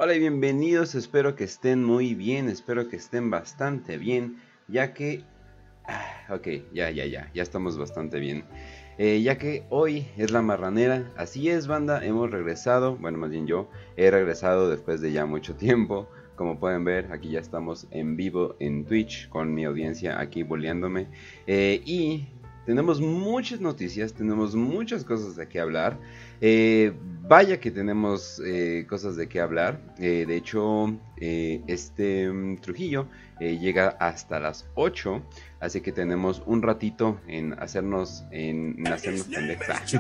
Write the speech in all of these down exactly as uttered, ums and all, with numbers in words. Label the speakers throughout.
Speaker 1: Hola y bienvenidos, espero que estén muy bien, espero que estén bastante bien, ya que... Ah, ok, ya, ya, ya, ya estamos bastante bien. Eh, ya que hoy es la marranera, así es banda, hemos regresado, bueno más bien yo, he regresado después de ya mucho tiempo. Como pueden ver, aquí ya estamos en vivo en Twitch con mi audiencia aquí boleándome. Eh, y tenemos muchas noticias, tenemos muchas cosas de qué hablar. Eh, vaya que tenemos eh, cosas de qué hablar. Eh, de hecho, eh, este um, Trujillo eh, llega hasta las ocho. Así que tenemos un ratito en hacernos, en, en hacernos pendejos.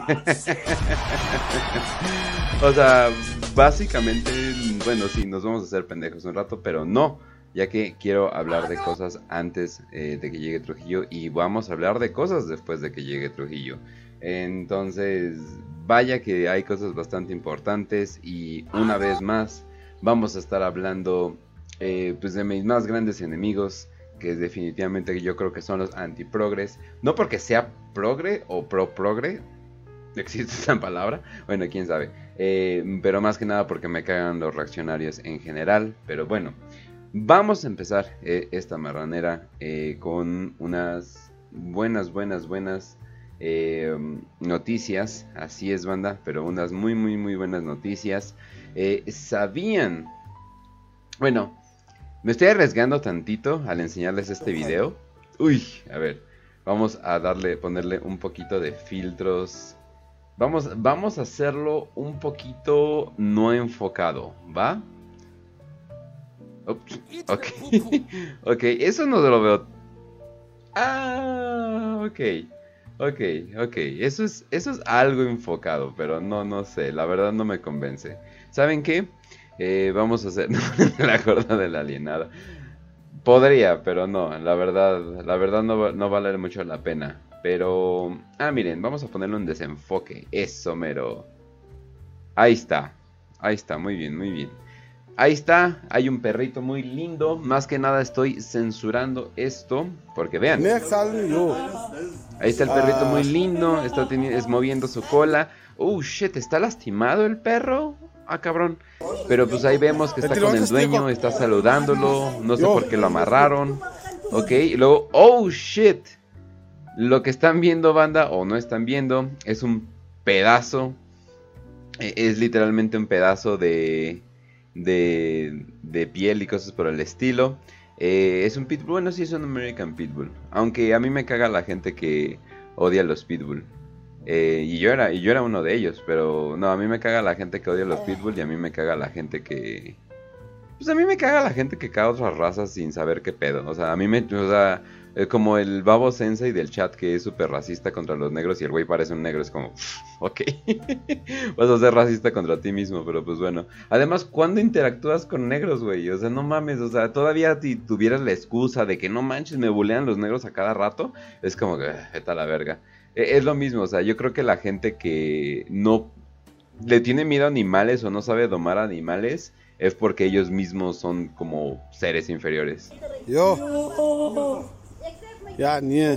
Speaker 1: O sea, básicamente, bueno, sí, nos vamos a hacer pendejos un rato, pero no, ya que quiero hablar de cosas antes eh, de que llegue Trujillo y vamos a hablar de cosas después de que llegue Trujillo. Entonces, vaya que hay cosas bastante importantes y una vez más vamos a estar hablando eh, pues de mis más grandes enemigos, que definitivamente yo creo que son los antiprogres. No porque sea progre o pro-progre, existe esa palabra, bueno, quién sabe. Eh, pero más que nada porque me cagan los reaccionarios en general. Pero bueno, vamos a empezar eh, esta marranera eh, con unas buenas, buenas, buenas eh, noticias. Así es, banda, pero unas muy, muy, muy buenas noticias. Eh, ¿Sabían? Bueno... Me estoy arriesgando tantito al enseñarles este video. Uy, a ver, vamos a darle, ponerle un poquito de filtros. Vamos, vamos a hacerlo un poquito no enfocado, ¿va? Ups, ok, ok, eso no lo veo. Ah, ok, ok, ok, eso es, eso es algo enfocado, pero no, no sé, la verdad no me convence. ¿Saben qué? Eh, vamos a hacer la gorda de la alienada. Podría, pero no, la verdad, la verdad no, no vale mucho la pena. Pero, ah, miren, vamos a ponerle un desenfoque. Eso, mero. Ahí está, ahí está, muy bien, muy bien. Ahí está, hay un perrito muy lindo. Más que nada estoy censurando esto, porque vean. Ahí está el perrito muy lindo, está es moviendo su cola. Oh, shit, ¿está lastimado el perro? Ah, cabrón. Pero pues ahí vemos que está con el dueño, está saludándolo. No sé por qué lo amarraron. Ok, y luego, oh, shit. Lo que están viendo, banda, o no están viendo, es un pedazo. Es literalmente un pedazo de... De, de piel y cosas por el estilo. Eh, es un pitbull, bueno, sí es un American Pitbull. Aunque a mí me caga la gente que odia los pitbull. Eh, y yo era y yo era uno de ellos, pero no, a mí me caga la gente que odia los pitbull y a mí me caga la gente que... Pues a mí me caga la gente que caga otras razas sin saber qué pedo. O sea, a mí me... O sea, eh, como el babo sensei del chat que es súper racista contra los negros y el güey parece un negro, es como... Ok. Vas a ser racista contra ti mismo, pero pues bueno. Además, ¿cuándo interactúas con negros, güey? O sea, no mames, o sea, todavía si tuvieras la excusa de que no manches, me bulean los negros a cada rato, es como que, vete a la verga. Eh, es lo mismo, o sea, yo creo que la gente que no le tiene miedo a animales o no sabe domar animales es porque ellos mismos son como seres inferiores.
Speaker 2: Yo. Ya, nie.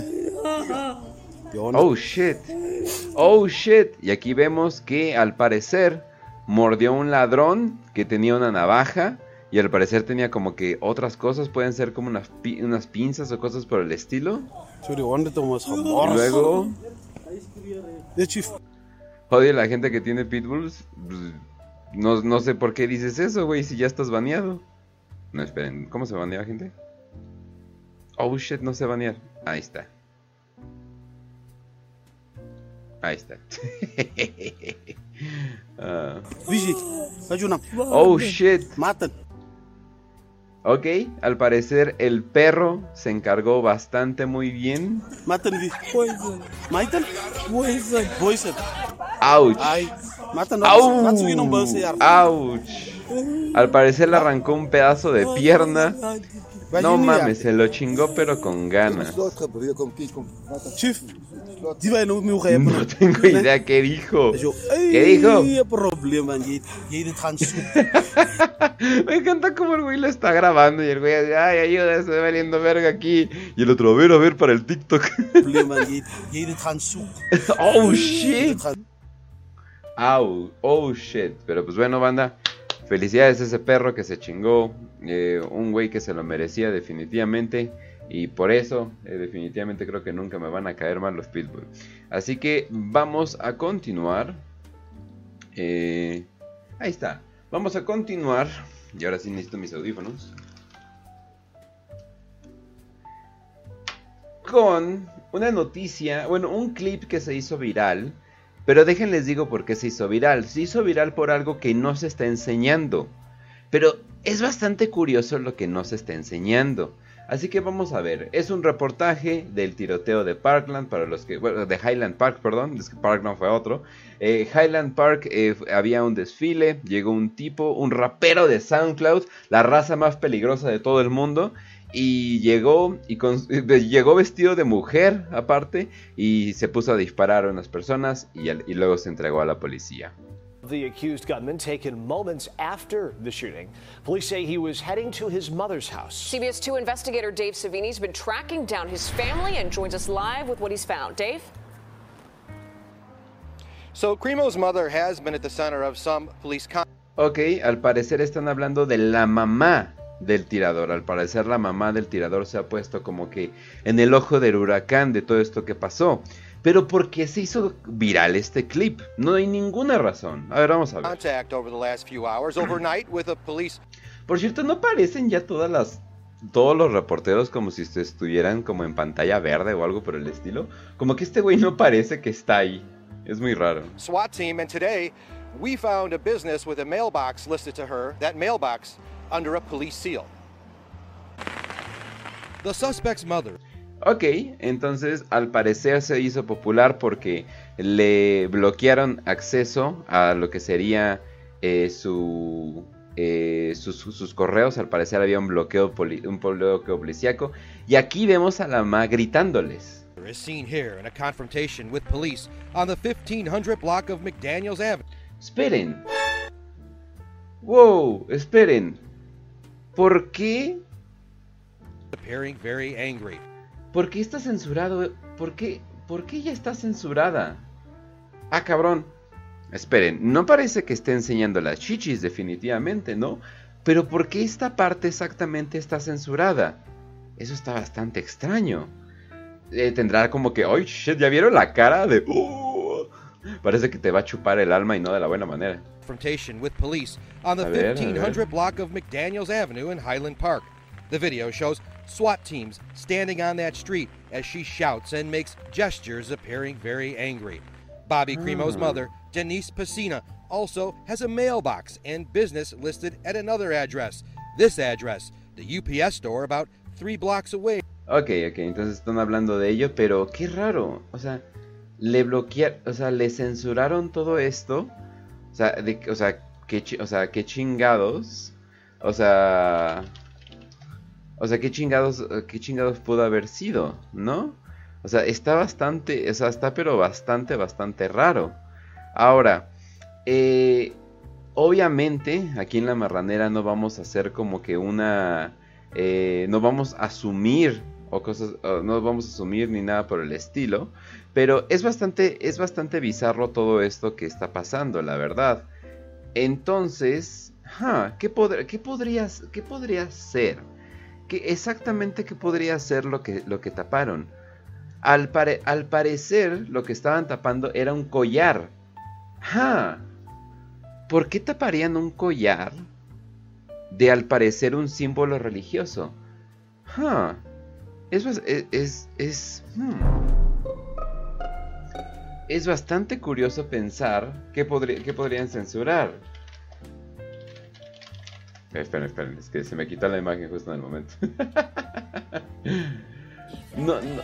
Speaker 1: Oh shit. Oh shit. Y aquí vemos que al parecer mordió un ladrón que tenía una navaja. Y al parecer tenía como que otras cosas. Pueden ser como unas, pi unas pinzas o cosas por el estilo. Y luego... Oye, la gente que tiene pitbulls. No, no sé por qué dices eso, güey, si ya estás baneado. No, esperen, ¿cómo se banea, gente? Oh shit, no sé banear. Ahí está. Ahí está. uh. Oh shit. Ok, al parecer el perro se encargó bastante muy bien. Ouch. Ouch. Al parecer le arrancó un pedazo de pierna. No mames, se lo chingó pero con ganas. No tengo idea qué dijo. ¿Qué dijo? Me encanta cómo el güey lo está grabando y el güey dice, ay, ayuda, estoy valiendo verga aquí. Y el otro, a ver, a ver, para el TikTok. Oh shit. Au, oh shit. Pero pues bueno, banda, felicidades a ese perro que se chingó, eh, un güey que se lo merecía definitivamente. Y por eso, eh, definitivamente creo que nunca me van a caer mal los Pitbull. Así que vamos a continuar. Eh, ahí está. Vamos a continuar. Y ahora sí necesito mis audífonos. Con una noticia, bueno, un clip que se hizo viral. Pero déjenles digo por qué se hizo viral. Se hizo viral por algo que no se está enseñando. Pero es bastante curioso lo que no se está enseñando. Así que vamos a ver, es un reportaje del tiroteo de Parkland, para los que, bueno, de Highland Park, perdón, es que Parkland fue otro. Eh, Highland Park, eh, había un desfile, llegó un tipo, un rapero de SoundCloud, la raza más peligrosa de todo el mundo, y llegó, y con, llegó vestido de mujer aparte, y se puso a disparar a unas personas, y, y luego se entregó a la policía.
Speaker 3: The accused gunman taken moments after the shooting. Police say he was heading to his mother's house.
Speaker 4: C B S two investigator Dave Savini has been tracking down his family and joins us live with what he's found. Dave?
Speaker 5: So Crimo's mother has been at the center of some police con-
Speaker 1: Ok, al parecer están hablando de la mamá del tirador. Al parecer la mamá del tirador se ha puesto como que en el ojo del huracán de todo esto que pasó. Pero ¿por qué se hizo viral este clip? No hay ninguna razón. A ver, vamos a ver.
Speaker 5: Contact over the last few hours overnight with a police.
Speaker 1: Por cierto, ¿no parecen ya todas las todos los reporteros como si estuvieran como en pantalla verde o algo por el estilo? Como que este güey no parece que está ahí. Es muy raro.
Speaker 5: SWAT team, and today we found a business with a mailbox listed to her. That mailbox under a police seal. The suspect's mother.
Speaker 1: Ok, entonces al parecer se hizo popular porque le bloquearon acceso a lo que sería eh, su, eh, sus, sus correos. Al parecer había un bloqueo, poli, un bloqueo policíaco. Y aquí vemos a la mamá gritándoles.
Speaker 5: Is seen here in a confrontation with police on the fifteen hundred block of McDaniels Avenue.
Speaker 1: Esperen. Wow, esperen. ¿Por qué?
Speaker 5: Appearing very angry.
Speaker 1: ¿Por qué está censurado? ¿Por qué? ¿Por qué ya está censurada? Ah, cabrón. Esperen, no parece que esté enseñando las chichis definitivamente, ¿no? Pero ¿por qué esta parte exactamente está censurada? Eso está bastante extraño. Eh, tendrá como que, ¡ay, shit! ¿Ya vieron la cara de... Uh, parece que te va a chupar el alma y no de la buena manera.
Speaker 5: Confrontation with police on the fifteen hundred block of McDaniels Avenue in Highland Park. The video shows SWAT teams standing on that street as she shouts and makes gestures appearing very angry. Bobby Crimo's mother, Denise Pacina, also has a mailbox and business listed at another address. This address, the U P S store about three blocks away.
Speaker 1: Ok, ok, entonces están hablando de ello, pero qué raro. O sea, le bloquearon, o sea, le censuraron todo esto. O sea, de, o sea, qué, o sea, qué chingados. O sea... O sea, qué chingados, qué chingados pudo haber sido, ¿no? O sea, está bastante, o sea, está pero bastante, bastante raro. Ahora, eh, obviamente, aquí en La Marranera no vamos a hacer como que una... Eh, no vamos a asumir o cosas, o no vamos a asumir ni nada por el estilo. Pero es bastante, es bastante bizarro todo esto que está pasando, la verdad. Entonces, huh, ¿qué, pod- qué, podrías, ¿qué podría ser? ¿Qué, exactamente qué podría ser lo que, lo que taparon? Al, pare, al parecer lo que estaban tapando era un collar. ¡Ja! ¿Por qué taparían un collar de al parecer un símbolo religioso? ¡Ja! Eso es... es, es, es, hmm. es bastante curioso pensar qué, podría, qué podrían censurar. Esperen, esperen, es que se me quita la imagen justo en el momento. No, no.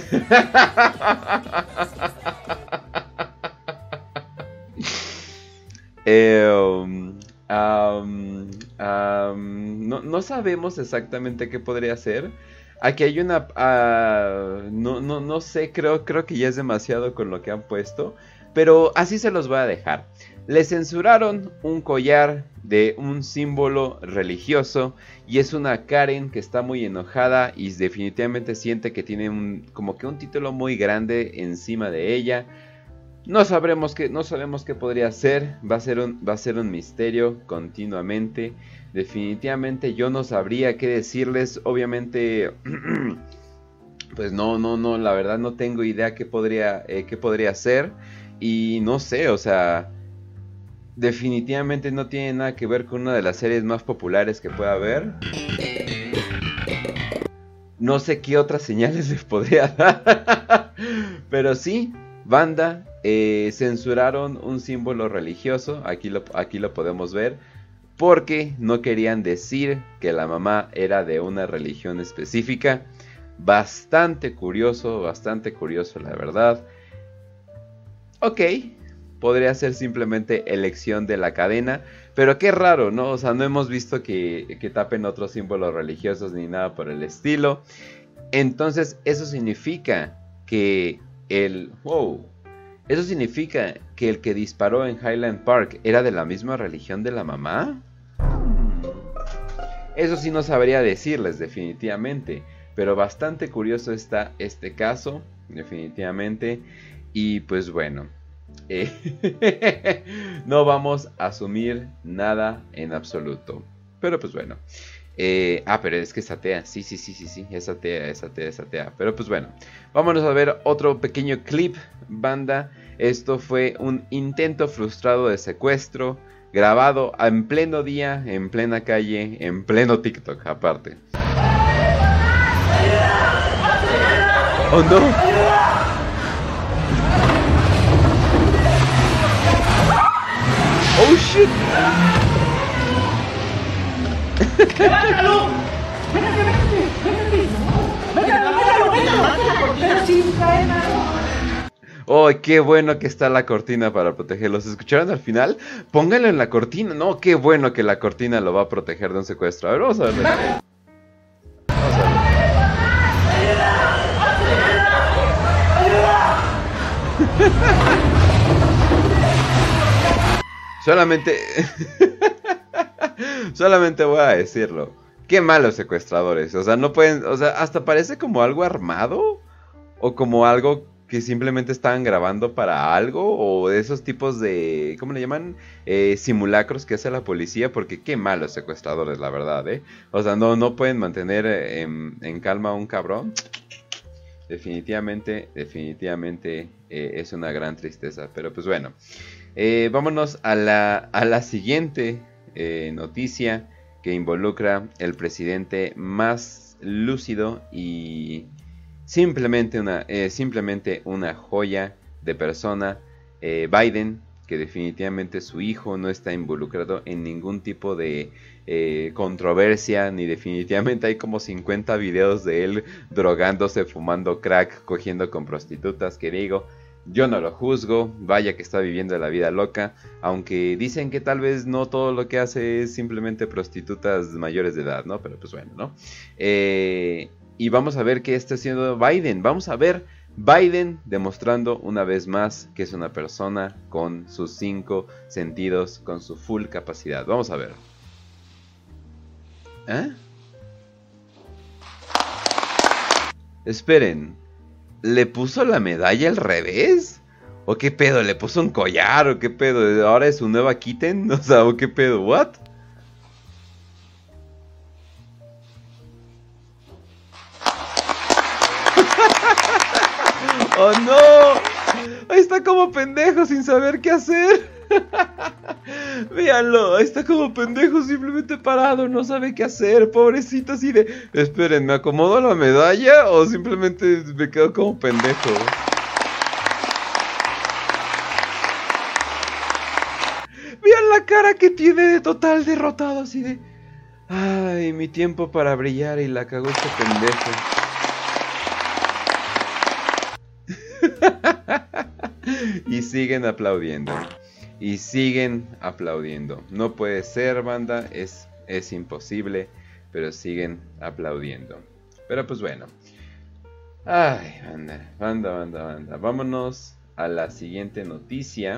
Speaker 1: eh, um, um, um, no, no sabemos exactamente qué podría ser. Aquí hay una... Uh, no, no, no sé, creo, creo que ya es demasiado con lo que han puesto. Pero así se los voy a dejar. Le censuraron un collar de un símbolo religioso y es una Karen que está muy enojada y definitivamente siente que tiene un, como que un título muy grande encima de ella. No sabremos qué, no sabemos qué podría ser. Va a ser un, va a ser un misterio continuamente. Definitivamente yo no sabría qué decirles. Obviamente, pues no, no, no. La verdad no tengo idea qué podría, eh, qué podría ser. Y no sé, o sea, definitivamente no tiene nada que ver con una de las series más populares que pueda haber. No sé qué otras señales les podría dar. Pero sí, banda, eh, censuraron un símbolo religioso. Aquí lo, aquí lo podemos ver. Porque no querían decir que la mamá era de una religión específica. Bastante curioso, bastante curioso la verdad. Ok, podría ser simplemente elección de la cadena. Pero qué raro, ¿no? O sea, no hemos visto que, que tapen otros símbolos religiosos ni nada por el estilo. Entonces, eso significa que el... Wow. Eso significa que el que disparó en Highland Park era de la misma religión de la mamá. Eso sí no sabría decirles definitivamente. Pero bastante curioso está este caso, definitivamente. Y pues bueno, eh, no vamos a asumir nada en absoluto. Pero pues bueno. Eh, ah, pero es que es atea. Sí, sí, sí, sí, sí. Es atea, es atea, es atea. Pero pues bueno. Vámonos a ver otro pequeño clip, banda. Esto fue un intento frustrado de secuestro. Grabado en pleno día, en plena calle, en pleno TikTok, aparte. ¡Oh, no! ¡Oh, shit!
Speaker 6: ¡Métalo! ¡Métalo, métalo! ¡Métalo! ¡Pero sin cadena!
Speaker 1: ¡Oh, qué bueno que está la cortina para protegerlos! ¿Escucharon al final? Pónganlo en la cortina. No, qué bueno que la cortina lo va a proteger de un secuestro. A ver, vamos a verlo. Vamos a verlo. Solamente... Solamente voy a decirlo. Qué malos secuestradores. O sea, no pueden... O sea, hasta parece como algo armado. O como algo que simplemente estaban grabando para algo. O de esos tipos de... ¿Cómo le llaman? Eh, simulacros que hace la policía. Porque qué malos secuestradores, la verdad, ¿eh? O sea, no, no pueden mantener en, en calma a un cabrón. Definitivamente, definitivamente eh, es una gran tristeza. Pero pues bueno. Eh, vámonos a la, a la siguiente eh, noticia que involucra el presidente más lúcido y simplemente una, eh, simplemente una joya de persona, eh, Biden, que definitivamente su hijo no está involucrado en ningún tipo de eh, controversia, ni definitivamente hay como cincuenta videos de él drogándose, fumando crack, cogiendo con prostitutas, que digo... Yo no lo juzgo, vaya que está viviendo la vida loca, aunque dicen que tal vez no todo lo que hace es simplemente prostitutas mayores de edad, ¿no? Pero pues bueno, ¿no? Eh, y vamos a ver qué está haciendo Biden, vamos a ver Biden demostrando una vez más que es una persona con sus cinco sentidos, con su full capacidad. Vamos a ver. ¿Eh? Esperen. ¿Le puso la medalla al revés? ¿O qué pedo? ¿Le puso un collar? ¿O qué pedo? ¿Ahora es su nueva kitten? O sea, ¿o qué pedo? ¿What? ¡Oh, no! Ahí está como pendejo sin saber qué hacer. Véanlo, ahí está como pendejo simplemente parado, no sabe qué hacer, pobrecito, así de... Esperen, ¿me acomodo la medalla o simplemente me quedo como pendejo? Vean la cara que tiene de total derrotado, así de... Ay, mi tiempo para brillar y la cagó este pendejo. Y siguen aplaudiendo. Y siguen aplaudiendo. No puede ser, banda. Es, es imposible. Pero siguen aplaudiendo. Pero pues bueno. Ay, banda. Banda, banda, banda. Vámonos a la siguiente noticia.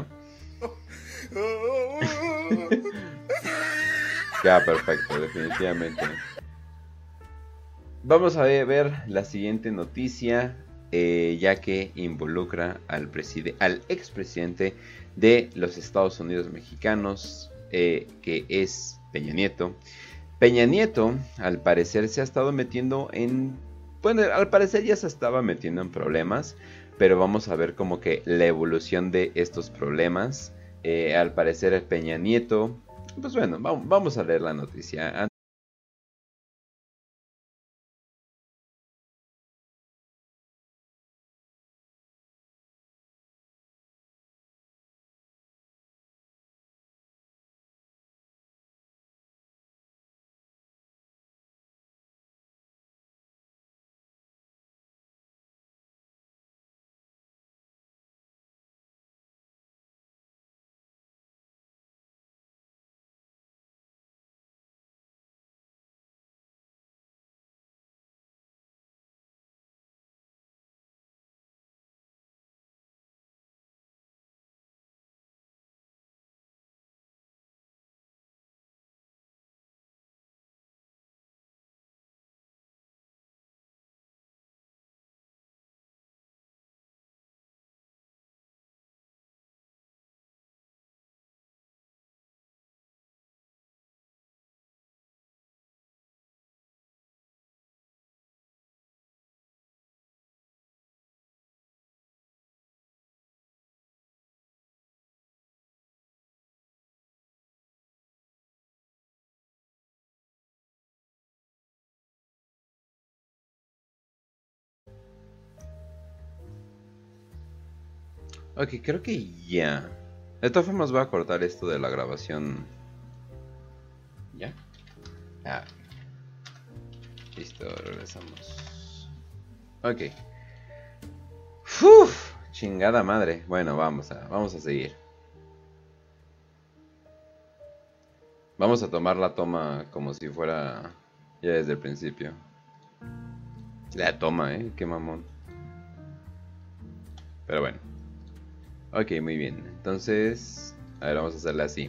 Speaker 1: Ya, perfecto. Definitivamente. Vamos a ver la siguiente noticia. eh, ya que involucra al, al expresidente de los Estados Unidos mexicanos, eh, que es Peña Nieto. Peña Nieto, al parecer, se ha estado metiendo en... Bueno, al parecer ya se estaba metiendo en problemas, pero vamos a ver como que la evolución de estos problemas. Eh, al parecer el Peña Nieto... Pues bueno, vamos, vamos a leer la noticia. Ok, creo que ya. De todas formas voy a cortar esto de la grabación. ¿Ya? Ah. Listo, regresamos. Ok. Uf, chingada madre. Bueno, vamos a, vamos a seguir. Vamos a tomar la toma como si fuera ya desde el principio. La toma, eh, qué mamón. Pero bueno. Ok, muy bien. Entonces, a ver, vamos a hacerla así.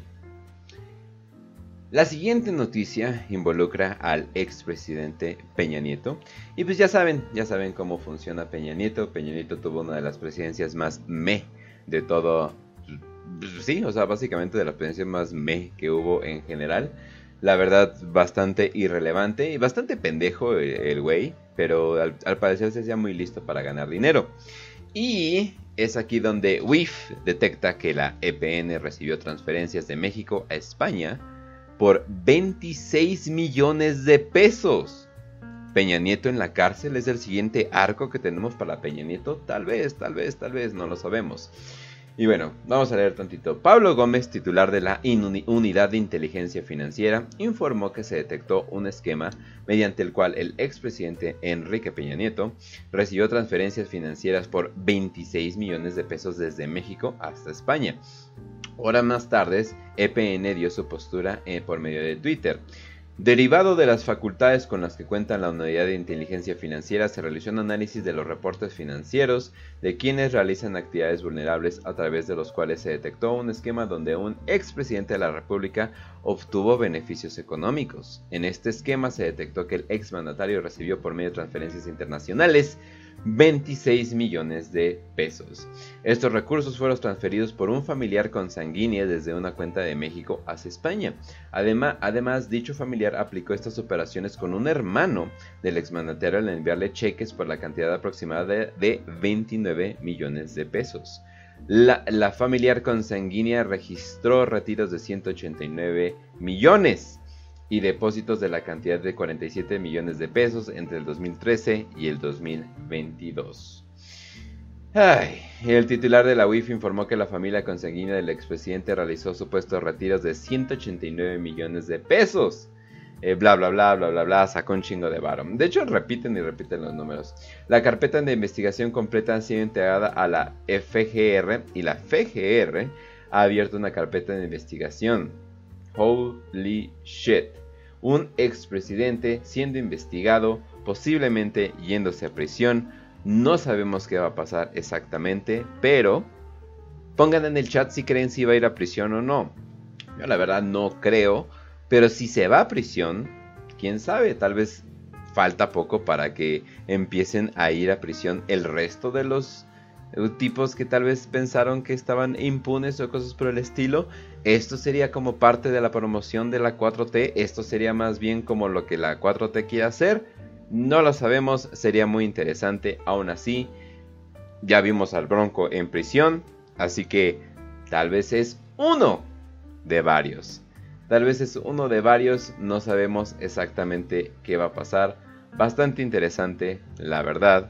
Speaker 1: La siguiente noticia involucra al expresidente Peña Nieto. Y pues ya saben, ya saben cómo funciona Peña Nieto. Peña Nieto tuvo una de las presidencias más meh de todo. Sí, o sea, básicamente de las presidencias más meh que hubo en general. La verdad, bastante irrelevante y bastante pendejo el güey. Pero al, al parecer se hacía muy listo para ganar dinero. Y es aquí donde W I F detecta que la E P N recibió transferencias de México a España por veintiséis millones de pesos. Peña Nieto en la cárcel es el siguiente arco que tenemos para Peña Nieto. Tal vez, tal vez, tal vez, no lo sabemos. Y bueno, vamos a leer tantito. Pablo Gómez, titular de la Unidad de Inteligencia Financiera, informó que se detectó un esquema mediante el cual el expresidente Enrique Peña Nieto recibió transferencias financieras por veintiséis millones de pesos desde México hasta España. Horas más tarde, E P N dio su postura eh, por medio de Twitter. Derivado de las facultades con las que cuenta la Unidad de Inteligencia Financiera, se realizó un análisis de los reportes financieros de quienes realizan actividades vulnerables, a través de los cuales se detectó un esquema donde un expresidente de la República obtuvo beneficios económicos. En este esquema se detectó que el exmandatario recibió por medio de transferencias internacionales veintiséis millones de pesos. Estos recursos fueron transferidos por un familiar consanguíneo desde una cuenta de México hacia España. Además, además, dicho familiar aplicó estas operaciones con un hermano del exmandatario al enviarle cheques por la cantidad aproximada de, de veintinueve millones de pesos. La, la familiar consanguínea registró retiros de ciento ochenta y nueve millones y depósitos de la cantidad de cuarenta y siete millones de pesos entre el dos mil trece y el dos mil veintidós. Ay, el titular de la U I F informó que la familia consanguínea del expresidente realizó supuestos retiros de ciento ochenta y nueve millones de pesos. Eh, bla bla bla bla bla bla, sacó un chingo de varo. De hecho, repiten y repiten los números. La carpeta de investigación completa ha sido integrada a la F G R y la F G R ha abierto una carpeta de investigación. Holy shit. Un expresidente siendo investigado, posiblemente yéndose a prisión. No sabemos qué va a pasar exactamente, pero pongan en el chat si creen si va a ir a prisión o no. Yo la verdad no creo, pero si se va a prisión, quién sabe, tal vez falta poco para que empiecen a ir a prisión el resto de los tipos que tal vez pensaron que estaban impunes o cosas por el estilo. Esto sería como parte de la promoción de la cuatro T. Esto sería más bien como lo que la cuatro T quiere hacer. No lo sabemos, sería muy interesante. Aún así, ya vimos al Bronco en prisión, así que tal vez es uno de varios. Tal vez es uno de varios, no sabemos exactamente qué va a pasar. Bastante interesante, la verdad.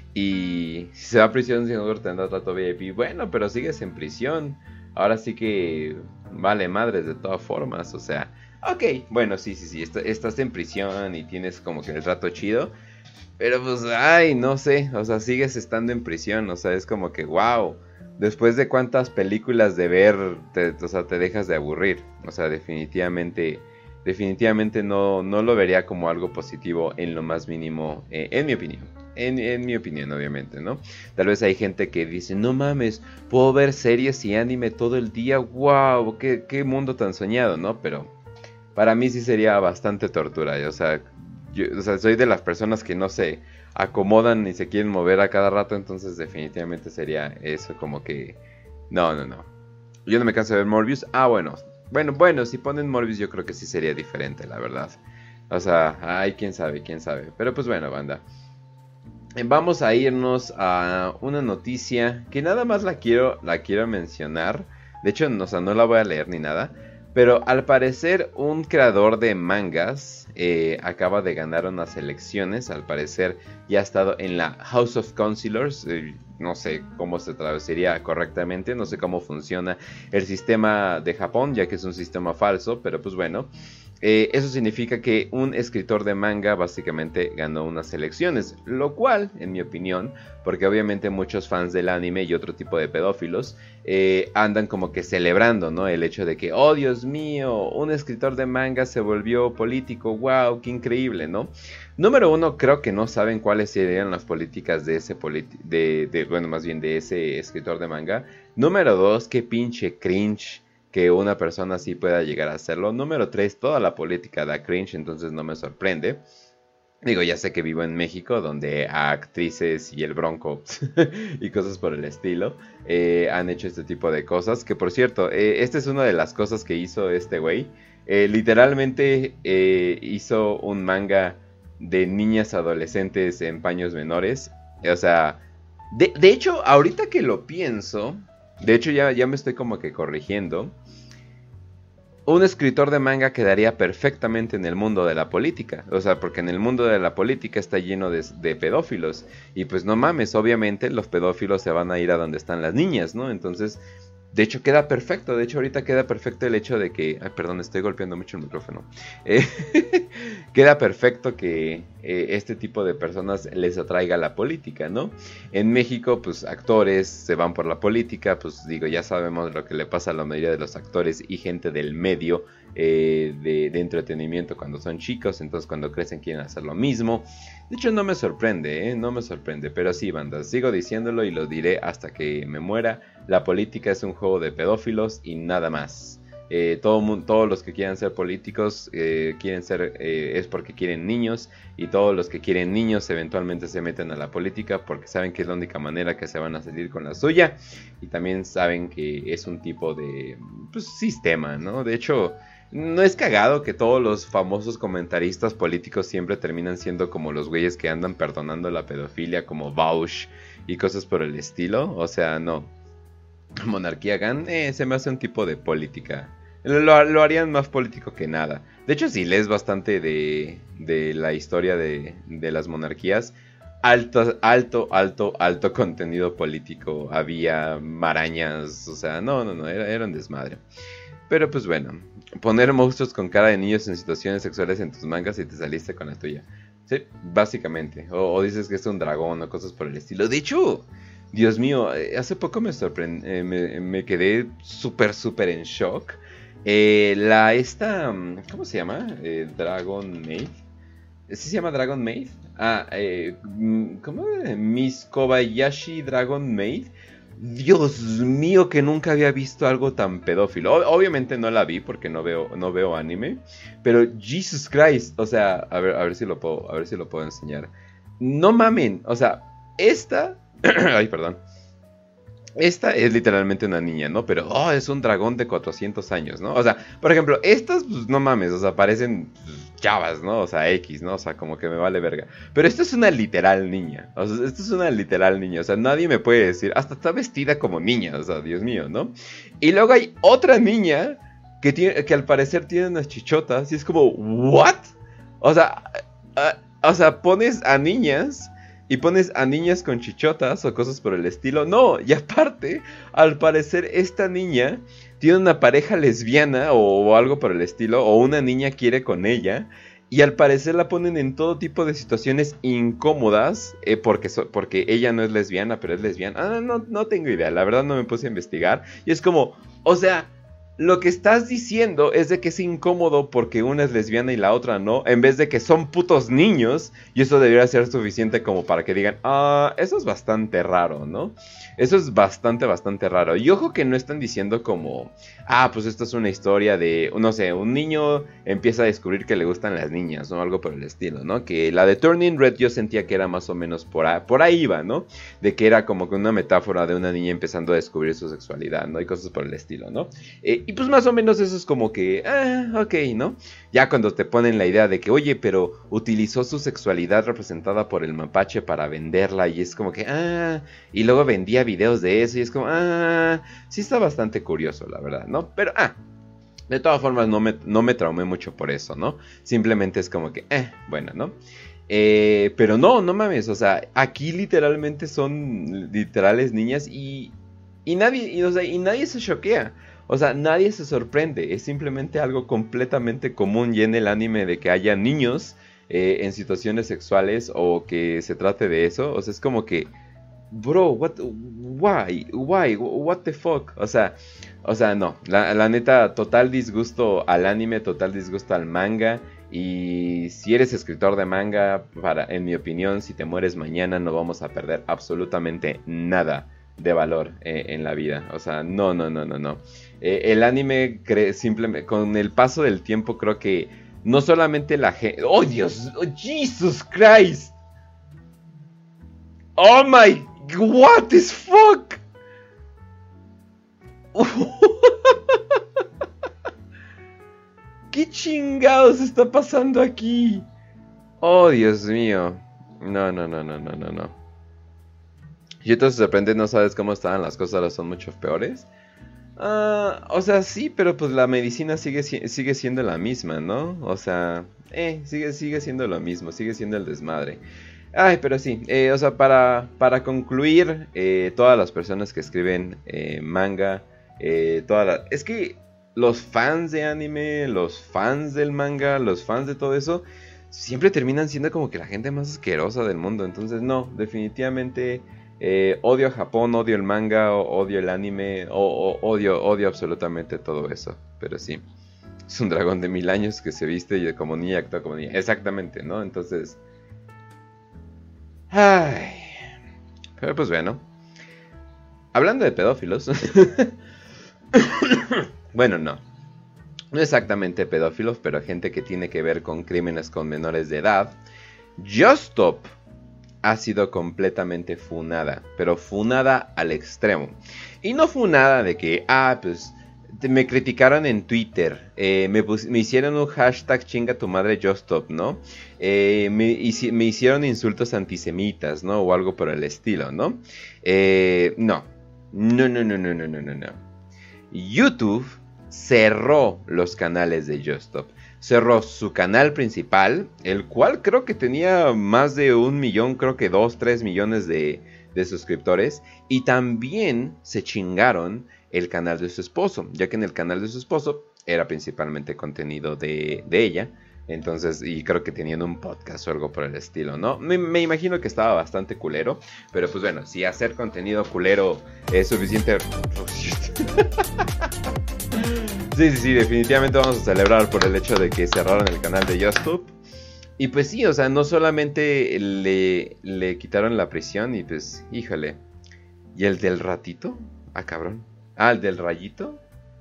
Speaker 1: Y si se va a prisión, señor, tendrá trato V I P. Bueno, pero sigues en prisión. Ahora sí que vale madres de todas formas. O sea, ok, bueno, sí, sí, sí. Est- estás en prisión y tienes como que el trato chido. Pero pues, ay, no sé. O sea, sigues estando en prisión. O sea, es como que, wow. Después de cuántas películas de ver, te, o sea, te dejas de aburrir. O sea, definitivamente, definitivamente no, no lo vería como algo positivo en lo más mínimo, eh, en mi opinión. En, en mi opinión, obviamente, ¿no? Tal vez hay gente que dice, no mames, puedo ver series y anime todo el día, wow, qué, qué mundo tan soñado, ¿no? Pero para mí sí sería bastante tortura, o sea, yo, o sea, soy de las personas que no se acomodan ni se quieren mover a cada rato, entonces definitivamente sería eso como que, no, no, no. Yo no me canso de ver Morbius, ah, bueno, bueno, bueno, si ponen Morbius yo creo que sí sería diferente, la verdad. O sea, ay, quién sabe, quién sabe, pero pues bueno, banda. Vamos a irnos a una noticia que nada más la quiero, la quiero mencionar. De hecho, no, o sea, no la voy a leer ni nada. Pero al parecer un creador de mangas eh, acaba de ganar unas elecciones. Al parecer ya ha estado en la House of Councilors. Eh, no sé cómo se traduciría correctamente. No sé cómo funciona el sistema de Japón, ya que es un sistema falso. Pero pues bueno. Eh, eso significa que un escritor de manga básicamente ganó unas elecciones, lo cual, en mi opinión, porque obviamente muchos fans del anime y otro tipo de pedófilos eh, andan como que celebrando, ¿no? El hecho de que, oh Dios mío, un escritor de manga se volvió político, wow, qué increíble, ¿no? Número uno, creo que no saben cuáles serían las políticas de ese, politi- de, de, bueno, más bien de ese escritor de manga. Número dos, qué pinche cringe que una persona así pueda llegar a hacerlo. Número tres, toda la política da cringe, entonces no me sorprende. Digo, ya sé que vivo en México, donde a actrices y el Bronco y cosas por el estilo eh, han hecho este tipo de cosas. Que por cierto, eh, esta es una de las cosas que hizo este güey. Eh, literalmente eh, hizo un manga de niñas adolescentes en paños menores. O sea, de, de hecho, ahorita que lo pienso, de hecho ya, ya me estoy como que corrigiendo. Un escritor de manga quedaría perfectamente en el mundo de la política. O sea, porque en el mundo de la política está lleno de, de pedófilos. Y pues no mames, obviamente los pedófilos se van a ir a donde están las niñas, ¿no? Entonces, de hecho queda perfecto. De hecho ahorita queda perfecto el hecho de que... Ay, perdón, estoy golpeando mucho el micrófono. Eh, queda perfecto que eh, este tipo de personas les atraiga la política, ¿no? En México, pues actores se van por la política. Pues digo, ya sabemos lo que le pasa a la mayoría de los actores y gente del medio eh, de, de entretenimiento cuando son chicos. Entonces cuando crecen quieren hacer lo mismo. De hecho no me sorprende, ¿eh? No me sorprende. Pero sí, banda, sigo diciéndolo y lo diré hasta que me muera. La política es un juego de pedófilos y nada más. Eh, todo mundo, todos los que quieran ser políticos eh, quieren ser eh, es porque quieren niños, y todos los que quieren niños eventualmente se meten a la política porque saben que es la única manera que se van a salir con la suya, y también saben que es un tipo de pues, sistema, ¿no? De hecho, no es cagado que todos los famosos comentaristas políticos siempre terminan siendo como los güeyes que andan perdonando la pedofilia, como Bausch y cosas por el estilo. O sea, no. Monarquía Gan eh, se me hace un tipo de política. Lo, lo harían más político que nada. De hecho, si lees bastante de, de la historia de, de las monarquías, alto, alto, alto, alto contenido político. Había marañas, o sea, no, no, no, era, era un desmadre. Pero pues bueno, poner monstruos con cara de niños en situaciones sexuales en tus mangas y te saliste con la tuya. Sí, básicamente. O, o dices que es un dragón o cosas por el estilo. De hecho... Dios mío, hace poco me sorprendí, eh, me, me quedé súper, súper en shock. Eh, la esta, ¿cómo se llama? Eh, Dragon Maid. ¿Sí se llama Dragon Maid? Ah, eh, ¿cómo? Miss Kobayashi Dragon Maid Dios mío, que nunca había visto algo tan pedófilo. Obviamente no la vi porque no veo, no veo anime. Pero Jesus Christ. O sea, a ver, a ver si lo puedo, a ver si lo puedo enseñar. No mamen. O sea, esta. Ay, perdón. Esta es literalmente una niña, ¿no? Pero, oh, es un dragón de cuatrocientos años, ¿no? O sea, por ejemplo, estas, pues, no mames, o sea, parecen pues, chavas, ¿no? O sea, X, ¿no? O sea, como que me vale verga. Pero esta es una literal niña. O sea, esta es una literal niña. O sea, nadie me puede decir, hasta está vestida como niña, o sea, Dios mío, ¿no? Y luego hay otra niña que, tiene, que al parecer tiene unas chichotas y es como, ¿what? O sea, uh, o sea, pones a niñas... Y pones a niñas con chichotas o cosas por el estilo. No, y aparte, al parecer esta niña tiene una pareja lesbiana o, o algo por el estilo. O una niña quiere con ella. Y al parecer la ponen en todo tipo de situaciones incómodas. Eh, porque, so, porque ella no es lesbiana, pero es lesbiana. Ah, no, no tengo idea, la verdad no me puse a investigar. Y es como, o sea... Lo que estás diciendo es de que es incómodo porque una es lesbiana y la otra no, en vez de que son putos niños, y eso debería ser suficiente como para que digan, ah, eso es bastante raro, ¿no? Eso es bastante, bastante raro. Y ojo que no están diciendo como, ah, pues esto es una historia de, no sé, un niño empieza a descubrir que le gustan las niñas, ¿no? Algo por el estilo, ¿no? Que la de Turning Red yo sentía que era más o menos por ahí, por ahí iba, ¿no? De que era como que una metáfora de una niña empezando a descubrir su sexualidad, ¿no? Y cosas por el estilo, ¿no? Eh, Y pues más o menos eso es como que, ah, ok, ¿no? Ya cuando te ponen la idea de que, oye, pero utilizó su sexualidad representada por el mapache para venderla y es como que, ah, y luego vendía videos de eso y es como, ah, sí está bastante curioso, la verdad, ¿no? Pero, ah, de todas formas no me, no me traumé mucho por eso, ¿no? Simplemente es como que, eh, bueno, ¿no? Eh, pero no, no mames, o sea, aquí literalmente son literales niñas y, y nadie, y, o sea, y nadie se choquea. O sea, nadie se sorprende, es simplemente algo completamente común y en el anime de que haya niños eh, en situaciones sexuales o que se trate de eso. O sea, es como que, bro, what, why, why, what the fuck. O sea, o sea, no, la, la neta, total disgusto al anime, total disgusto al manga. Y si eres escritor de manga, para, en mi opinión, si te mueres mañana no vamos a perder absolutamente nada de valor eh, en la vida. O sea, no, no, no, no, no. Eh, el anime cre- simplemente con el paso del tiempo creo que no solamente la gente... ¡Oh, Dios! ¡Oh, Jesus Christ! ¡Oh, my... What the fuck! ¿Qué chingados está pasando aquí? ¡Oh, Dios mío! No, no, no, no, no, no, no. Y entonces de repente no sabes cómo estaban las cosas, ahora son mucho peores. Uh, o sea, sí, pero pues la medicina sigue, sigue siendo la misma, ¿no? O sea, eh, sigue, sigue siendo lo mismo, sigue siendo el desmadre. Ay, pero sí, eh, o sea, para, para concluir, eh, todas las personas que escriben eh, manga, eh, toda la... es que los fans de anime, los fans del manga, los fans de todo eso, siempre terminan siendo como que la gente más asquerosa del mundo. Entonces, no, definitivamente... Eh, odio a Japón, odio el manga, odio el anime, o, o, odio, odio absolutamente todo eso. Pero sí, es un dragón de mil años que se viste como niña, actúa como niña. Exactamente, ¿no? Entonces... Ay... Pero pues bueno. Hablando de pedófilos... Bueno, no. No exactamente pedófilos, pero gente que tiene que ver con crímenes con menores de edad. Just Stop ha sido completamente funada, pero funada al extremo. Y no funada de que, ah, pues, me criticaron en Twitter, eh, me, me hicieron un hashtag chinga tu madre Just Stop, ¿no? Eh, me, me hicieron insultos antisemitas, ¿no? O algo por el estilo, ¿no? Eh, no. No, no, no, no, no, no, no, no. YouTube cerró los canales de Just Stop. Cerró su canal principal, el cual creo que tenía más de un millón, creo que dos, tres millones de, de suscriptores. Y también se chingaron el canal de su esposo, ya que en el canal de su esposo era principalmente contenido de, de ella. Entonces, y creo que tenían un podcast o algo por el estilo, ¿no? Me, me imagino que estaba bastante culero. Pero pues bueno, si hacer contenido culero es suficiente... Sí, sí, sí, definitivamente vamos a celebrar por el hecho de que cerraron el canal de Just Stop. Y pues sí, o sea, no solamente le, le quitaron la prisión y pues, híjole, ¿Y el del ratito? Ah, cabrón. Ah, ¿el del rayito?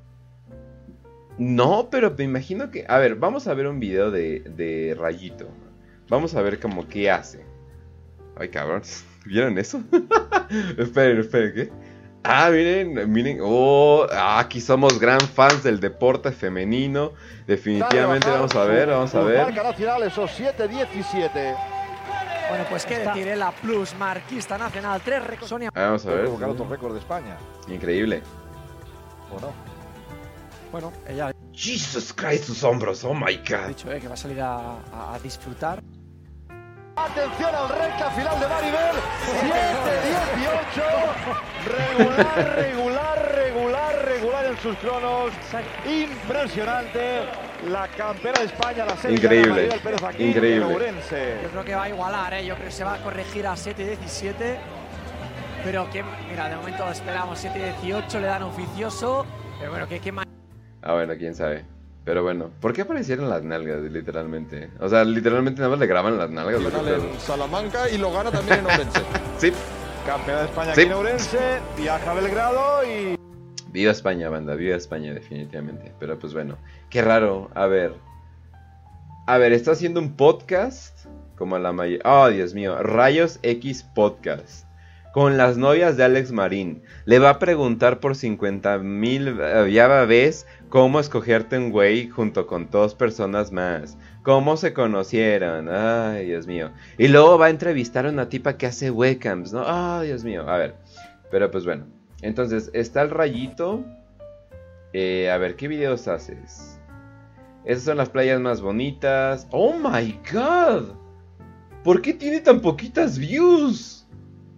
Speaker 1: No, pero me imagino que... A ver, vamos a ver un video de, de Rayito. Vamos a ver como qué hace. Ay, cabrón. ¿Vieron eso? esperen, esperen, ¿qué? Ah, miren, miren. Oh, aquí somos gran fans del deporte femenino. Definitivamente, vamos a ver, vamos a ver.
Speaker 7: Marca nacional, esos siete diecisiete.
Speaker 8: Bueno, pues qué decir, ¿eh? La Plus, marquista nacional, tres récords. Sonia.
Speaker 1: Vamos a ver.
Speaker 7: Buscar otro récord de España.
Speaker 1: Increíble.
Speaker 7: ¿O no?
Speaker 8: Bueno, ella
Speaker 1: Jesus Christ, sus hombros, oh my
Speaker 8: ha
Speaker 1: god.
Speaker 8: dicho eh, que va a salir a, a, a disfrutar.
Speaker 7: Atención al recta final de Maribel. siete dieciocho. Regular, regular, regular, regular en sus cronos. Impresionante. La campeona de España, la sevillana
Speaker 1: Increíble,
Speaker 7: Maribel Pérez aquí,
Speaker 1: increíble.
Speaker 8: Ourense. Yo creo que va a igualar, ¿eh? Yo creo que se va a corregir a siete diecisiete. Pero que, mira, de momento esperamos siete dieciocho, le dan oficioso. Pero bueno, que qué más.
Speaker 1: Ah, bueno, quién sabe. Pero bueno, ¿por qué aparecieron las nalgas, literalmente? O sea, literalmente nada más le graban las nalgas.
Speaker 7: Lo gana en Salamanca y lo gana también en Ourense.
Speaker 1: Sí.
Speaker 7: Campeona de España
Speaker 1: Sí.
Speaker 7: aquí en Ourense, viaja a Belgrado y...
Speaker 1: Viva España, banda, viva España, definitivamente. Pero pues bueno, qué raro. A ver. A ver, está haciendo un podcast. Como la mayoría. Oh, Dios mío. Rayos X Podcast. Con las novias de Alex Marín. Le va a preguntar por cincuenta mil ya ves cómo escogerte un güey junto con dos personas más. Cómo se conocieron. Ay, Dios mío. Y luego va a entrevistar a una tipa que hace webcams, ¿no? Ay, Dios mío. A ver. Pero pues bueno. Entonces, está el Rayito. Eh, a ver, ¿qué videos haces? Esas son las playas más bonitas. ¡Oh, my God! ¿Por qué tiene tan poquitas views?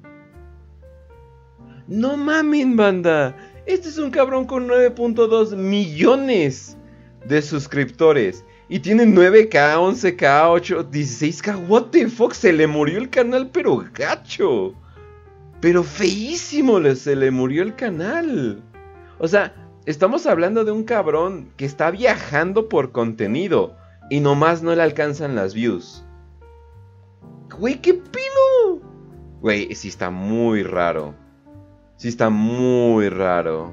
Speaker 1: ¡No mamen, banda! Este es un cabrón con nueve punto dos millones de suscriptores. Y tiene nueve K, once K, ocho, dieciséis K. What the fuck, se le murió el canal, pero gacho. Pero feísimo se le murió el canal. O sea, estamos hablando de un cabrón que está viajando por contenido y nomás no le alcanzan las views. Güey, ¿qué pino? Güey, sí está muy raro. Sí está muy raro.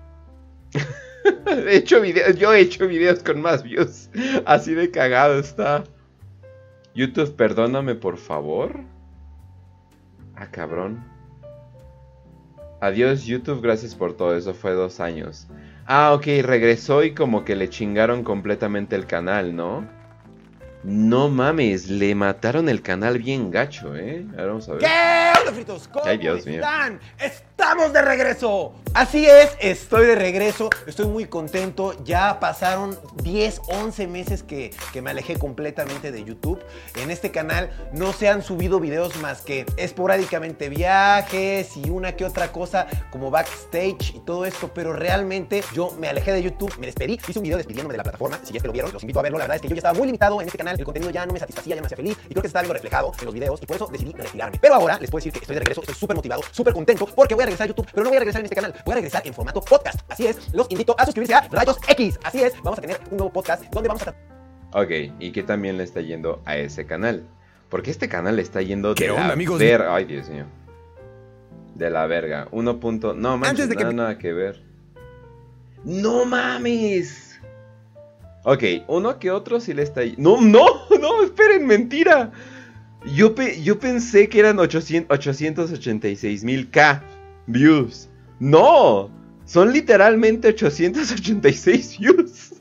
Speaker 1: He hecho videos, yo he hecho videos con más views. Así de cagado está. YouTube, perdóname por favor. Ah, cabrón. Adiós YouTube, gracias por todo, eso fue dos años. Ah, ok, regresó y como que le chingaron completamente el canal, ¿no? No mames, le mataron el canal bien gacho, ¿eh? Ahora vamos a ver.
Speaker 9: ¿Qué onda, fritos? ¿Cómo
Speaker 1: Ay, Dios mío.
Speaker 9: están? ¡Estamos de regreso! Así es, estoy de regreso, estoy muy contento. Ya pasaron diez, once meses que, que me alejé completamente de YouTube. En este canal no se han subido videos más que esporádicamente viajes y una que otra cosa como backstage y todo esto, pero realmente yo me alejé de YouTube, me despedí, hice un video despidiéndome de la plataforma. Si es que lo vieron, los invito a verlo. La verdad es que yo ya estaba muy limitado en este canal, el contenido ya no me satisfacía, ya no me hacía feliz y creo que se estaba viendo reflejado en los videos y por eso decidí retirarme. Pero ahora les puedo decir que estoy de regreso, estoy súper motivado, súper contento porque voy a regresar a YouTube, pero no voy a regresar en este canal, voy a regresar en formato podcast. Así es, los invito a suscribirse a Rayos X. Así es, vamos a tener un nuevo podcast donde vamos a...
Speaker 1: Ok, ¿y qué también le está yendo a ese canal? Porque este canal le está yendo de
Speaker 10: ¿Qué onda,
Speaker 1: la
Speaker 10: amigos?
Speaker 1: verga. Ay, Dios mío. De la verga. Uno punto... No, manches,
Speaker 10: Antes de que
Speaker 1: nada,
Speaker 10: me-
Speaker 1: nada que ver. ¡No mames! Ok, uno que otro sí le está... ¡No, no! ¡No! ¡Esperen! ¡Mentira! Yo, pe yo pensé que eran ochocientos ochenta y seis mil K views. ¡No! Son literalmente ochocientos ochenta y seis views.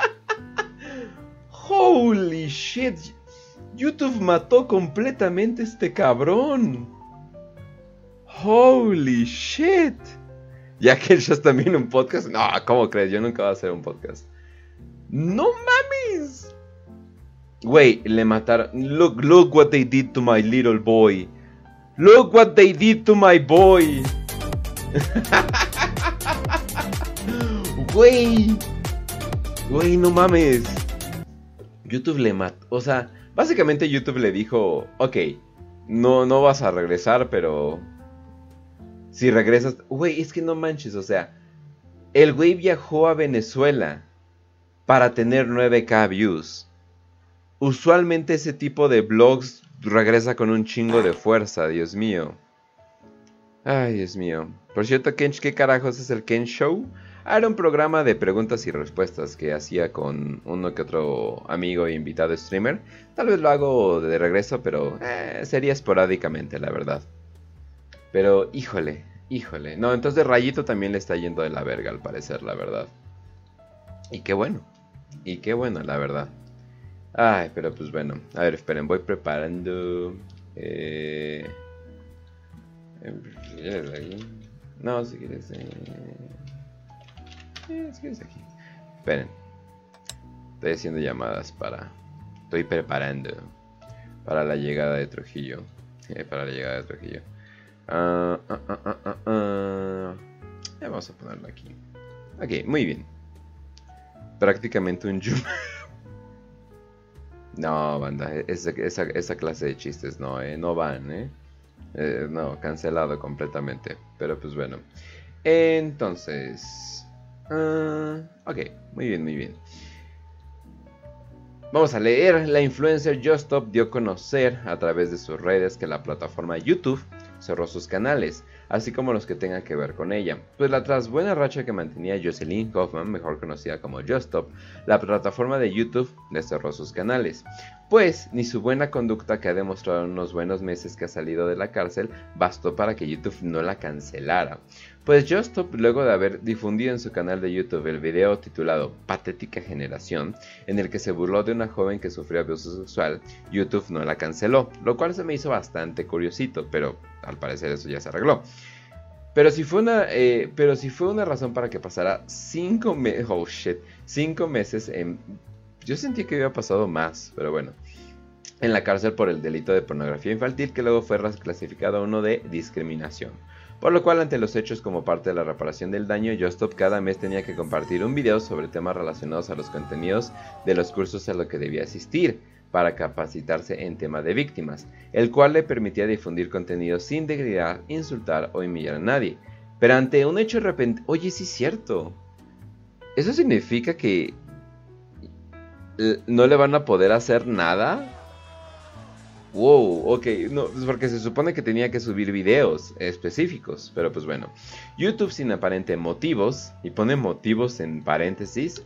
Speaker 1: Holy shit. YouTube mató completamente a este cabrón. Holy shit. Ya que ellos también un podcast. No, ¿cómo crees? Yo nunca voy a hacer un podcast. No mames. Güey, le mataron. Look, look what they did to my little boy. Look what they did to my boy. Güey. Güey, no mames. YouTube le mató. O sea, básicamente YouTube le dijo: ok, no, no vas a regresar, pero si regresas. Güey, es que no manches, o sea, el güey viajó a Venezuela para tener nueve K views. Usualmente ese tipo de vlogs regresa con un chingo de fuerza, Dios mío. Ay, Dios mío. Por cierto, Kench, ¿qué carajos es el Ken Show? Ah, era un programa de preguntas y respuestas que hacía con uno que otro amigo e invitado streamer. Tal vez lo hago de regreso, pero eh, sería esporádicamente, la verdad. Pero, híjole, híjole. No, entonces Rayito también le está yendo de la verga, al parecer, la verdad. Y qué bueno. Y qué bueno, la verdad. Ay, pero pues bueno. A ver, esperen, voy preparando... Eh... No, si quieres... Eh... Eh, si quieres aquí. Esperen. Estoy haciendo llamadas para... Estoy preparando para la llegada de Trujillo. Eh, para la llegada de Trujillo. Uh, uh, uh, uh, uh, uh. Eh, vamos a ponerlo aquí. Ok, muy bien. Prácticamente un zoom. No, banda, esa, esa, esa clase de chistes no, eh, no van, eh. eh. No, cancelado completamente. Pero pues bueno. Entonces... Uh, ok, muy bien, muy bien. Vamos a leer. La influencer Justop dio a conocer a través de sus redes que la plataforma YouTube cerró sus canales, así como los que tengan que ver con ella. Pues la tras buena racha que mantenía Jocelyn Hoffman, mejor conocida como Justop, la plataforma de YouTube le cerró sus canales. Pues ni su buena conducta, que ha demostrado en unos buenos meses que ha salido de la cárcel, bastó para que YouTube no la cancelara. Pues Justop, luego de haber difundido en su canal de YouTube el video titulado Patética Generación, en el que se burló de una joven que sufrió abuso sexual, YouTube no la canceló, lo cual se me hizo bastante curiosito, pero al parecer eso ya se arregló. Pero si fue una, eh, pero si fue una razón para que pasara cinco meses, oh shit, cinco meses en... Yo sentí que había pasado más, pero bueno, en la cárcel por el delito de pornografía infantil, que luego fue reclasificado a uno de discriminación. Por lo cual, ante los hechos como parte de la reparación del daño, Justop cada mes tenía que compartir un video sobre temas relacionados a los contenidos de los cursos a los que debía asistir, para capacitarse en tema de víctimas, el cual le permitía difundir contenido sin degradar, insultar o humillar a nadie. Pero ante un hecho repentino... Oye, sí es cierto. ¿Eso significa que no le van a poder hacer nada? Wow, ok, no, porque se supone que tenía que subir videos específicos, pero pues bueno. YouTube sin aparente motivos, y pone motivos en paréntesis.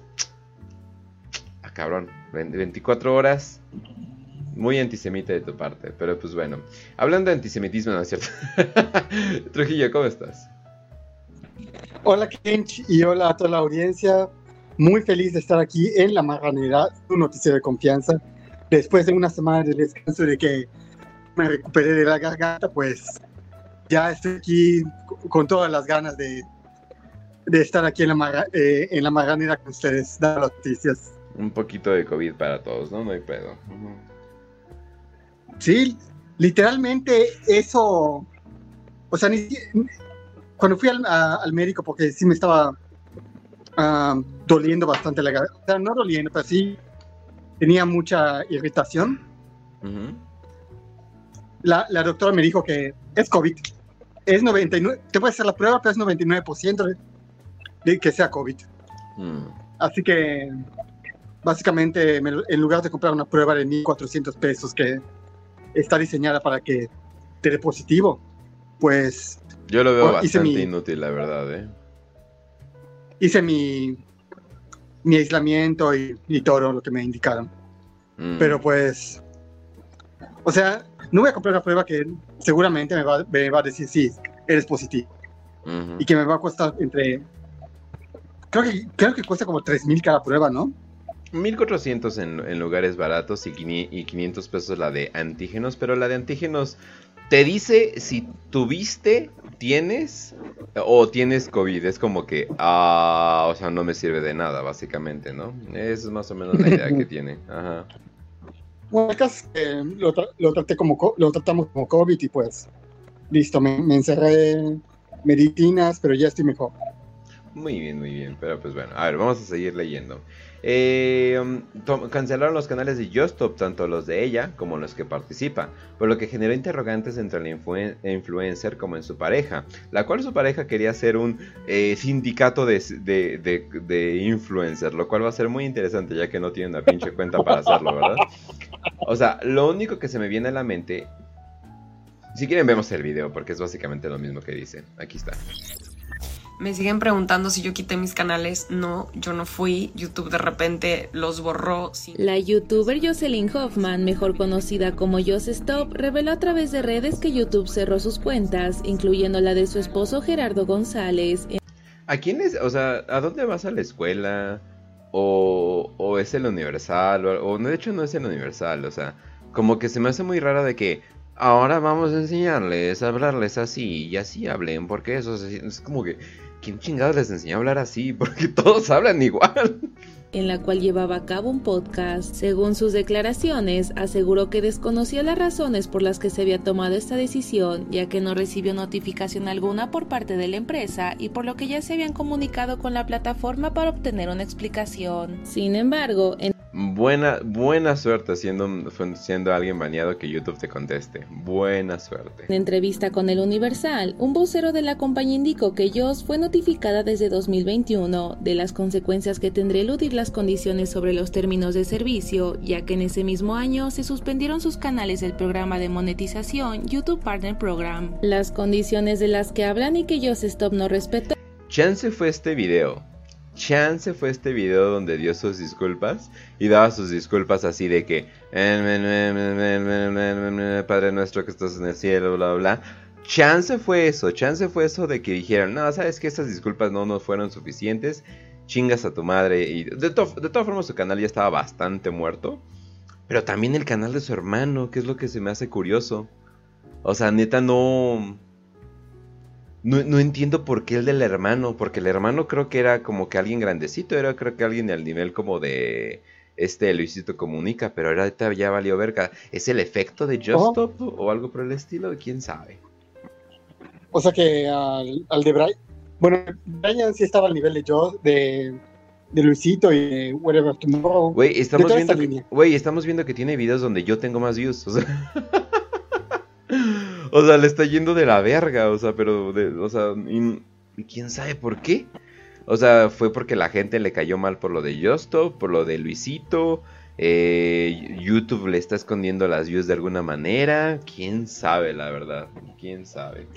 Speaker 1: Ah, cabrón, veinticuatro horas, muy antisemita de tu parte, pero pues bueno. Hablando de antisemitismo, no es cierto. Trujillo, ¿cómo estás?
Speaker 10: Hola Kench y hola a toda la audiencia. Muy feliz de estar aquí en La Marranera, tu noticiero de confianza. Después de una semana de descanso de que me recuperé de la garganta, pues ya estoy aquí con todas las ganas de, de estar aquí en la, Mar, eh, en la Marranera con ustedes, dando las noticias.
Speaker 1: Un poquito de COVID para todos, ¿no? No hay pedo. Uh-huh.
Speaker 10: Sí, literalmente eso... O sea, ni, cuando fui al, a, al médico, porque sí me estaba uh, doliendo bastante la garganta, o sea, no doliendo, pero sí tenía mucha irritación. Uh-huh. La, la doctora me dijo que es COVID. Es noventa y nueve, te puedes hacer la prueba, pero es noventa y nueve por ciento de, de que sea COVID. Uh-huh. Así que, básicamente, me, en lugar de comprar una prueba de mil cuatrocientos pesos que está diseñada para que te dé positivo, pues...
Speaker 1: Yo lo veo
Speaker 10: bueno,
Speaker 1: bastante
Speaker 10: mi,
Speaker 1: inútil, la verdad, ¿eh?
Speaker 10: Hice mi... mi aislamiento y, y todo lo que me indicaron. Mm. Pero pues, o sea, no voy a comprar una prueba que seguramente me va, me va a decir sí, eres positivo. Uh-huh. Y que me va a costar entre, creo que, creo que cuesta como tres mil cada prueba, ¿no?
Speaker 1: mil cuatrocientos en, en lugares baratos y quinientos pesos la de antígenos, pero la de antígenos te dice si tuviste, tienes o tienes COVID. Es como que, ah, o sea, no me sirve de nada, básicamente, ¿no? Esa es más o menos la idea que tiene. Ajá.
Speaker 10: Bueno, el caso es que lo, tra- lo, traté como, lo tratamos como COVID y pues, listo, me, me encerré medicinas, pero ya estoy mejor.
Speaker 1: Muy bien, muy bien, pero pues bueno, a ver, vamos a seguir leyendo. Eh, to- cancelaron los canales de Justop, tanto los de ella como los que participa, por lo que generó interrogantes entre la influ- influencer como en su pareja, la cual su pareja quería hacer un eh, sindicato de, de, de, de influencers, lo cual va a ser muy interesante ya que no tiene una pinche cuenta para hacerlo, ¿verdad? O sea, lo único que se me viene a la mente, Si quieren vemos el video porque es básicamente lo mismo que dice. Aquí está.
Speaker 11: Me siguen preguntando si yo quité mis canales. No, yo no fui. YouTube de repente los borró. Sí.
Speaker 12: La youtuber Jocelyn Hoffman, mejor conocida como JossStop, reveló a través de redes que YouTube cerró sus cuentas, incluyendo la de su esposo Gerardo González.
Speaker 1: ¿A quién es? O sea, ¿a dónde vas a la escuela? O, o es el Universal, o, o de hecho no es el Universal, o sea, como que se me hace muy raro de que ahora vamos a enseñarles a hablarles así y así hablen, porque eso es, es como que, ¿quién chingados les enseñó a hablar así? Porque todos hablan igual.
Speaker 12: En la cual llevaba a cabo un podcast. Según sus declaraciones, aseguró que desconocía las razones por las que se había tomado esta decisión, ya que no recibió notificación alguna por parte de la empresa y por lo que ya se habían comunicado con la plataforma para obtener una explicación. Sin embargo, en
Speaker 1: Buena, buena suerte siendo, siendo alguien baneado que YouTube te conteste. Buena suerte.
Speaker 12: En entrevista con el Universal, un vocero de la compañía indicó que Joss fue notificada desde dos mil veintiuno de las consecuencias que tendría eludir las condiciones sobre los términos de servicio, ya que en ese mismo año se suspendieron sus canales del programa de monetización YouTube Partner Program. Las condiciones de las que hablan y que JossStop no respetó.
Speaker 1: Chance fue este video. Chance fue este video donde dio sus disculpas y daba sus disculpas así de que Padre nuestro que estás en el cielo, bla bla. Chance fue eso, chance fue eso de que dijeron, no, sabes que estas disculpas no nos fueron suficientes, chingas a tu madre. Y de, to de todas formas su canal ya estaba bastante muerto, pero también el canal de su hermano, que es lo que se me hace curioso. O sea, neta no... No, no entiendo por qué el del hermano, porque el hermano creo que era como que alguien grandecito, era creo que alguien al nivel como de este Luisito Comunica, pero ahorita ya valió verga. ¿Es el efecto de JossStop oh. o algo por el estilo? ¿Quién sabe?
Speaker 10: O sea que al, al de Brian, bueno, Brian sí estaba al nivel de Joss, de, de Luisito y de Whatever Tomorrow.
Speaker 1: Güey, estamos viendo que, güey, estamos viendo que tiene videos donde yo tengo más views, o sea... O sea, le está yendo de la verga, o sea, pero, de, o sea, y, y quién sabe por qué. O sea, fue porque la gente le cayó mal por lo de JossStop, por lo de Luisito, eh, YouTube le está escondiendo las views de alguna manera, quién sabe, la verdad, quién sabe.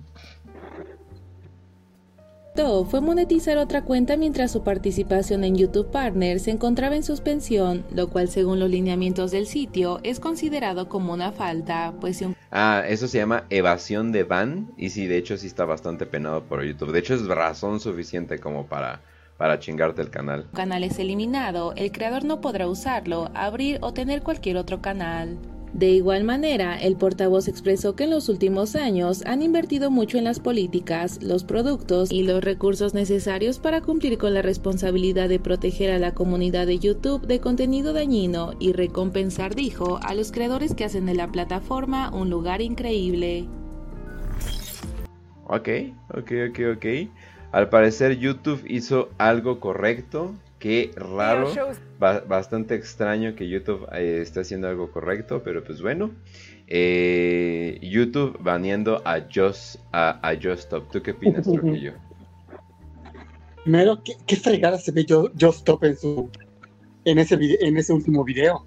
Speaker 12: Fue monetizar otra cuenta mientras su participación en YouTube Partner se encontraba en suspensión, lo cual según los lineamientos del sitio es considerado como una falta, pues si un...
Speaker 1: Ah, eso se llama evasión de ban, y sí, de hecho sí está bastante penado por YouTube, de hecho es razón suficiente como para, para chingarte el canal.
Speaker 12: Un canal es eliminado, el creador no podrá usarlo, abrir o tener cualquier otro canal. De igual manera, el portavoz expresó que en los últimos años han invertido mucho en las políticas, los productos y los recursos necesarios para cumplir con la responsabilidad de proteger a la comunidad de YouTube de contenido dañino y recompensar, dijo, a los creadores que hacen de la plataforma un lugar increíble.
Speaker 1: Ok, ok, ok, ok. Al parecer YouTube hizo algo correcto. Qué raro, ba bastante extraño que YouTube eh, esté haciendo algo correcto, pero pues bueno. Eh, YouTube baneando a Joss, a, a JossStop. ¿Tú qué opinas, Trujillo?
Speaker 10: Primero, ¿qué, qué fregada se ve JossStop en su en ese video, en ese último video?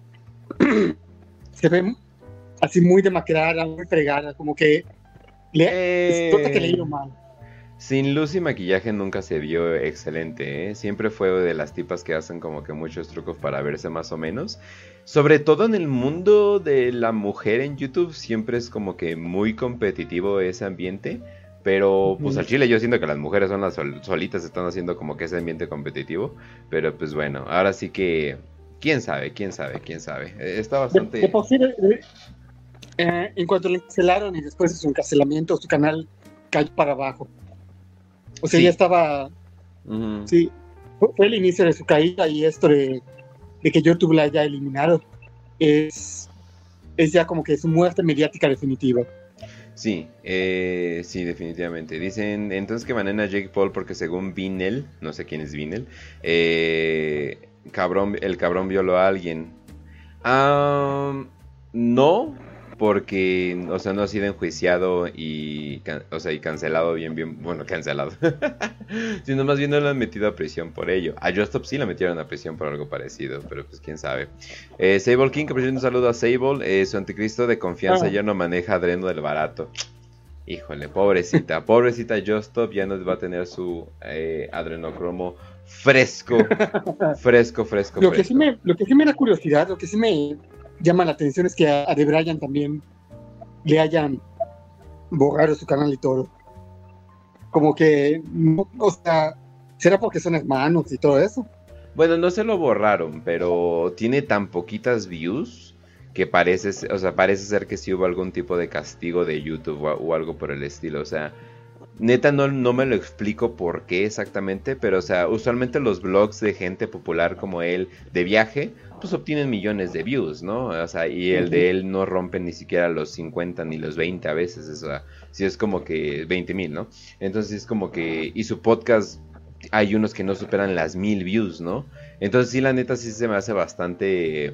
Speaker 10: Se ve así muy demacrada, muy fregada, como que le
Speaker 1: eh...
Speaker 10: explota que le ha ido mal.
Speaker 1: Sin luz y maquillaje nunca se vio excelente, ¿eh? Siempre fue de las tipas que hacen como que muchos trucos para verse más o menos. Sobre todo en el mundo de la mujer en YouTube, siempre es como que muy competitivo ese ambiente. Pero pues al chile yo siento que las mujeres son las sol solitas, están haciendo como que ese ambiente competitivo. Pero pues bueno, ahora sí que... ¿Quién sabe? ¿Quién sabe? ¿Quién sabe? Está bastante...
Speaker 10: De, de posible, eh, en cuanto lo encarcelaron y después de su encarcelamiento, su canal cayó para abajo. O sea, sí. ya estaba... Uh-huh. Sí, fue, fue el inicio de su caída y esto de, de que YouTube la haya eliminado es, es ya como que su muerte mediática definitiva.
Speaker 1: Sí, eh, sí, definitivamente. Dicen entonces que banean a Jake Paul porque según Vinel, no sé quién es Vinel, eh, cabrón, el cabrón violó a alguien. Um, no... porque, o sea, no ha sido enjuiciado y, o sea, y cancelado bien, bien, bueno, cancelado, sino más bien no lo han metido a prisión por ello. A Justop sí lo metieron a prisión por algo parecido, pero pues quién sabe. Eh, Sable King, que presenta un saludo a Sable, eh, su anticristo de confianza ya no maneja Adreno del barato. Híjole, pobrecita, pobrecita Justop ya no va a tener su eh, adrenocromo fresco, fresco, fresco,
Speaker 10: Lo
Speaker 1: fresco.
Speaker 10: que sí me, lo que sí me da curiosidad, lo que sí me llama la atención es que a, a The Brian también le hayan borrado su canal y todo. Como que, no, o sea, ¿será porque son hermanos y todo eso?
Speaker 1: Bueno, no se lo borraron, pero tiene tan poquitas views que parece, o sea, parece ser que sí hubo algún tipo de castigo de YouTube o, o algo por el estilo, o sea, neta no, no me lo explico por qué exactamente, pero o sea, usualmente los vlogs de gente popular como él de viaje, pues obtienen millones de views, ¿no? O sea, y el de él no rompe ni siquiera los cincuenta ni los veinte a veces, o sea, sí es como que veinte mil, ¿no? Entonces es como que, y su podcast, hay unos que no superan las mil views, ¿no? Entonces sí, la neta sí se me hace bastante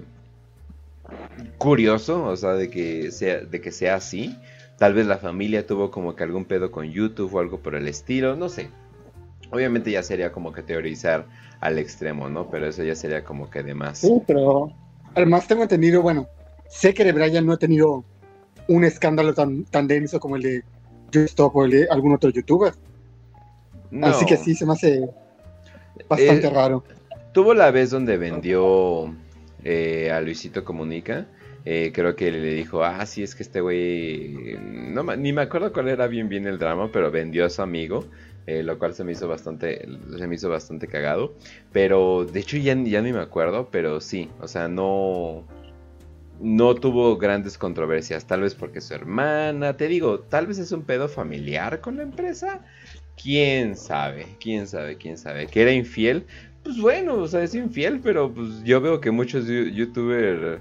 Speaker 1: curioso, o sea, de que sea, de que sea así. Tal vez la familia tuvo como que algún pedo con YouTube o algo por el estilo, no sé. Obviamente ya sería como que teorizar al extremo, ¿no? Pero eso ya sería como que de más.
Speaker 10: Sí, pero además tengo entendido, bueno, sé que The Brian no ha tenido un escándalo tan, tan denso como el de Justop o el de algún otro youtuber.
Speaker 1: No.
Speaker 10: Así que sí, se me hace bastante
Speaker 1: Eh,
Speaker 10: raro.
Speaker 1: Tuvo la vez donde vendió eh, a Luisito Comunica. Eh, creo que le dijo, ah, sí, es que este güey, no, ni me acuerdo cuál era bien bien el drama, pero vendió a su amigo, eh, lo cual se me hizo bastante, se me hizo bastante cagado, pero de hecho ya, ya ni me acuerdo, pero sí, o sea, no, no tuvo grandes controversias, tal vez porque su hermana, te digo, tal vez es un pedo familiar con la empresa, quién sabe, quién sabe, quién sabe, que era infiel, pues bueno, o sea, es infiel, pero pues yo veo que muchos youtubers...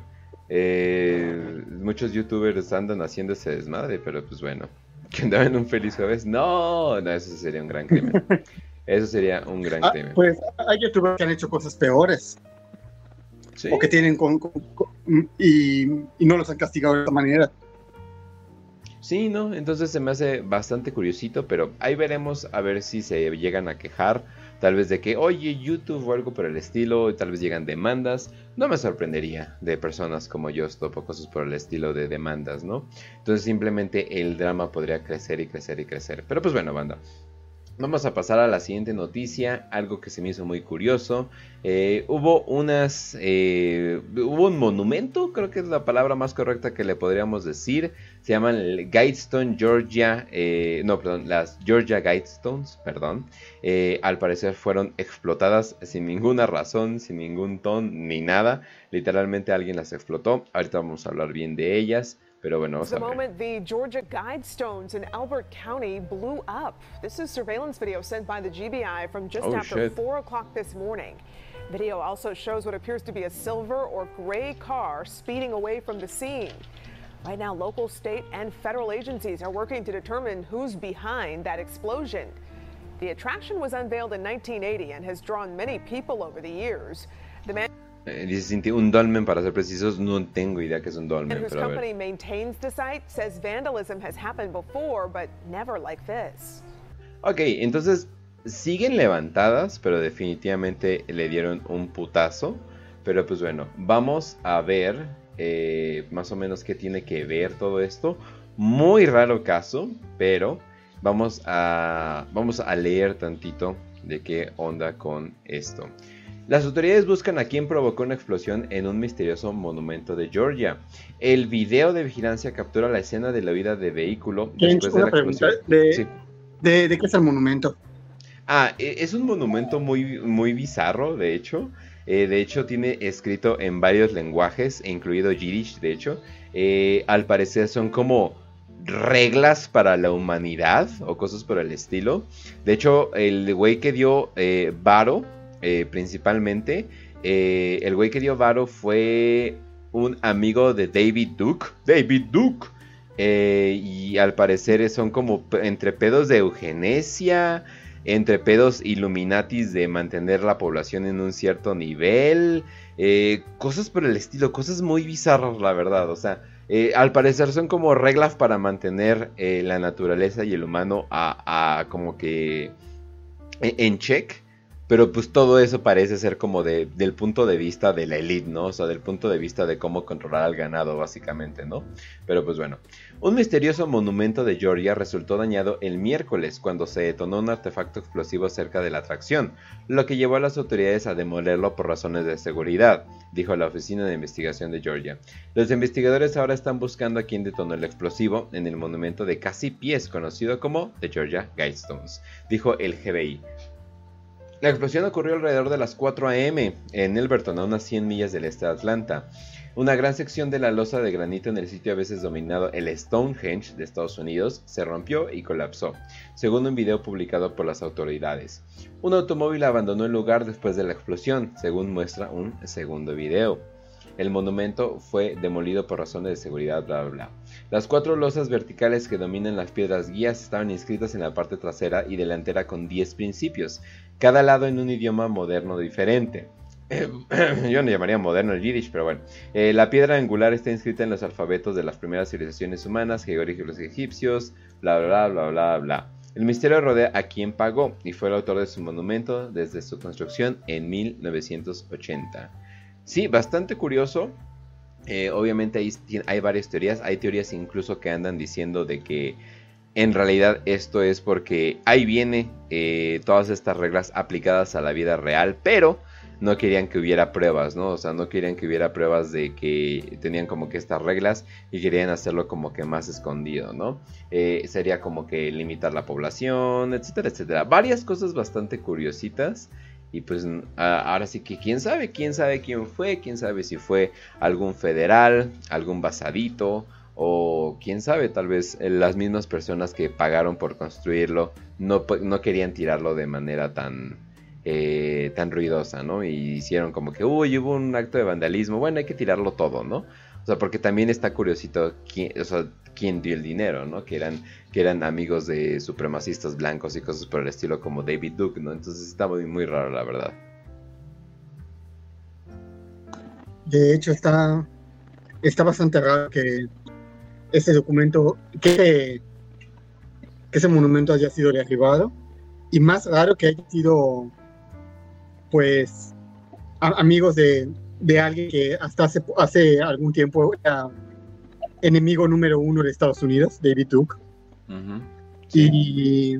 Speaker 1: Eh, muchos youtubers andan haciendo ese desmadre, pero pues bueno, que andaban un feliz jueves, no, no, eso sería un gran crimen. Eso sería un gran
Speaker 10: Ah,
Speaker 1: crimen.
Speaker 10: pues hay youtubers que han hecho cosas peores.
Speaker 1: Sí.
Speaker 10: O que tienen con, con- con- y, y no los han castigado de esta manera.
Speaker 1: Sí, ¿no? Entonces se me hace bastante curiosito, pero ahí veremos a ver si se llegan a quejar, tal vez de que, oye, YouTube o algo por el estilo, y tal vez llegan demandas. No me sorprendería de personas como yo, o cosas por el estilo de demandas, ¿no? Entonces simplemente el drama podría crecer y crecer y crecer. Pero pues bueno, banda. Vamos a pasar a la siguiente noticia, algo que se me hizo muy curioso. Eh, hubo unas, eh, hubo un monumento, creo que es la palabra más correcta que le podríamos decir. Se llaman Guidestone Georgia, eh, no, perdón, las Georgia Guidestones, perdón. Eh, al parecer fueron explotadas sin ninguna razón, sin ningún ton ni nada. Literalmente alguien las explotó. Ahorita vamos a hablar bien de ellas. Pero bueno, vamos
Speaker 4: The
Speaker 1: a ver.
Speaker 4: moment the Georgia Guidestones in Albert County blew up. This is surveillance video sent by the G B I from just
Speaker 1: Oh,
Speaker 4: after
Speaker 1: shit.
Speaker 4: four o'clock this morning. Video also shows what appears to be a silver or gray car speeding away from the scene. Right now, local, state, and federal agencies are working to determine who's behind that explosion. The attraction was unveiled in nineteen eighty and has drawn many people over the years. The man
Speaker 1: Eh, dice Cinti, un dolmen para ser precisos, no tengo idea que es un dolmen,
Speaker 4: whose
Speaker 1: pero a ver.
Speaker 4: company maintains the site says vandalism has happened before, but never like this.
Speaker 1: Ok, entonces siguen levantadas, pero definitivamente le dieron un putazo. Pero pues bueno, vamos a ver eh, más o menos qué tiene que ver todo esto. Muy raro caso, pero vamos a, vamos a leer tantito de qué onda con esto. Las autoridades buscan a quien provocó una explosión en un misterioso monumento de Georgia. El video de vigilancia captura la escena de la huida de vehículo después de la
Speaker 10: Una pregunta,
Speaker 1: explosión.
Speaker 10: ¿de,
Speaker 1: Sí.
Speaker 10: de, de qué es el monumento?
Speaker 1: Ah, e- es un monumento muy, muy bizarro, de hecho. Eh, de hecho, tiene escrito en varios lenguajes, incluido Yiddish, de hecho. Eh, al parecer son como reglas para la humanidad o cosas por el estilo. De hecho, el güey que dio eh, varo, eh, principalmente, eh, el güey que dio varo fue un amigo de David Duke. David Duke. Eh, y al parecer son como pe- entre pedos de eugenesia, entre pedos Illuminatis de mantener la población en un cierto nivel, eh, cosas por el estilo, cosas muy bizarras, la verdad. O sea, Eh, al parecer son como reglas para mantener eh, la naturaleza y el humano a, a como que en check. Pero pues todo eso parece ser como de, del punto de vista de la élite, ¿no? O sea, del punto de vista de cómo controlar al ganado, básicamente, ¿no? Pero pues bueno. Un misterioso monumento de Georgia resultó dañado el miércoles cuando se detonó un artefacto explosivo cerca de la atracción, lo que llevó a las autoridades a demolerlo por razones de seguridad, dijo la Oficina de Investigación de Georgia. Los investigadores ahora están buscando a quien detonó el explosivo en el monumento de casi pies conocido como The Georgia Guidestones, dijo el G B I. La explosión ocurrió alrededor de las cuatro a eme en Elberton, a unas cien millas del este de Atlanta. Una gran sección de la losa de granito en el sitio a veces dominado el Stonehenge de Estados Unidos se rompió y colapsó, según un video publicado por las autoridades. Un automóvil abandonó el lugar después de la explosión, según muestra un segundo video. El monumento fue demolido por razones de seguridad, bla bla bla. Las cuatro losas verticales que dominan las piedras guías estaban inscritas en la parte trasera y delantera con diez principios, cada lado en un idioma moderno diferente. Eh, yo no llamaría moderno el Yiddish, pero bueno. Eh, la piedra angular está inscrita en los alfabetos de las primeras civilizaciones humanas, jeroglíficos egipcios, bla bla bla bla bla. El misterio rodea a quien pagó y fue el autor de su monumento desde su construcción en mil novecientos ochenta. Sí, bastante curioso. Eh, obviamente hay, hay varias teorías. Hay teorías incluso que andan diciendo de que en realidad esto es porque ahí viene eh, todas estas reglas aplicadas a la vida real, pero no querían que hubiera pruebas, ¿no? O sea, no querían que hubiera pruebas de que tenían como que estas reglas y querían hacerlo como que más escondido, ¿no? Eh, sería como que limitar la población, etcétera, etcétera. Varias cosas bastante curiositas. Y pues ahora sí que quién sabe, quién sabe quién fue, quién sabe si fue algún federal, algún basadito, o quién sabe, tal vez las mismas personas que pagaron por construirlo no, no querían tirarlo de manera tan, eh, tan ruidosa, ¿no? Y hicieron como que, uy, hubo un acto de vandalismo, bueno, hay que tirarlo todo, ¿no? O sea, porque también está curiosito quién, o sea, quién dio el dinero, ¿no? Que eran, que eran amigos de supremacistas blancos y cosas por el estilo como David Duke, ¿no? Entonces está muy, muy raro, la verdad.
Speaker 10: De hecho, está, está bastante raro que ese documento, que, que ese monumento haya sido derribado. Y más raro que haya sido, pues, a, amigos de... de alguien que hasta hace, hace algún tiempo era enemigo número uno de Estados Unidos, David Duke. Uh-huh. Sí. Y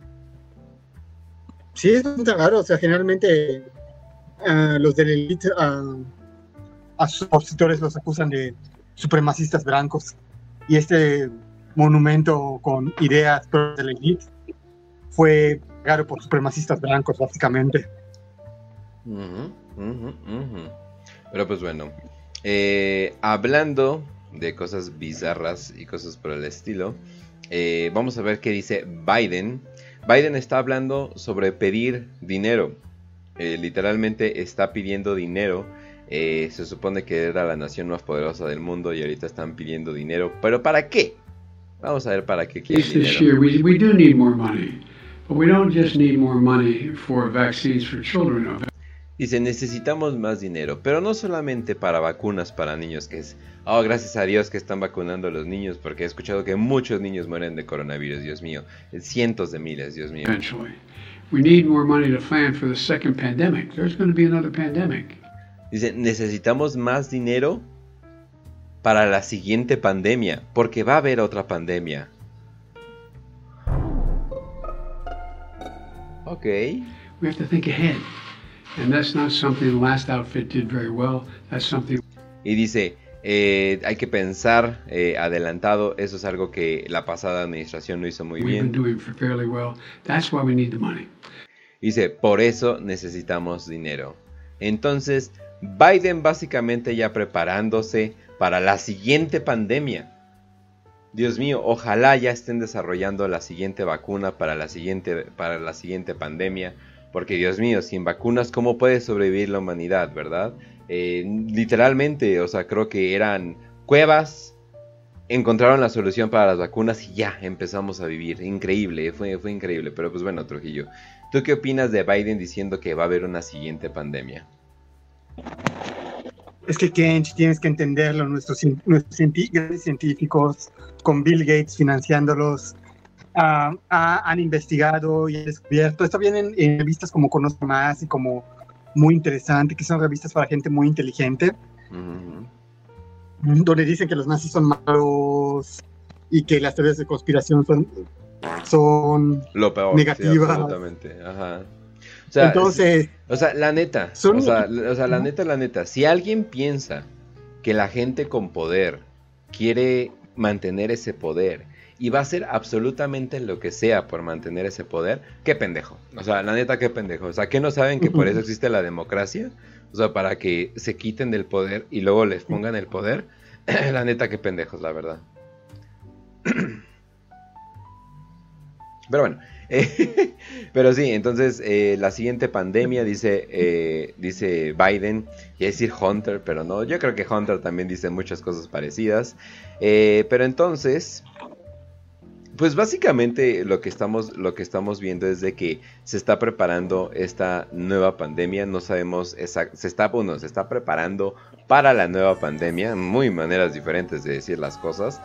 Speaker 10: sí, es bastante raro. O sea, generalmente uh, los de la élite uh, a sus opositores los acusan de supremacistas blancos. Y este monumento con ideas de la élite fue pagado por supremacistas blancos, básicamente.
Speaker 1: Uh-huh, uh-huh, uh-huh. Pero pues bueno, eh, hablando de cosas bizarras y cosas por el estilo, eh, vamos a ver qué dice Biden. Biden está hablando sobre pedir dinero, eh, literalmente está pidiendo dinero. Eh, se supone que era la nación más poderosa del mundo y ahorita están pidiendo dinero, ¿pero para qué? Vamos a ver para qué quieren dinero.
Speaker 13: We, we do need more money, but we don't just need more money for vaccines for children.
Speaker 1: Dice, necesitamos más dinero, pero no solamente para vacunas para niños, que es, oh, gracias a Dios que están vacunando a los niños, porque he escuchado que muchos niños mueren de coronavirus, Dios mío, cientos de miles, Dios mío.
Speaker 13: Eventually, we need more money to plan for the second pandemic. There's going to be another pandemic.
Speaker 1: Dice, necesitamos más dinero para la siguiente pandemia, porque va a haber otra pandemia. Ok.
Speaker 13: We have to think ahead. And that's not something the last outfit did very well. That's something...
Speaker 1: Y dice, eh, hay que pensar eh, adelantado. Eso es algo que la pasada administración no hizo muy
Speaker 13: We've
Speaker 1: bien.
Speaker 13: Been doing fairly well. That's why we need the money.
Speaker 1: Dice, por eso necesitamos dinero. Entonces, Biden básicamente ya preparándose para la siguiente pandemia. Dios mío, ojalá ya estén desarrollando la siguiente vacuna para la siguiente, para la siguiente pandemia. Porque Dios mío, sin vacunas, ¿cómo puede sobrevivir la humanidad, verdad? Eh, literalmente, o sea, creo que eran cuevas, encontraron la solución para las vacunas y ya empezamos a vivir. Increíble, fue, fue increíble. Pero pues bueno, Trujillo, ¿tú qué opinas de Biden diciendo que va a haber una siguiente pandemia?
Speaker 10: es que Kench, tienes que entenderlo, nuestros, nuestros cienti- grandes científicos, con Bill Gates financiándolos, uh, uh, han investigado y han descubierto. Esto viene en, en revistas como Conozco Más y como Muy Interesante, que son revistas para gente muy inteligente, uh-huh. donde dicen que los nazis son malos y que las teorías de conspiración son, son
Speaker 1: lo peor,
Speaker 10: negativas.
Speaker 1: Sí, absolutamente, ajá. O sea,
Speaker 10: Entonces,
Speaker 1: o sea, la neta,
Speaker 10: son...
Speaker 1: o sea, o sea, la neta, la neta, si alguien piensa que la gente con poder quiere mantener ese poder y va a hacer absolutamente lo que sea por mantener ese poder, qué pendejo. O sea, la neta, qué pendejo. O sea, ¿qué no saben que por eso existe la democracia? O sea, para que se quiten del poder y luego les pongan el poder. La neta, qué pendejos, la verdad. Pero bueno. Eh, pero sí, entonces eh, la siguiente pandemia dice eh, dice Biden, y decir Hunter, pero no, yo creo que Hunter también dice muchas cosas parecidas, eh, pero entonces pues básicamente lo que estamos lo que estamos viendo es de que se está preparando esta nueva pandemia. No sabemos exact- se está bueno, se está preparando para la nueva pandemia, muy maneras diferentes de decir las cosas.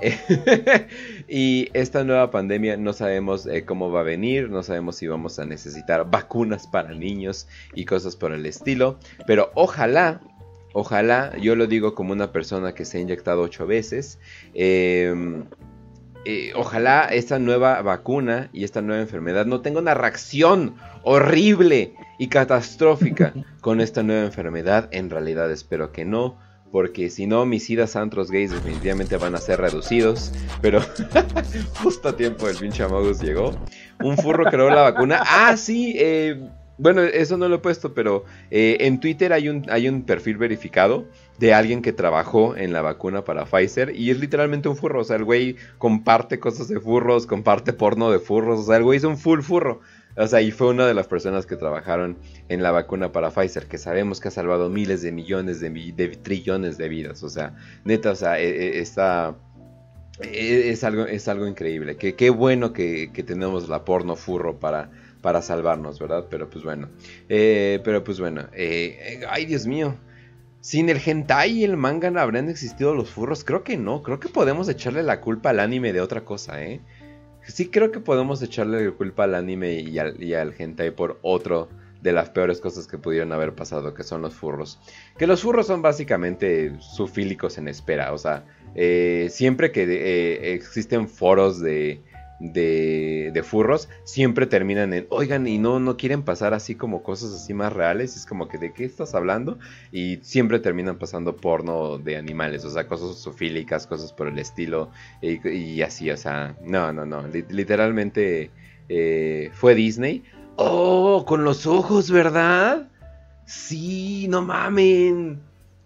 Speaker 1: Y esta nueva pandemia no sabemos eh, cómo va a venir, no sabemos si vamos a necesitar vacunas para niños y cosas por el estilo, pero ojalá, ojalá, yo lo digo como una persona que se ha inyectado ocho veces, eh, eh, ojalá esta nueva vacuna y esta nueva enfermedad no tenga una reacción horrible y catastrófica con esta nueva enfermedad. En realidad espero que no, porque si no, homicidas, antros, gays definitivamente van a ser reducidos. Pero justo a tiempo el pinche Amogus llegó. Un furro creó la vacuna. Ah, sí, eh, bueno, eso no lo he puesto, pero eh, en Twitter hay un, hay un perfil verificado de alguien que trabajó en la vacuna para Pfizer y es literalmente un furro. O sea, el güey comparte cosas de furros, comparte porno de furros. O sea, el güey es un full furro. O sea, y fue una de las personas que trabajaron en la vacuna para Pfizer, que sabemos que ha salvado miles de millones de, de trillones de vidas. O sea, neta, o sea, eh, está, eh, es, algo, es algo increíble. Que, qué bueno que, que tenemos la porno furro para, para salvarnos, ¿verdad? Pero pues bueno, eh, pero pues bueno, eh, ay Dios mío. Sin el hentai y el manga no habrían existido los furros. Creo que no, creo que podemos echarle la culpa al anime de otra cosa, ¿eh? Sí creo que podemos echarle la culpa al anime y al, y al hentai por otro de las peores cosas que pudieron haber pasado, que son los furros. Que los furros son básicamente sufílicos en espera. O sea, eh, siempre que eh, existen foros de, de, de furros, siempre terminan en, oigan, y no, no quieren pasar así como cosas así más reales. Es como que, ¿de qué estás hablando? Y siempre terminan pasando porno de animales, o sea, cosas sufílicas, cosas por el estilo, y, y así, o sea, no, no, no, literalmente eh, fue Disney. ¡Oh! Con los ojos, ¿verdad? Sí, no mamen.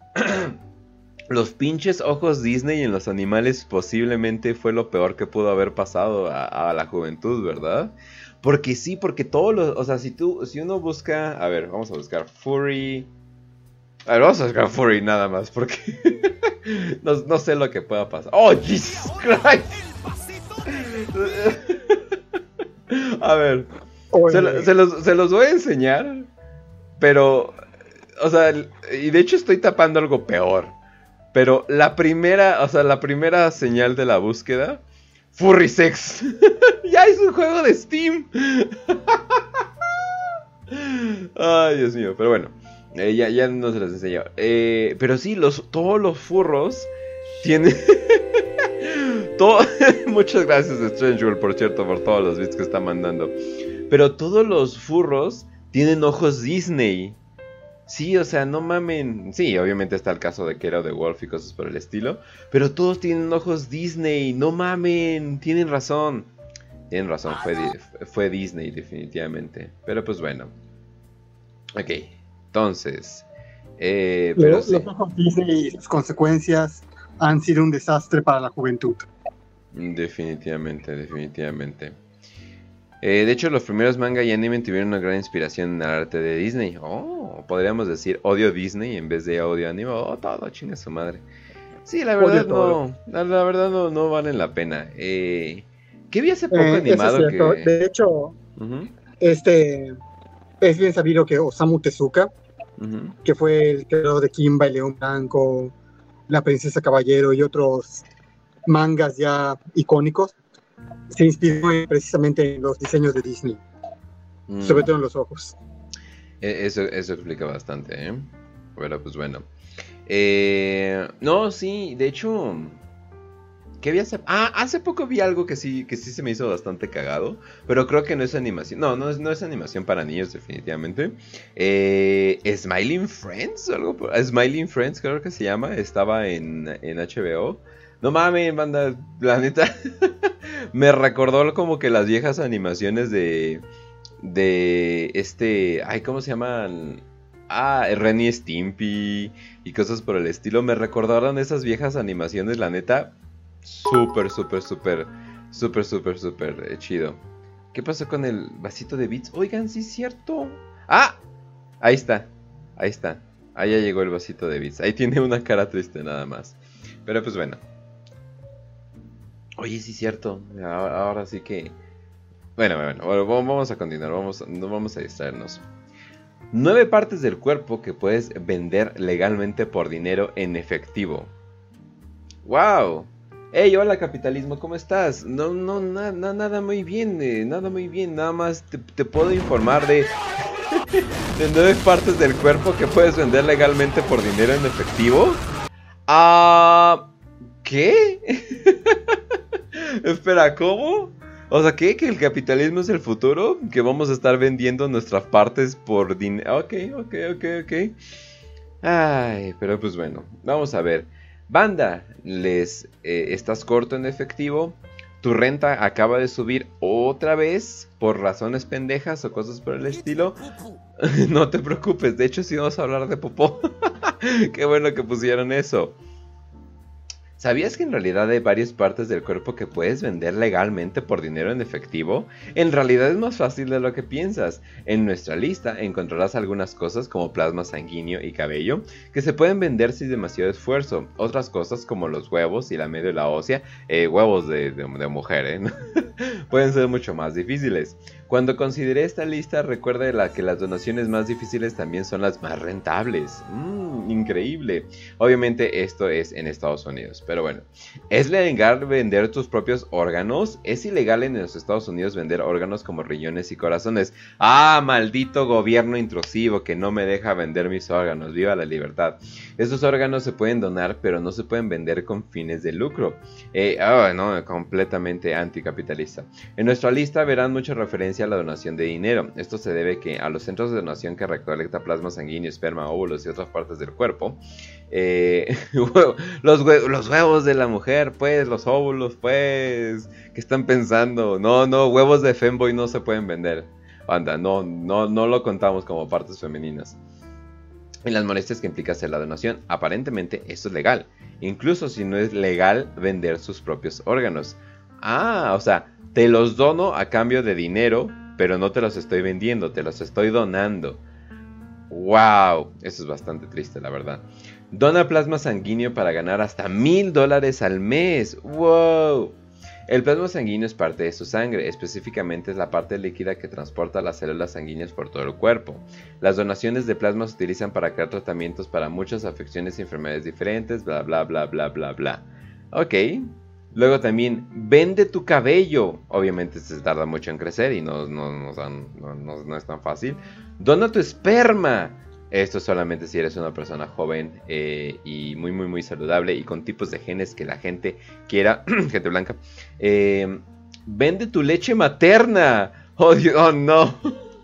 Speaker 1: Los pinches ojos Disney en los animales posiblemente fue lo peor que pudo haber pasado a, a la juventud, ¿verdad? Porque sí, porque todos los... O sea, si tú, si uno busca... A ver, vamos a buscar Furry... A ver, vamos a buscar Furry nada más, porque... no, no sé lo que pueda pasar. ¡Oh, Jesus Christ! A ver... Se, lo, se, los, se los voy a enseñar, pero, o sea, y de hecho estoy tapando algo peor, pero la primera, o sea, la primera señal de la búsqueda, Furry Sex, ya es un juego de Steam. Ay, Dios mío, pero bueno, eh, ya, ya no se los enseño, eh, pero sí, los, todos los furros tienen... Todo... Muchas gracias Strange World, por cierto, por todos los bits que está mandando. Pero todos los furros tienen ojos Disney. Sí, o sea, no mamen. Sí, obviamente está el caso de Kero de Wolf y cosas por el estilo. Pero todos tienen ojos Disney. No mamen. Tienen razón. Tienen razón. Fue, fue Disney definitivamente. Pero pues bueno. Ok. Entonces. Eh, pero
Speaker 10: los,
Speaker 1: sí.
Speaker 10: los ojos Disney y sus consecuencias han sido un desastre para la juventud.
Speaker 1: Definitivamente, definitivamente. Eh, de hecho, los primeros manga y anime tuvieron una gran inspiración en el arte de Disney. Oh, podríamos decir odio Disney en vez de odio anime. Oh, todo, chinga su madre. Sí, la verdad no, la, la verdad no, no valen la pena. Eh, ¿Qué vi hace poco
Speaker 10: eh,
Speaker 1: animado
Speaker 10: es que? De hecho, uh-huh. este es bien sabido que Osamu Tezuka
Speaker 1: Uh-huh.
Speaker 10: que fue el creador de Kimba y León Blanco, La Princesa Caballero y otros mangas ya icónicos, se inspiró precisamente en los diseños de Disney, mm. sobre todo en los ojos.
Speaker 1: Eso, eso explica bastante, ¿eh? Bueno, pues bueno. Eh, no, sí, de hecho... ¿Qué vi hace? Ah, hace poco vi algo que sí, que sí se me hizo bastante cagado, pero creo que no es animación. No, no es, no es animación para niños, definitivamente. Eh, Smiling Friends, o algo por... Smiling Friends, creo que se llama. Estaba en, en H B O. No mames, banda, la neta. Me recordó como que las viejas animaciones de... De este... Ay, ¿cómo se llaman? Ah, Ren y Stimpy y cosas por el estilo. Me recordaron esas viejas animaciones, la neta. Súper, súper, súper, súper, súper, súper eh, chido. ¿Qué pasó con el vasito de Beats? Oigan, sí es cierto. ¡Ah! Ahí está, ahí está. Ahí ya llegó el vasito de Beats. Ahí tiene una cara triste nada más. Pero pues bueno. Oye, sí es cierto. Ahora, ahora sí que... Bueno, bueno, vamos a continuar. Vamos, no vamos a distraernos. Nueve partes del cuerpo que puedes vender legalmente por dinero en efectivo. ¡Wow! Hey, hola capitalismo, ¿cómo estás? No, no, na, na, nada muy bien, eh, nada muy bien, nada más te, te puedo informar de, de nueve partes del cuerpo que puedes vender legalmente por dinero en efectivo. Ah, ¿qué? Espera, ¿cómo? O sea, ¿qué? ¿Que el capitalismo es el futuro? ¿Que vamos a estar vendiendo nuestras partes por dinero? Ok, ok, ok, ok. Ay, pero pues bueno, vamos a ver. Banda, les eh, estás corto en efectivo, tu renta acaba de subir otra vez por razones pendejas o cosas por el estilo. No te preocupes, de hecho sí vamos a hablar de popó. Qué bueno que pusieron eso. ¿Sabías que en realidad hay varias partes del cuerpo que puedes vender legalmente por dinero en efectivo? En realidad es más fácil de lo que piensas. En nuestra lista encontrarás algunas cosas como plasma sanguíneo y cabello que se pueden vender sin demasiado esfuerzo. Otras cosas como los huevos y la médula ósea, eh, huevos de, de, de mujer, ¿eh? pueden ser mucho más difíciles. Cuando consideré esta lista, recuerda la que las donaciones más difíciles también son las más rentables. Mmm, increíble. Obviamente esto es en Estados Unidos, pero bueno. ¿Es legal vender tus propios órganos? ¿Es ilegal en los Estados Unidos vender órganos como riñones y corazones? ¡Ah, maldito gobierno intrusivo que no me deja vender mis órganos! ¡Viva la libertad! Estos órganos se pueden donar, pero no se pueden vender con fines de lucro. Eh, oh, no, completamente anticapitalista. En nuestra lista verán mucha referencia a la donación de dinero. Esto se debe que a los centros de donación que recolecta plasma sanguíneo, esperma, óvulos y otras partes del cuerpo, eh, los, hue los huevos de la mujer, pues, los óvulos, pues, ¿qué están pensando? No, no, huevos de femboy no se pueden vender. Anda, no, no, no lo contamos como partes femeninas. En las molestias que implica hacer la donación, aparentemente esto es legal, incluso si no es legal vender sus propios órganos. Ah, o sea, te los dono a cambio de dinero, pero no te los estoy vendiendo, te los estoy donando. ¡Wow! Eso es bastante triste, la verdad. Dona plasma sanguíneo para ganar hasta mil dólares al mes. ¡Wow! El plasma sanguíneo es parte de su sangre, específicamente es la parte líquida que transporta las células sanguíneas por todo el cuerpo. Las donaciones de plasma se utilizan para crear tratamientos para muchas afecciones y enfermedades diferentes, bla bla bla bla bla bla. Ok. Luego también, vende tu cabello. Obviamente se tarda mucho en crecer y no, no, no, no, no, no es tan fácil. Dona tu esperma. Esto solamente si eres una persona joven eh, y muy muy muy saludable y con tipos de genes que la gente quiera. Gente blanca. Eh, vende tu leche materna. Oh, Dios, oh no.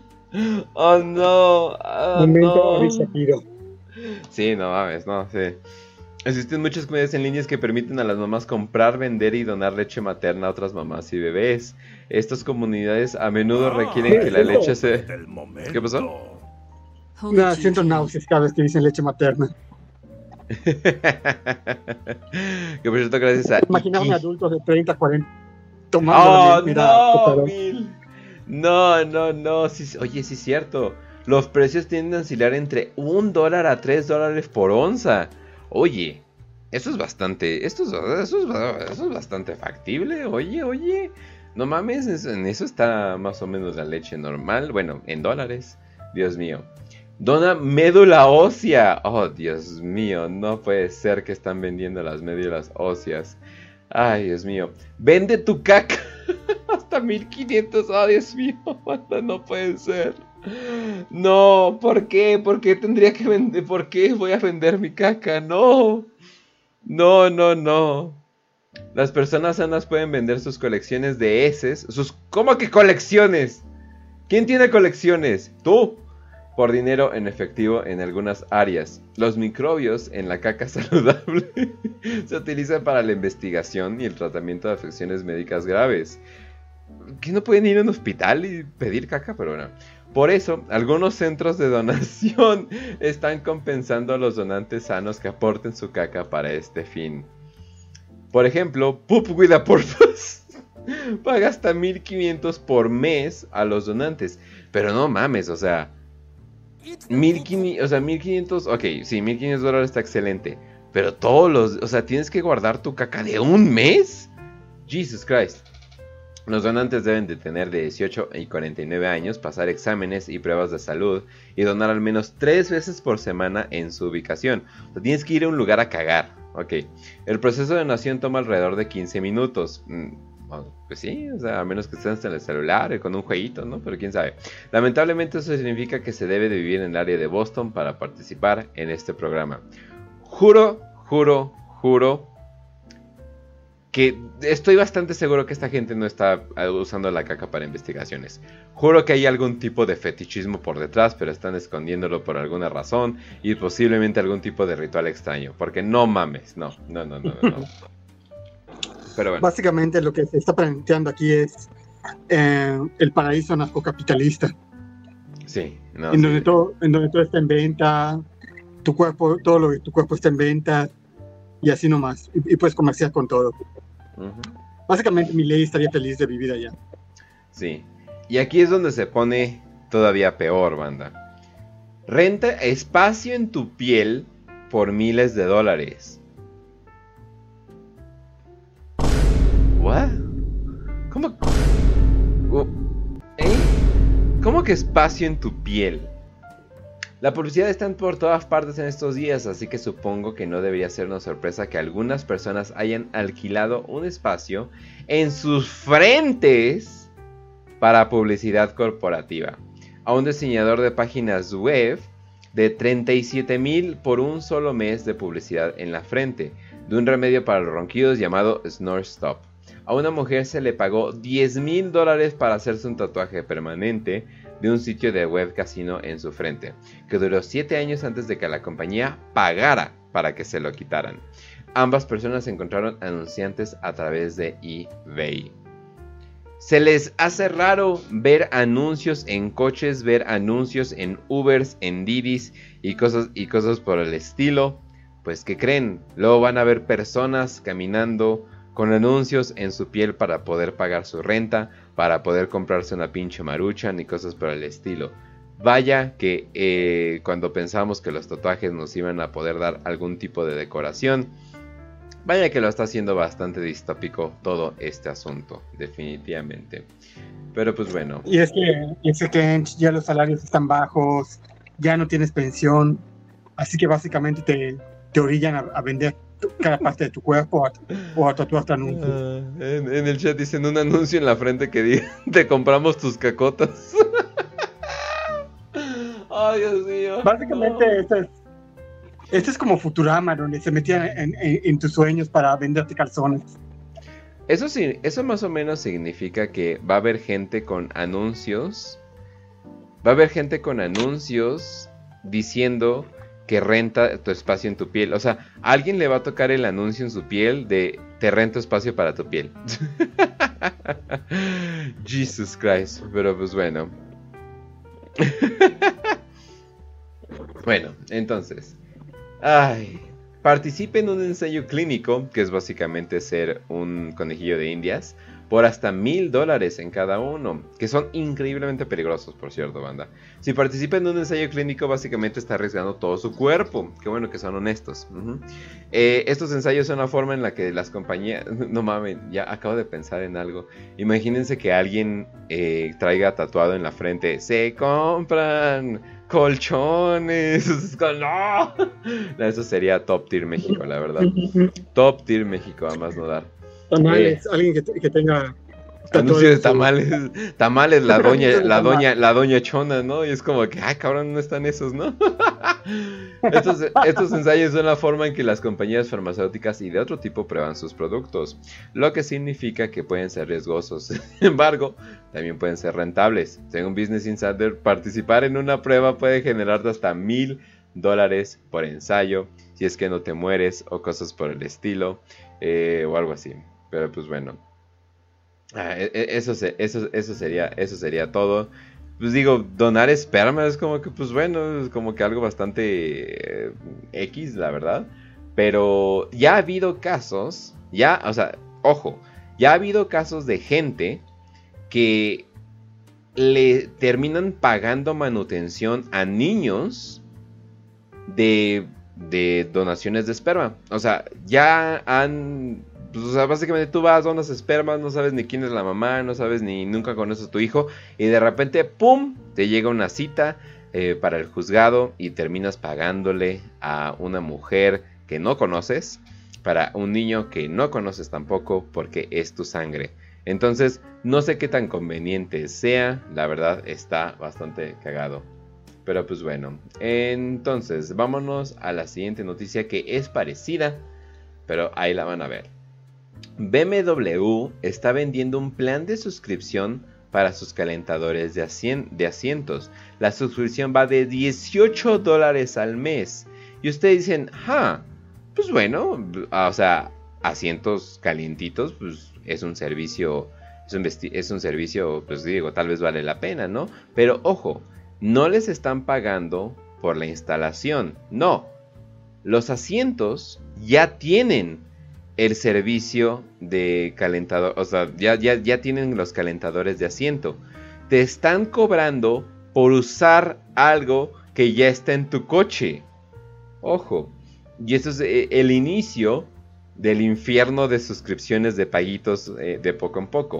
Speaker 1: Oh no. Oh,
Speaker 10: Momento
Speaker 1: no.
Speaker 10: Shapiro.
Speaker 1: Sí, no mames, no, sí. Existen muchas comunidades en línea que permiten a las mamás comprar, vender y donar leche materna a otras mamás y bebés. Estas comunidades a menudo requieren que la leche se... ¿Qué pasó?
Speaker 10: No, siento náuseas cada vez que dicen leche materna.
Speaker 1: Que por cierto, gracias a...
Speaker 10: Imaginarme adultos de treinta, cuarenta tomando
Speaker 1: ¡Oh,
Speaker 10: mira,
Speaker 1: no, Bill! No, no, no. Sí, oye, sí es cierto. Los precios tienden a oscilar entre un dólar a tres dólares por onza. Oye, eso es bastante, esto es, eso es, eso es bastante factible, oye, oye, no mames, en eso está más o menos la leche normal, bueno, en dólares, Dios mío. Dona médula ósea. Oh, Dios mío, no puede ser que están vendiendo las médulas óseas. Ay, Dios mío. Vende tu caca. Hasta mil quinientos. Oh, Dios mío, no puede ser. No, ¿por qué? ¿Por qué tendría que vender? ¿Por qué voy a vender mi caca? No. No, no, no. Las personas sanas pueden vender sus colecciones de heces. Sus... ¿Cómo que colecciones? ¿Quién tiene colecciones? ¿Tú? Por dinero en efectivo en algunas áreas. Los microbios en la caca saludable se utilizan para la investigación y el tratamiento de afecciones médicas graves. ¿Que no pueden ir a un hospital y pedir caca? Pero bueno. Por eso, algunos centros de donación están compensando a los donantes sanos que aporten su caca para este fin. Por ejemplo, Poop with a Purpose paga hasta mil quinientos por mes a los donantes. Pero no mames, o sea... mil quinientos, o sea, mil quinientos, ok, sí, mil quinientos dólares está excelente. Pero todos los, o sea, tienes que guardar tu caca de un mes. Jesus Christ. Los donantes deben de tener de dieciocho y cuarenta y nueve años, pasar exámenes y pruebas de salud y donar al menos tres veces por semana en su ubicación. O sea, tienes que ir a un lugar a cagar. Ok. El proceso de donación toma alrededor de quince minutos. Mm, bueno, pues sí, o sea, a menos que estés en el celular y con un jueguito, ¿no? Pero quién sabe. Lamentablemente eso significa que se debe de vivir en el área de Boston para participar en este programa. Juro, juro, juro que estoy bastante seguro que esta gente no está usando la caca para investigaciones. Juro que hay algún tipo de fetichismo por detrás, pero están escondiéndolo por alguna razón y posiblemente algún tipo de ritual extraño. Porque no mames, no, no, no, no, no. Pero bueno.
Speaker 10: Básicamente lo que se está planteando aquí es eh, el paraíso narcocapitalista.
Speaker 1: Sí, no,
Speaker 10: en,
Speaker 1: sí.
Speaker 10: donde todo, en donde todo está en venta, tu cuerpo, todo lo de tu cuerpo está en venta y así nomás. Y, y puedes comerciar con todo. Uh-huh. Básicamente mi ley estaría feliz de vivir allá.
Speaker 1: Sí. Y aquí es donde se pone todavía peor, banda. Renta espacio en tu piel por miles de dólares. ¿What? ¿Cómo? ¿Eh? ¿Cómo que espacio en tu piel? La publicidad está por todas partes en estos días, así que supongo que no debería ser una sorpresa que algunas personas hayan alquilado un espacio en sus frentes para publicidad corporativa. A un diseñador de páginas web de treinta y siete mil por un solo mes de publicidad en la frente, de un remedio para los ronquidos llamado Snore Stop. A una mujer se le pagó diez mil dólares para hacerse un tatuaje permanente de un sitio de web casino en su frente, que duró siete años antes de que la compañía pagara para que se lo quitaran. Ambas personas encontraron anunciantes a través de eBay. ¿Se les hace raro ver anuncios en coches, ver anuncios en Ubers, en Didis y cosas, y cosas por el estilo? Pues ¿qué creen? Luego van a ver personas caminando con anuncios en su piel para poder pagar su renta, para poder comprarse una pinche maruchan y cosas por el estilo. Vaya que eh, cuando pensamos que los tatuajes nos iban a poder dar algún tipo de decoración, vaya que lo está haciendo bastante distópico todo este asunto, definitivamente. Pero pues bueno.
Speaker 10: Y es que, y es que ya los salarios están bajos, ya no tienes pensión, así que básicamente te, te orillan a, a vender cada parte de tu cuerpo a, o a tatuarte anuncios.
Speaker 1: Uh, en, en el chat dicen un anuncio en la frente que diga, te compramos tus cacotas. Ay, Dios mío.
Speaker 10: Básicamente no. esto, es, esto es como Futurama, donde se metían en, en, en tus sueños para venderte calzones.
Speaker 1: Eso sí, eso más o menos significa que va a haber gente con anuncios. Va a haber gente con anuncios diciendo que renta tu espacio en tu piel. O sea, a alguien le va a tocar el anuncio en su piel de te rento espacio para tu piel. Jesus Christ. Pero pues bueno. Bueno, entonces. Ay. Participe en un ensayo clínico, que es básicamente ser un conejillo de indias, por hasta mil dólares en cada uno, que son increíblemente peligrosos, por cierto, banda. Si participa en un ensayo clínico, básicamente está arriesgando todo su cuerpo. Qué bueno que son honestos. Uh-huh. eh, estos ensayos son una forma en la que las compañías... No mames, ya acabo de pensar en algo. Imagínense que alguien eh, traiga tatuado en la frente: se compran colchones. No. No, eso sería top tier México, la verdad. Top tier México, a más no dar.
Speaker 10: Tamales,
Speaker 1: Eh,
Speaker 10: alguien que, que tenga...
Speaker 1: Anuncio de tamales, tamales, la doña, la doña, la doña Chona, ¿no? Y es como que, ay, cabrón, no están esos, ¿no? estos, estos ensayos son la forma en que las compañías farmacéuticas y de otro tipo prueban sus productos, lo que significa que pueden ser riesgosos. Sin embargo, también pueden ser rentables. Según Business Insider, participar en una prueba puede generarte hasta mil dólares por ensayo, si es que no te mueres o cosas por el estilo, eh, o algo así. Pero pues bueno. Ah, eso, eso, eso, sería, eso sería todo. Pues digo, donar esperma es como que, pues bueno, es como que algo bastante eh, X, la verdad. Pero ya ha habido casos, ya, o sea, ojo, ya ha habido casos de gente que le terminan pagando manutención a niños de, de donaciones de esperma. O sea, ya han... Pues, o sea, básicamente tú vas, donas espermas, no sabes ni quién es la mamá, no sabes ni nunca conoces a tu hijo, y de repente, ¡pum!, te llega una cita eh, para el juzgado y terminas pagándole a una mujer que no conoces, para un niño que no conoces tampoco, porque es tu sangre. Entonces, no sé qué tan conveniente sea, la verdad está bastante cagado. Pero pues bueno, entonces vámonos a la siguiente noticia que es parecida, pero ahí la van a ver. B M W está vendiendo un plan de suscripción para sus calentadores de, asien- de asientos. La suscripción va de dieciocho dólares al mes. Y ustedes dicen, ah, pues bueno, o sea, asientos calientitos, pues es un servicio, es un, vesti- es un servicio, pues digo, tal vez vale la pena, ¿no? Pero ojo, no les están pagando por la instalación, no. Los asientos ya tienen el servicio de calentador, o sea, ya, ya, ya tienen los calentadores de asiento. Te están cobrando por usar algo que ya está en tu coche. Ojo, y eso es el inicio del infierno de suscripciones de paguitos eh, de poco en poco.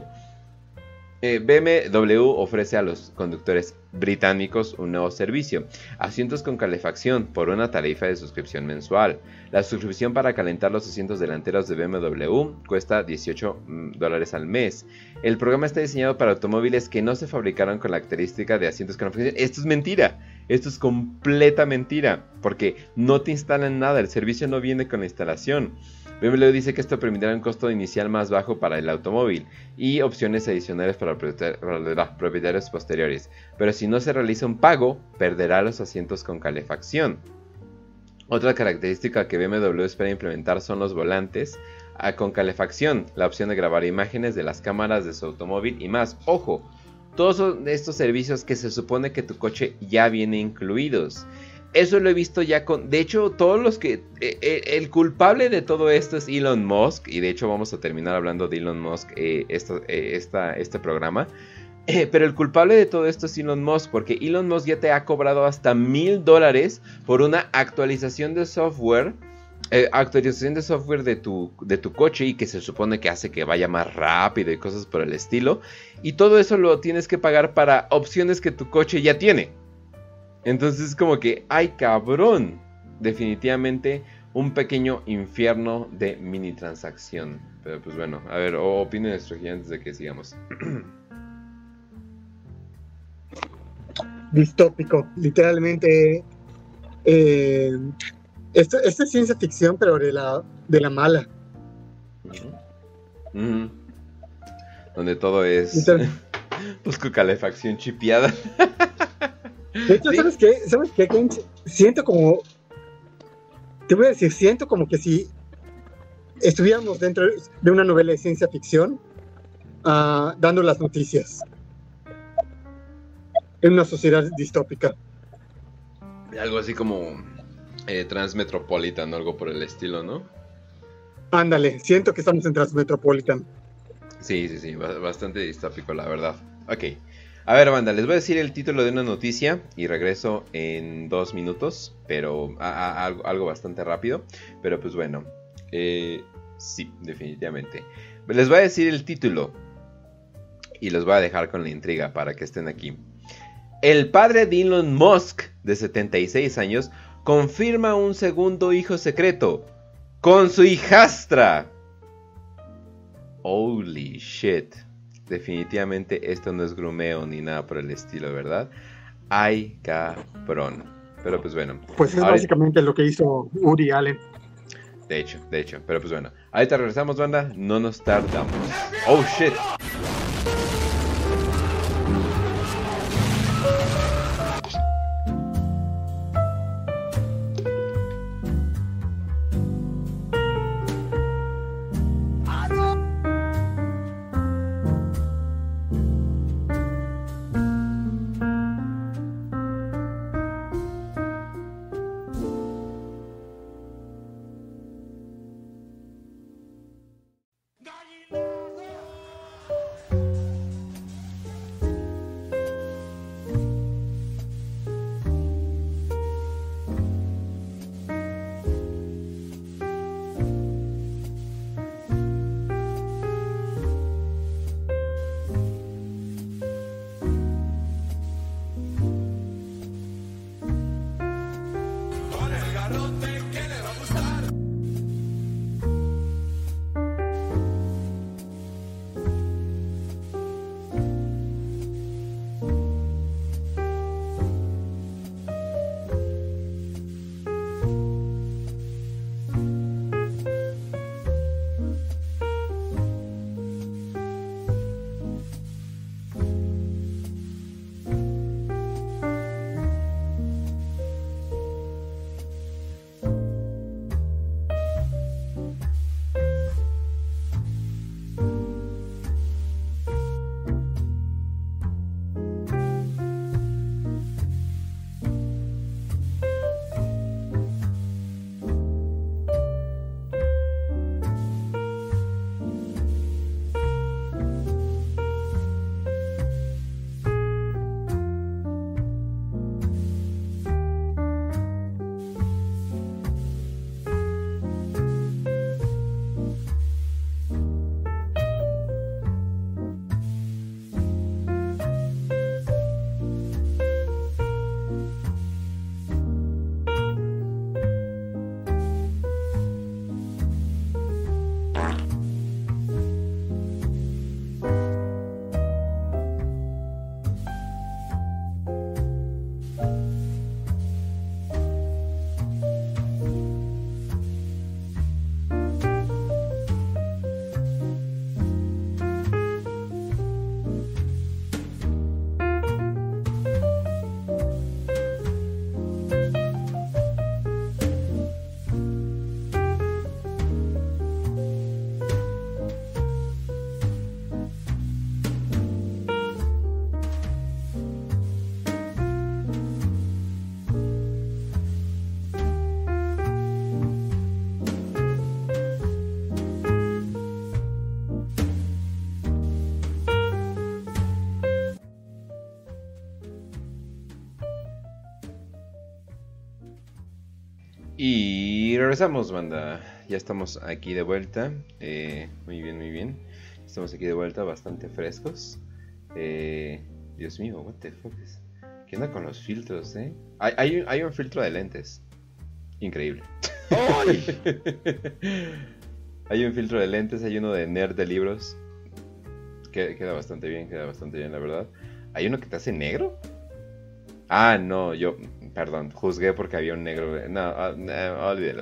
Speaker 1: Eh, B M W ofrece a los conductores británicos un nuevo servicio, asientos con calefacción por una tarifa de suscripción mensual. La suscripción para calentar los asientos delanteros de B M W cuesta dieciocho dólares al mes. El programa está diseñado para automóviles que no se fabricaron con la característica de asientos con calefacción. Esto es mentira, esto es completa mentira, porque no te instalan nada, el servicio no viene con la instalación. B M W dice que esto permitirá un costo inicial más bajo para el automóvil y opciones adicionales para los propietarios posteriores, pero si no se realiza un pago, perderá los asientos con calefacción. Otra característica que B M W espera implementar son los volantes a, con calefacción, la opción de grabar imágenes de las cámaras de su automóvil y más. Ojo, todos estos servicios que se supone que tu coche ya viene incluidos. Eso lo he visto ya con... De hecho, todos los que... Eh, el culpable de todo esto es Elon Musk. Y de hecho vamos a terminar hablando de Elon Musk eh, esto, eh, esta, este programa. Eh, pero el culpable de todo esto es Elon Musk. Porque Elon Musk ya te ha cobrado hasta mil dólares por una actualización de software. Eh, actualización de software de tu, de tu coche. Y que se supone que hace que vaya más rápido y cosas por el estilo. Y todo eso lo tienes que pagar para opciones que tu coche ya tiene. Entonces como que, ¡ay cabrón! Definitivamente un pequeño infierno de mini transacción. Pero pues bueno, a ver, opinen nuestros gigantes de que sigamos.
Speaker 10: Distópico, literalmente. Eh, esto, esto es ciencia ficción, pero de la, de la mala.
Speaker 1: Uh-huh. Uh-huh. Donde todo es...
Speaker 10: Literal.
Speaker 1: Pues con calefacción chipeada.
Speaker 10: De hecho, ¿sí? ¿sabes qué? ¿Sabes qué? Siento como... Te voy a decir, siento como que si estuviéramos dentro de una novela de ciencia ficción, uh, dando las noticias. En una sociedad distópica.
Speaker 1: Algo así como eh, Transmetropolitan, algo por el estilo, ¿no?
Speaker 10: Ándale, siento que estamos en Transmetropolitan.
Speaker 1: Sí, sí, sí, bastante distópico, la verdad. Ok. A ver, banda, les voy a decir el título de una noticia y regreso en dos minutos, pero a, a, algo, algo bastante rápido. Pero pues bueno, eh, sí, definitivamente. Les voy a decir el título y los voy a dejar con la intriga para que estén aquí. El padre de Elon Musk, de setenta y seis años, confirma un segundo hijo secreto con su hijastra. Holy shit. Definitivamente esto no es grumeo ni nada por el estilo, ¿verdad? Ay, cabrón. Pero pues bueno.
Speaker 10: Pues es ahorita, básicamente lo que hizo Woody Allen.
Speaker 1: De hecho, de hecho. Pero pues bueno. Ahorita regresamos, banda. No nos tardamos. Oh shit. Y regresamos, banda. Ya estamos aquí de vuelta. Eh, muy bien, muy bien. Estamos aquí de vuelta, bastante frescos. Eh, Dios mío, what the fuck is... ¿Qué onda con los filtros, eh? Hay, hay, un, hay un filtro de lentes. Increíble. Hay un filtro de lentes, hay uno de nerd de libros. Que, queda bastante bien, queda bastante bien, la verdad. ¿Hay uno que te hace negro? Ah, no, yo... Perdón, juzgué porque había un negro. No, uh, no olvídalo.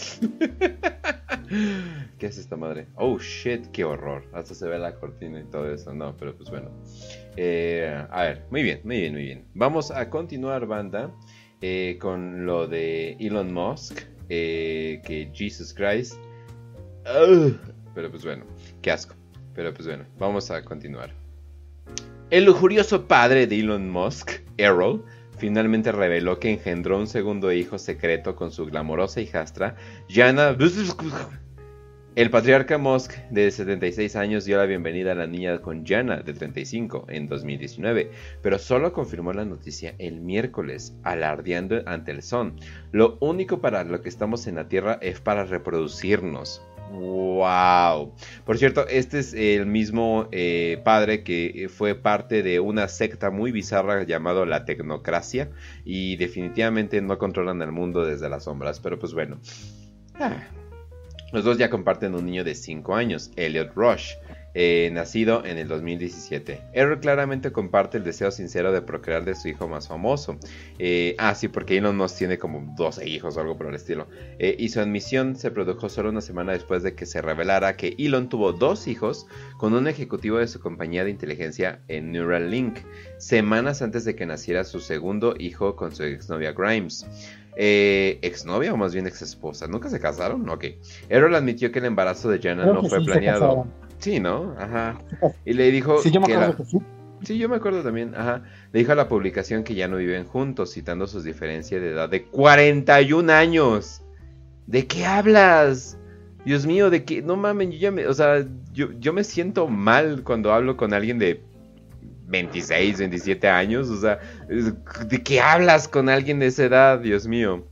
Speaker 1: ¿Qué es esta madre? Oh shit, qué horror. Hasta se ve la cortina y todo eso. No, pero pues bueno. Eh, a ver, muy bien, muy bien, muy bien. Vamos a continuar, banda, eh, con lo de Elon Musk. Eh, que Jesus Christ. Uh, pero pues bueno, qué asco. Pero pues bueno, vamos a continuar. El lujurioso padre de Elon Musk, Errol, finalmente reveló que engendró un segundo hijo secreto con su glamorosa hijastra, Jana. El patriarca Musk, de setenta y seis años, dio la bienvenida a la niña con Jana, de treinta y cinco, en dos mil diecinueve, pero solo confirmó la noticia el miércoles, alardeando ante el Sun. Lo único para lo que estamos en la Tierra es para reproducirnos. Wow. Por cierto, este es el mismo eh, padre que fue parte de una secta muy bizarra llamado la Tecnocracia y definitivamente no controlan el mundo desde las sombras, pero pues bueno. Ah. Los dos ya comparten un niño de cinco años, Elliot Rush, eh, nacido en el dos mil diecisiete. Errol claramente comparte el deseo sincero de procrear de su hijo más famoso. Eh, ah, sí, porque Elon Musk tiene como doce hijos o algo por el estilo. Eh, y su admisión se produjo solo una semana después de que se revelara que Elon tuvo dos hijos con un ejecutivo de su compañía de inteligencia en Neuralink, semanas antes de que naciera su segundo hijo con su exnovia Grimes. Eh, ¿Exnovia o más bien exesposa? ¿Nunca se casaron? Ok. Errol admitió que el embarazo de Jenna Creo no fue sí planeado. Sí, ¿no? Ajá. Y le dijo
Speaker 10: sí, yo me
Speaker 1: que,
Speaker 10: acuerdo
Speaker 1: la...
Speaker 10: que sí.
Speaker 1: Sí, yo me acuerdo también. Ajá. Le dijo a la publicación que ya no viven juntos, citando sus diferencias de edad de cuarenta y un años. ¿De qué hablas? Dios mío, de qué... No mames, yo ya me... O sea, yo, yo me siento mal cuando hablo con alguien de veintiséis, veintisiete años, o sea, ¿de qué hablas con alguien de esa edad? Dios mío.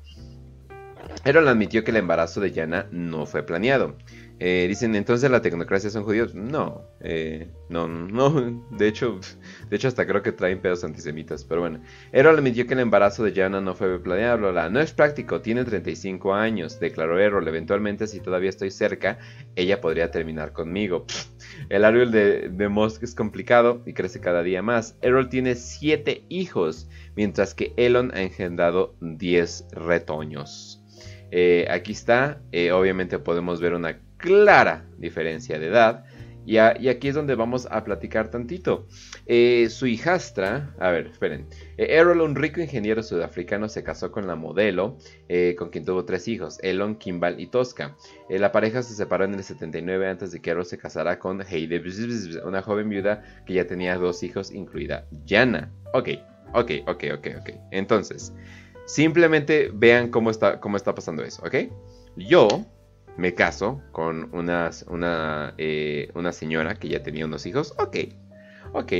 Speaker 1: Errol admitió que el embarazo de Jana no fue planeado. Eh, dicen, ¿entonces la tecnocracia son judíos? No, eh, no, no, de hecho, de hecho hasta creo que traen pedos antisemitas, pero bueno. Errol admitió que el embarazo de Jana no fue planeado, bla, bla. No es práctico, tiene treinta y cinco años, declaró Errol. Eventualmente, si todavía estoy cerca, ella podría terminar conmigo. Pff. El árbol de, de Musk es complicado y crece cada día más. Errol tiene siete hijos, mientras que Elon ha engendrado diez retoños. Eh, aquí está, eh, obviamente podemos ver una clara diferencia de edad. Y, a, y aquí es donde vamos a platicar tantito. Eh, su hijastra, a ver, esperen. Eh, Errol, un rico ingeniero sudafricano, se casó con la modelo, eh, con quien tuvo tres hijos, Elon, Kimball y Tosca. Eh, la pareja se separó en el setenta y nueve antes de que Errol se casara con Heidi, una joven viuda que ya tenía dos hijos, incluida Jana. Ok, ok, ok, ok, ok. Entonces, simplemente vean cómo está, cómo está pasando eso, ¿ok? Yo me caso con una, una, eh, una señora que ya tenía unos hijos. Ok, ok.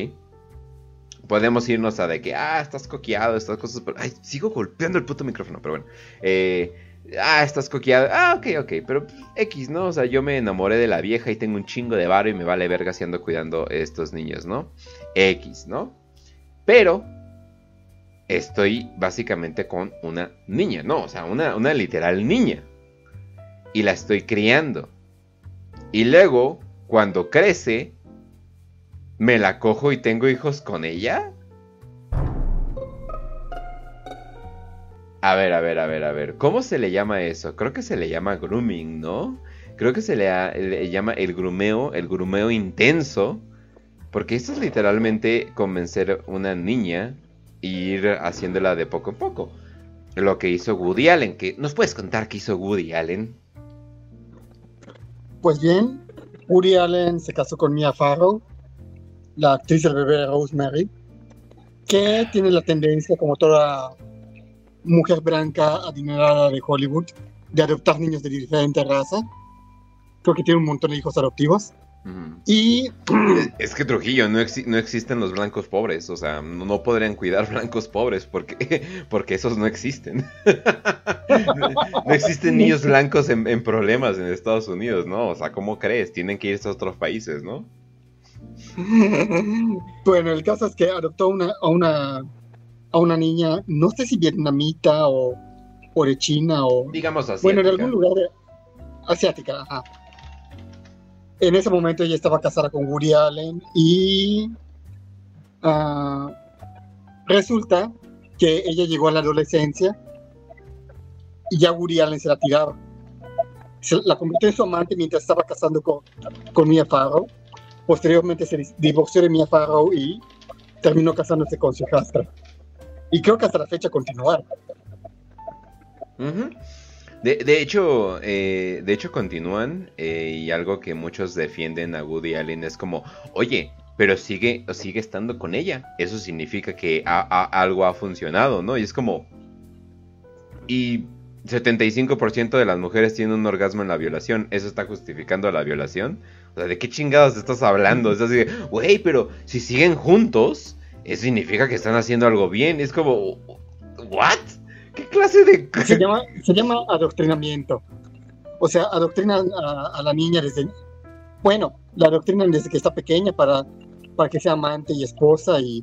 Speaker 1: Podemos irnos a de que, ah, estás coqueado, estas cosas. Pero, ay, sigo golpeando el puto micrófono, pero bueno. Eh, ah, estás coqueado. Ah, ok, ok. Pero X, ¿no? O sea, yo me enamoré de la vieja y tengo un chingo de varo y me vale verga si ando cuidando estos niños, ¿no? X, ¿no? Pero estoy básicamente con una niña, ¿no? O sea, una, una literal niña. Y la estoy criando. Y luego, cuando crece, ¿me la cojo y tengo hijos con ella? A ver, a ver, a ver, a ver. ¿Cómo se le llama eso? Creo que se le llama grooming, ¿no? Creo que se le, le llama el grumeo, el grumeo intenso. Porque esto es literalmente convencer a una niña e ir haciéndola de poco en poco. Lo que hizo Woody Allen. Que, ¿nos puedes contar qué hizo Woody Allen?
Speaker 10: Pues bien, Woody Allen se casó con Mia Farrow, la actriz del bebé de Rosemary, que tiene la tendencia, como toda mujer blanca adinerada de Hollywood, de adoptar niños de diferente raza. Creo que tiene un montón de hijos adoptivos. Uh-huh. Y
Speaker 1: es que Trujillo, no, exi- no existen los blancos pobres, o sea, no, no podrían cuidar blancos pobres porque, porque esos no existen. no, no existen niños blancos en, en problemas en Estados Unidos, ¿no? O sea, ¿cómo crees? Tienen que irse a otros países, ¿no?
Speaker 10: Bueno, el caso es que adoptó una, a, una, a una niña, no sé si vietnamita o, o de China o...
Speaker 1: digamos asiática.
Speaker 10: Bueno, en algún lugar de... asiática, ajá. En ese momento ella estaba casada con Woody Allen y uh, resulta que ella llegó a la adolescencia y ya Woody Allen se la tiraba. Se la convirtió en su amante mientras estaba casando con, con Mia Farrow. Posteriormente se divorció de Mia Farrow y terminó casándose con su hijastra. Y creo que hasta la fecha continuaron.
Speaker 1: Uh-huh. De, de hecho, eh, de hecho continúan eh, y algo que muchos defienden a Woody Allen es como, oye, pero sigue, sigue estando con ella. Eso significa que a, a, algo ha funcionado, ¿no? Y es como, y setenta y cinco por ciento de las mujeres tienen un orgasmo en la violación. ¿Eso está justificando la violación? O sea, ¿de qué chingados estás hablando? Es así, güey, pero si siguen juntos, eso significa que están haciendo algo bien. Es como, ¿what? ¿Qué clase de...?
Speaker 10: Se llama, se llama adoctrinamiento. O sea, adoctrinan a, a la niña desde, bueno, la adoctrinan desde que está pequeña para, para que sea amante y esposa y,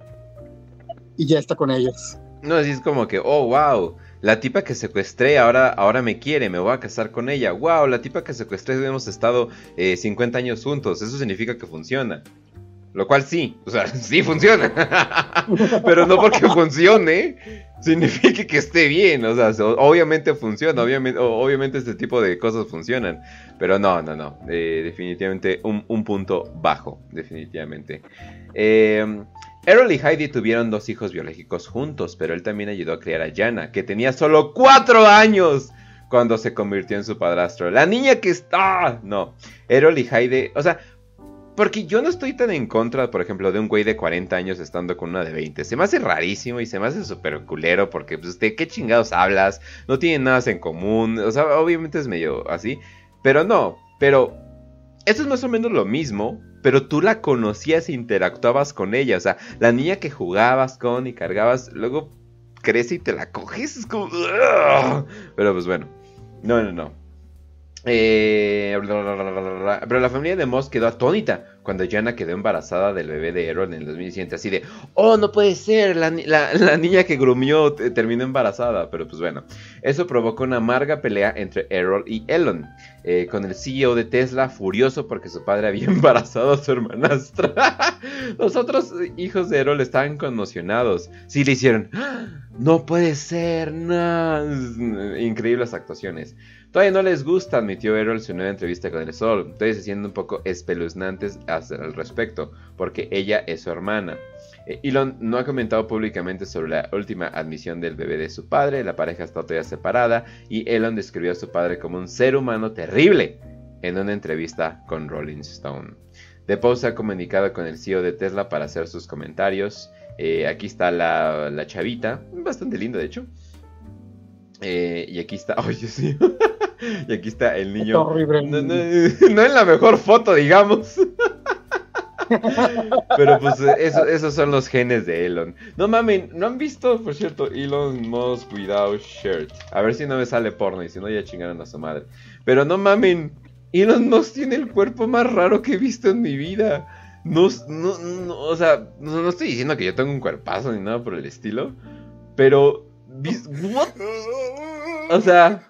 Speaker 10: y ya está con ellos.
Speaker 1: No, así es como que, oh, wow, la tipa que secuestré ahora, ahora me quiere, me voy a casar con ella. Wow, la tipa que secuestré hemos estado eh, cincuenta años juntos, eso significa que funciona. Lo cual sí, o sea, sí funciona. Pero no porque funcione significa que esté bien. O sea, obviamente funciona, obviamente, obviamente este tipo de cosas funcionan. Pero no, no, no. Eh, definitivamente un, un punto bajo, definitivamente. Eh, Errol y Heidi tuvieron dos hijos biológicos juntos, pero él también ayudó a criar a Jana, que tenía solo cuatro años cuando se convirtió en su padrastro. La niña que está... No, Errol y Heidi... O sea... Porque yo no estoy tan en contra, por ejemplo, de un güey de cuarenta años estando con una de veinte. Se me hace rarísimo y se me hace súper culero porque, pues, ¿de qué chingados hablas? No tienen nada en común. O sea, obviamente es medio así. Pero no, pero... Eso es más o menos lo mismo, pero tú la conocías e interactuabas con ella. O sea, la niña que jugabas con y cargabas, luego crece y te la coges. Es como... ¡Ugh! Pero pues bueno, no, no, no. Eh, pero la familia de Moss quedó atónita cuando Jana quedó embarazada del bebé de Errol en el dos mil diecisiete. Así de, oh, no puede ser, la, la, la niña que grumió terminó embarazada. Pero pues bueno, eso provocó una amarga pelea entre Errol y Elon, eh, con el C E O de Tesla furioso porque su padre había embarazado a su hermanastra. Los otros hijos de Errol estaban conmocionados. Sí le hicieron, no puede ser, no. Increíbles actuaciones. Todavía no les gusta, admitió Errol en su nueva entrevista con El Sol. Todavía se sienten un poco espeluznantes al respecto, porque ella es su hermana. Eh, Elon no ha comentado públicamente sobre la última admisión del bebé de su padre. La pareja está todavía separada y Elon describió a su padre como un ser humano terrible en una entrevista con Rolling Stone. The Post ha comunicado con el C E O de Tesla para hacer sus comentarios. Eh, aquí está la, la chavita, bastante linda de hecho. Eh, y aquí está, oye sí. Y aquí está el niño.
Speaker 10: Horrible.
Speaker 1: No, no, no en la mejor foto, digamos. Pero pues eso, esos son los genes de Elon. No mamen, ¿no han visto, por cierto, Elon Musk without shirt? A ver si no me sale porno y si no ya chingaron a su madre. Pero no mamen, Elon Musk tiene el cuerpo más raro que he visto en mi vida. No, no, no o sea, no, no estoy diciendo que yo tengo un cuerpazo ni nada por el estilo. Pero... ¿What? O sea...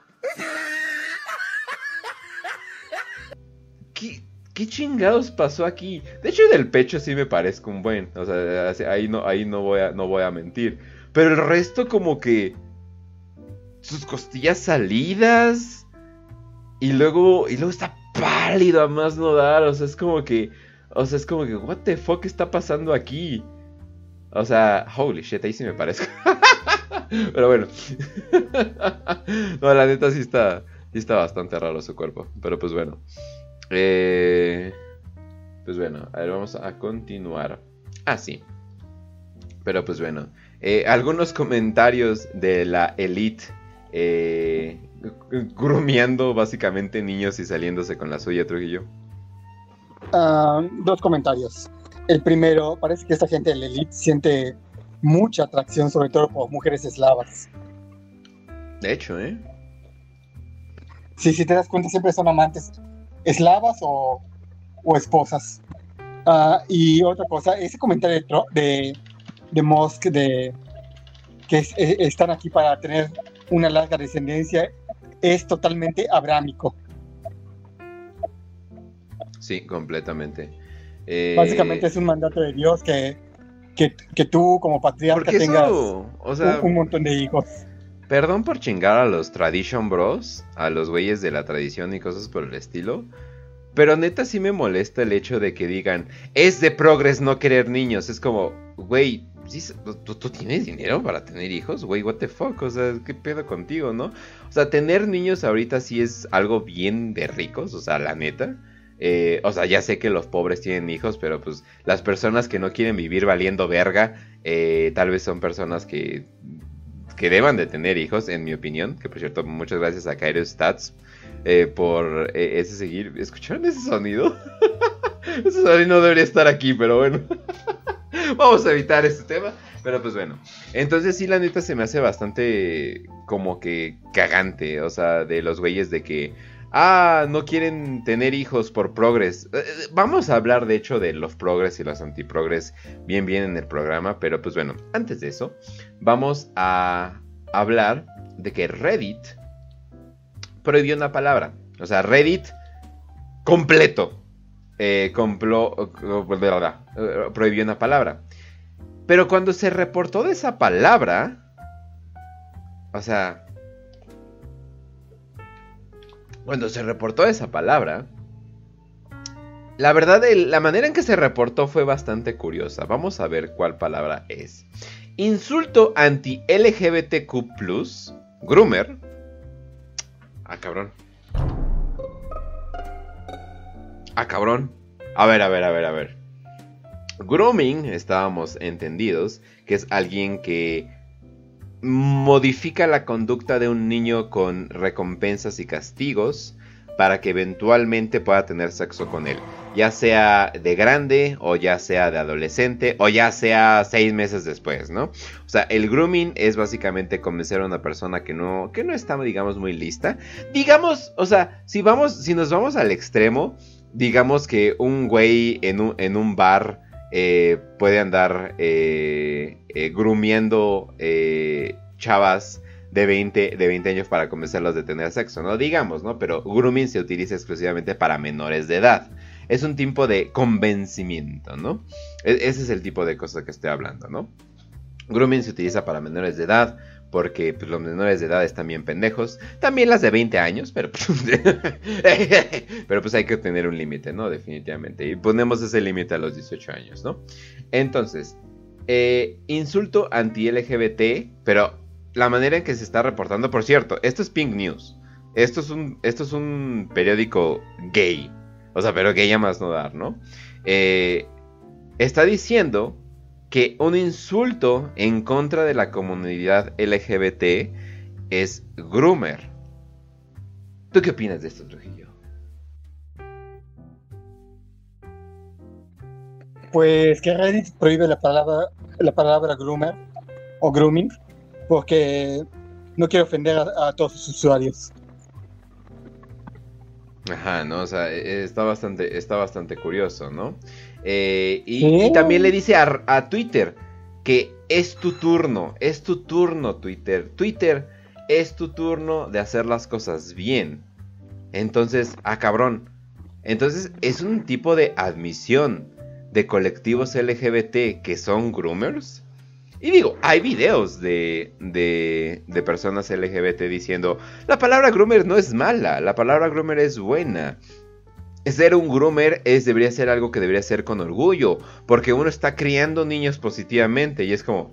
Speaker 1: ¿Qué, ¿Qué chingados pasó aquí? De hecho, del pecho sí me parezco un buen. O sea, ahí no, ahí no voy a, no voy a mentir. Pero el resto como que... Sus costillas salidas. Y luego... Y luego está pálido a más no dar. O sea, es como que... O sea, es como que... What the fuck está pasando aquí? O sea... Holy shit, ahí sí me parezco. Pero bueno. No, la neta sí está... Sí está bastante raro su cuerpo. Pero pues bueno. Eh, pues bueno, a ver, vamos a continuar. Ah, sí. Pero pues bueno, eh, algunos comentarios de la elite eh, grumeando básicamente niños y saliéndose con la suya, Trujillo.
Speaker 10: Uh, dos comentarios. El primero, parece que esta gente de la elite siente mucha atracción, sobre todo por mujeres eslavas.
Speaker 1: De hecho, ¿eh?
Speaker 10: Sí, si te das cuenta, siempre son amantes eslavas o, o esposas. Uh, y otra cosa, ese comentario de, de, de Musk de que es, eh, están aquí para tener una larga descendencia es totalmente abrámico.
Speaker 1: Sí, completamente. Eh...
Speaker 10: Básicamente es un mandato de Dios que, que, que tú como patriarca
Speaker 1: eso,
Speaker 10: tengas
Speaker 1: o sea,
Speaker 10: un, un montón de hijos.
Speaker 1: Perdón por chingar a los Tradition Bros, a los güeyes de la tradición y cosas por el estilo, pero neta sí me molesta el hecho de que digan, es de progres no querer niños. Es como, güey, ¿sí, ¿tú, ¿tú tienes dinero para tener hijos? Güey, what the fuck, o sea, ¿qué pedo contigo, no? O sea, tener niños ahorita sí es algo bien de ricos, o sea, la neta. Eh, o sea, ya sé que los pobres tienen hijos, pero pues las personas que no quieren vivir valiendo verga, eh, tal vez son personas que... que deban de tener hijos, en mi opinión. Que por cierto, muchas gracias a Kairos Stats eh, por eh, ese seguir. ¿Escucharon ese sonido? Ese sonido no debería estar aquí, pero bueno. Vamos a evitar este tema. Pero pues bueno. Entonces sí, la neta se me hace bastante como que cagante. O sea, de los güeyes de que... ah, no quieren tener hijos por progres. Eh, vamos a hablar de hecho de los progres y los antiprogres bien bien en el programa, pero pues bueno, antes de eso, vamos a hablar de que Reddit prohibió una palabra. O sea, Reddit completo eh, complo, eh, prohibió una palabra. Pero cuando se reportó de esa palabra, o sea, cuando se reportó esa palabra, la verdad, el, la manera en que se reportó fue bastante curiosa. Vamos a ver cuál palabra es. Insulto anti-L G B T Q plus, groomer. Ah, cabrón. Ah, cabrón. A ver, a ver, a ver, a ver. Grooming, estábamos entendidos, que es alguien que modifica la conducta de un niño con recompensas y castigos para que eventualmente pueda tener sexo con él, ya sea de grande o ya sea de adolescente o ya sea seis meses después, ¿no? O sea, el grooming es básicamente convencer a una persona que no, que no está, digamos, muy lista. Digamos, o sea, si vamos, si nos vamos al extremo, digamos que un güey en un, en un bar eh, puede andar eh, eh, groomeando eh, chavas de veinte, de veinte años para convencerlos de tener sexo, ¿no? Digamos, ¿no? Pero grooming se utiliza exclusivamente para menores de edad. Es un tipo de convencimiento, ¿no? E- ese es el tipo de cosa que estoy hablando, ¿no? Grooming se utiliza para menores de edad porque pues, los menores de edad están bien pendejos. También las de veinte años, pero, pero pues hay que tener un límite, ¿no? Definitivamente. Y ponemos ese límite a los dieciocho años, ¿no? Entonces, eh, insulto anti-L G B T, pero la manera en que se está reportando, por cierto, esto es Pink News. Esto es un, esto es un periódico gay. O sea, pero gay a más no dar, ¿no? Eh, está diciendo que un insulto en contra de la comunidad L G B T es groomer. ¿Tú qué opinas de esto, Trujillo?
Speaker 10: Pues que Reddit prohíbe la palabra, la palabra groomer o grooming porque no quiere ofender a, a todos sus usuarios.
Speaker 1: Ajá, no, o sea, está bastante, está bastante curioso, ¿no? Eh, y,
Speaker 10: ¿Sí?
Speaker 1: y también le dice a, a Twitter que es tu turno, es tu turno, Twitter. Twitter, es tu turno de hacer las cosas bien. Entonces, ah, cabrón. Entonces, es un tipo de admisión de colectivos L G B T que son groomers. Y digo, hay videos de, de, de personas L G B T diciendo, la palabra groomer no es mala, la palabra groomer es buena. Ser un groomer es, debería ser algo que debería ser con orgullo, porque uno está criando niños positivamente y es como,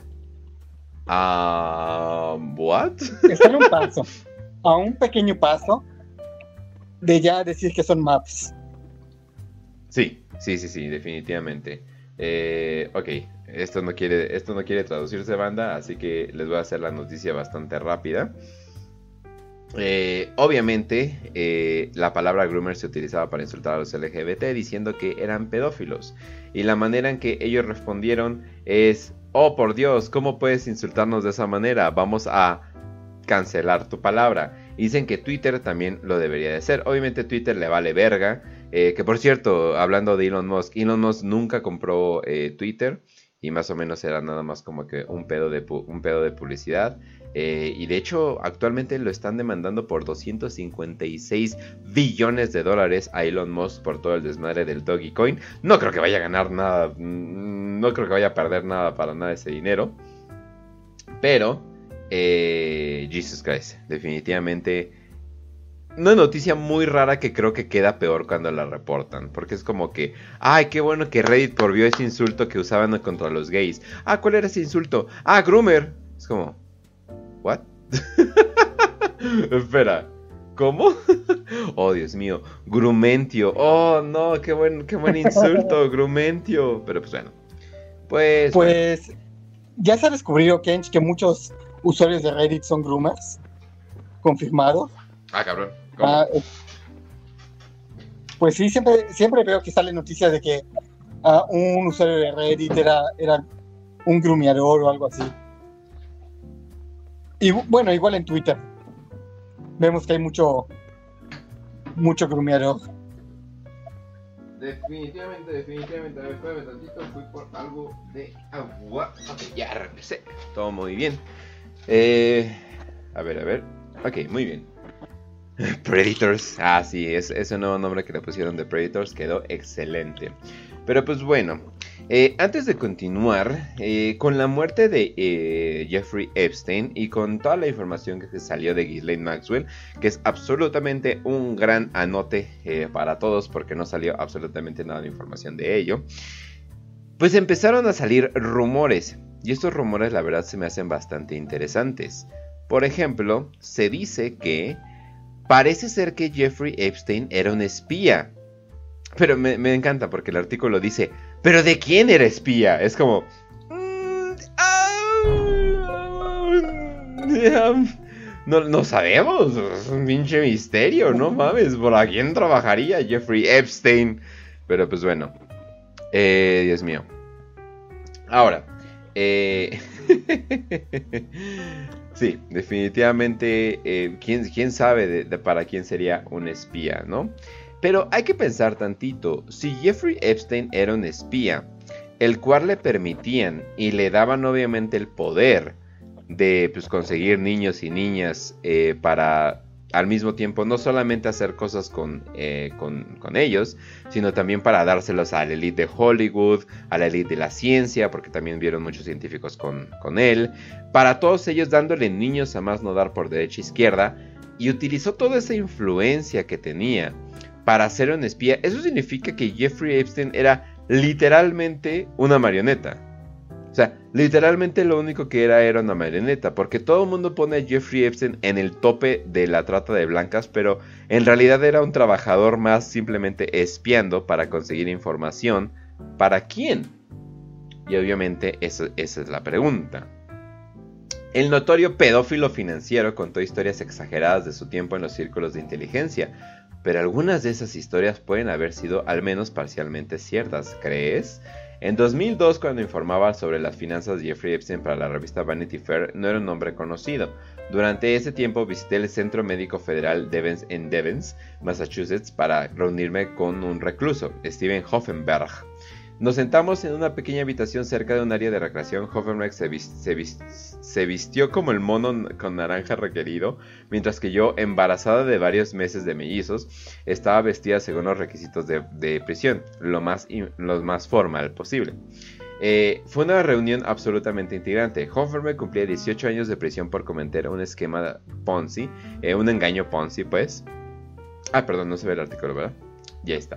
Speaker 1: ah, uh, ¿what?
Speaker 10: Está en un paso, a un pequeño paso de ya decir que son maps.
Speaker 1: Sí, sí, sí, sí, definitivamente. Eh, ok, esto no quiere, esto no quiere traducirse, banda, así que les voy a hacer la noticia bastante rápida. Eh, obviamente, eh, la palabra groomer se utilizaba para insultar a los L G B T diciendo que eran pedófilos. Y la manera en que ellos respondieron es, oh por Dios, ¿cómo puedes insultarnos de esa manera? Vamos a cancelar tu palabra. Y dicen que Twitter también lo debería de hacer. Obviamente Twitter le vale verga. Eh, que por cierto, hablando de Elon Musk, Elon Musk nunca compró eh, Twitter. Y más o menos era nada más como que un pedo de, pu- un pedo de publicidad. Eh, y de hecho, actualmente lo están demandando por doscientos cincuenta y seis billones de dólares a Elon Musk por todo el desmadre del Dogecoin. No creo que vaya a ganar nada. No creo que vaya a perder nada para nada ese dinero. Pero, eh, Jesus Christ, definitivamente una noticia muy rara que creo que queda peor cuando la reportan. Porque es como que, ay, qué bueno que Reddit prohibió ese insulto que usaban contra los gays. Ah, ¿cuál era ese insulto? Ah, groomer. Es como, ¿what? Espera, ¿cómo? Oh, Dios mío, grumentio. Oh, no, qué buen, qué buen insulto, grumentio. Pero pues bueno, pues...
Speaker 10: Pues bueno. Ya se ha descubrido, Kench, que muchos usuarios de Reddit son groomers. Confirmado.
Speaker 1: Ah, cabrón.
Speaker 10: Ah, eh, pues sí, siempre, siempre veo que salen noticias de que uh, un usuario de Reddit era, era un groomeador o algo así. Y bueno, igual en Twitter. Vemos que hay mucho mucho grumero.
Speaker 1: Definitivamente, definitivamente. A ver, espérame tantito, fui por algo de agua. Ok, ya regresé. Todo muy bien. Eh, a ver, a ver. Ok, muy bien. Predators. Ah, sí, es, ese nuevo nombre que le pusieron de Predators quedó excelente. Pero pues bueno, eh, antes de continuar, eh, con la muerte de eh, Jeffrey Epstein y con toda la información que salió de Ghislaine Maxwell, que es absolutamente un gran anote eh, para todos porque no salió absolutamente nada de información de ello, pues empezaron a salir rumores. Y estos rumores la verdad se me hacen bastante interesantes. Por ejemplo, se dice que parece ser que Jeffrey Epstein era un espía. Pero me, me encanta porque el artículo dice, ¿pero de quién era espía? Es como... Mm, ah, no, no sabemos, es un pinche misterio, no mames, ¿por a quién trabajaría Jeffrey Epstein? Pero pues bueno, eh, Dios mío. Ahora, eh... sí, definitivamente, eh, ¿quién, quién sabe de, de para quién sería un espía, ¿no? Pero hay que pensar tantito, si Jeffrey Epstein era un espía, el cual le permitían y le daban obviamente el poder de pues, conseguir niños y niñas eh, para al mismo tiempo no solamente hacer cosas con, eh, con, con ellos, sino también para dárselos a la élite de Hollywood, a la élite de la ciencia, porque también vieron muchos científicos con, con él, para todos ellos dándole niños a más no dar por derecha e izquierda, y utilizó toda esa influencia que tenía para ser un espía. Eso significa que Jeffrey Epstein era literalmente una marioneta. O sea, literalmente lo único que era era una marioneta. Porque todo el mundo pone a Jeffrey Epstein en el tope de la trata de blancas. Pero en realidad era un trabajador más simplemente espiando para conseguir información. ¿Para quién? Y obviamente eso, esa es la pregunta. El notorio pedófilo financiero contó historias exageradas de su tiempo en los círculos de inteligencia. Pero algunas de esas historias pueden haber sido al menos parcialmente ciertas, ¿crees? En dos mil dos, cuando informaba sobre las finanzas de Jeffrey Epstein para la revista Vanity Fair, no era un nombre conocido. Durante ese tiempo visité el Centro Médico Federal Devens en Devens, Massachusetts, para reunirme con un recluso, Steven Hoffenberg. Nos sentamos en una pequeña habitación cerca de un área de recreación. Hoffenberg se, vist se, vist se vistió como el mono con naranja requerido, mientras que yo, embarazada de varios meses de mellizos, estaba vestida según los requisitos de, de prisión, lo más, lo más formal posible. Eh, fue una reunión absolutamente integrante. Hoffenberg cumplía dieciocho años de prisión por cometer un esquema Ponzi, eh, un engaño Ponzi, pues. Ah, perdón, no se ve el artículo, ¿verdad? Ya está.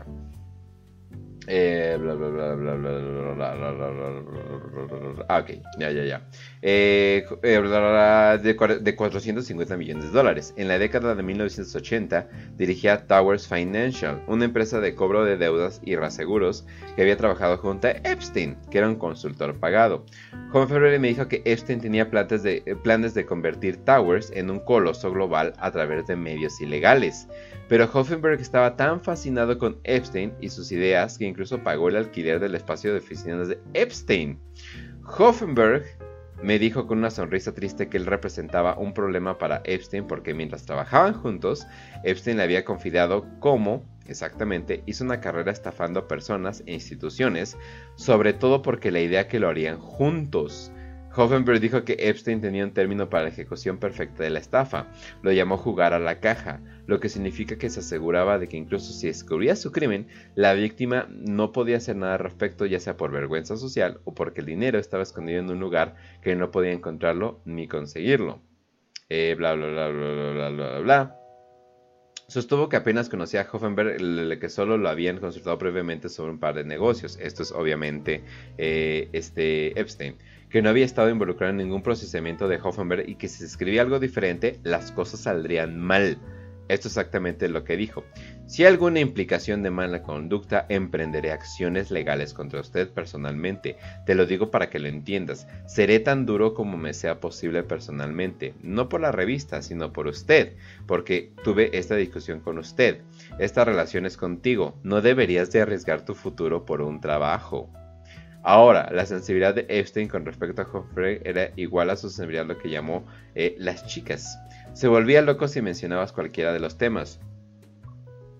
Speaker 1: Eh, bla, bla, bla, bla, bla, bla, bla, bla, bla. Ah, ok, ya, ya, ya. Eh, eh, bla, bla, de, de cuatrocientos cincuenta millones de dólares. En la década de mil novecientos ochenta dirigía Towers Financial, una empresa de cobro de deudas y reaseguros que había trabajado junto a Epstein, que era un consultor pagado. Hoffenberg me dijo que Epstein tenía planes de, eh, planes de convertir Towers en un coloso global a través de medios ilegales. Pero Hoffenberg estaba tan fascinado con Epstein y sus ideas que incluso pagó el alquiler del espacio de oficinas de Epstein. Hoffenberg me dijo con una sonrisa triste que él representaba un problema para Epstein porque mientras trabajaban juntos, Epstein le había confiado cómo, exactamente, hizo una carrera estafando a personas e instituciones, sobre todo porque la idea que lo harían juntos. Hoffenberg dijo que Epstein tenía un término para la ejecución perfecta de la estafa. Lo llamó jugar a la caja, lo que significa que se aseguraba de que incluso si descubría su crimen, la víctima no podía hacer nada al respecto, ya sea por vergüenza social o porque el dinero estaba escondido en un lugar que no podía encontrarlo ni conseguirlo. Eh, bla, bla, bla, bla, bla, bla, bla, bla. Sostuvo que apenas conocía a Hoffenberg, que solo lo habían consultado previamente sobre un par de negocios. Esto es obviamente eh, este Epstein, que no había estado involucrado en ningún procesamiento de Hoffenberg y que si se escribía algo diferente, las cosas saldrían mal. Esto es exactamente lo que dijo. Si hay alguna implicación de mala conducta, emprenderé acciones legales contra usted personalmente. Te lo digo para que lo entiendas. Seré tan duro como me sea posible personalmente. No por la revista, sino por usted. Porque tuve esta discusión con usted. Esta relación es contigo. No deberías de arriesgar tu futuro por un trabajo. Ahora, la sensibilidad de Epstein con respecto a Hoffenberg era igual a su sensibilidad a lo que llamó eh, las chicas. Se volvía loco si mencionabas cualquiera de los temas.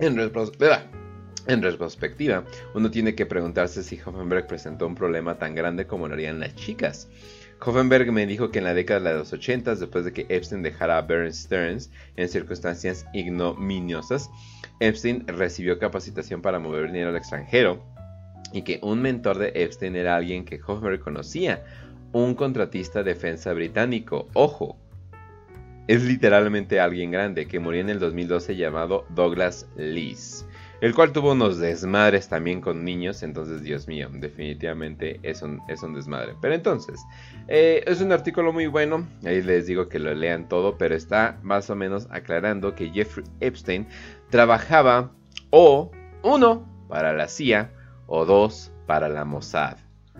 Speaker 1: En, repros- en retrospectiva, uno tiene que preguntarse si Hoffenberg presentó un problema tan grande como lo harían las chicas. Hoffenberg me dijo que en la década de los ochentas, después de que Epstein dejara a Bear Stearns en circunstancias ignominiosas, Epstein recibió capacitación para mover dinero al extranjero y que un mentor de Epstein era alguien que Hoffenberg conocía, un contratista de defensa británico. ¡Ojo! Es literalmente alguien grande que murió en el dos mil doce llamado Douglas Lees, el cual tuvo unos desmadres también con niños. Entonces, Dios mío, definitivamente es un, es un desmadre. Pero entonces, eh, es un artículo muy bueno, ahí les digo que lo lean todo, pero está más o menos aclarando que Jeffrey Epstein trabajaba o, uno, para la C I A o dos, para la Mossad.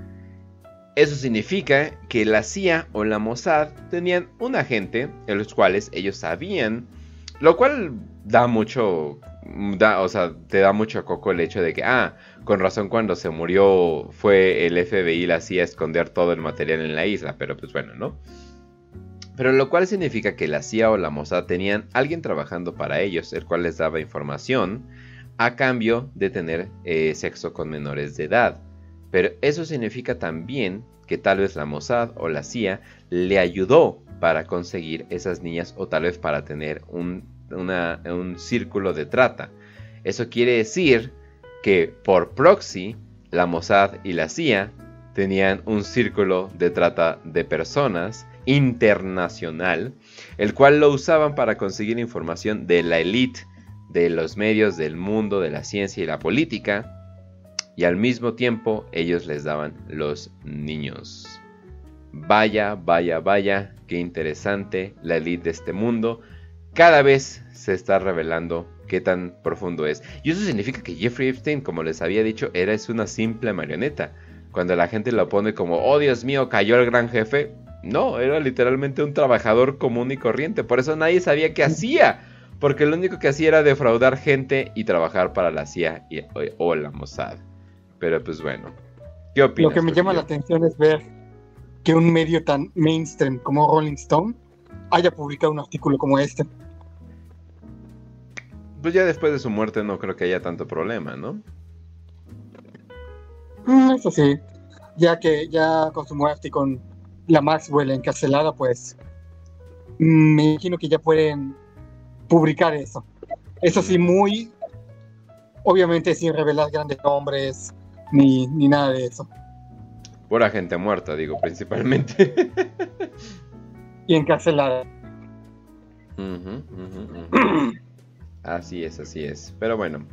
Speaker 1: Eso significa que la C I A o la Mossad tenían un agente en los cuales ellos sabían, lo cual da mucho, da, o sea, te da mucho coco el hecho de que, ah, con razón cuando se murió fue el F B I y la C I A a esconder todo el material en la isla, pero pues bueno, ¿no? Pero lo cual significa que la C I A o la Mossad tenían alguien trabajando para ellos, el cual les daba información a cambio de tener eh, sexo con menores de edad. Pero eso significa también que tal vez la Mossad o la C I A le ayudó para conseguir esas niñas o tal vez para tener un, una, un círculo de trata. Eso quiere decir que por proxy la Mossad y la C I A tenían un círculo de trata de personas internacional, el cual lo usaban para conseguir información de la élite, de los medios, del mundo, de la ciencia y la política. Y al mismo tiempo ellos les daban los niños. Vaya, vaya, vaya, qué interesante la élite de este mundo. Cada vez se está revelando qué tan profundo es. Y eso significa que Jeffrey Epstein, como les había dicho, era es una simple marioneta. Cuando la gente lo pone como, oh Dios mío, cayó el gran jefe. No, era literalmente un trabajador común y corriente. Por eso nadie sabía qué hacía. Porque lo único que hacía era defraudar gente y trabajar para la C I A y, o, o la Mossad. Pero pues bueno, ¿qué opinas?
Speaker 10: Lo que me llama la atención es ver que un medio tan mainstream como Rolling Stone haya publicado un artículo como este.
Speaker 1: Pues ya después de su muerte no creo que haya tanto problema, ¿no?
Speaker 10: Mm, eso sí, ya que ya con su muerte y con la Maxwell encarcelada, pues mm, me imagino que ya pueden publicar eso. Eso sí, muy, obviamente sin revelar grandes nombres, Ni, ni nada de eso.
Speaker 1: Pura gente muerta, digo, principalmente.
Speaker 10: Y encarcelada.
Speaker 1: Uh-huh, uh-huh, uh-huh. Así es, así es. Pero bueno,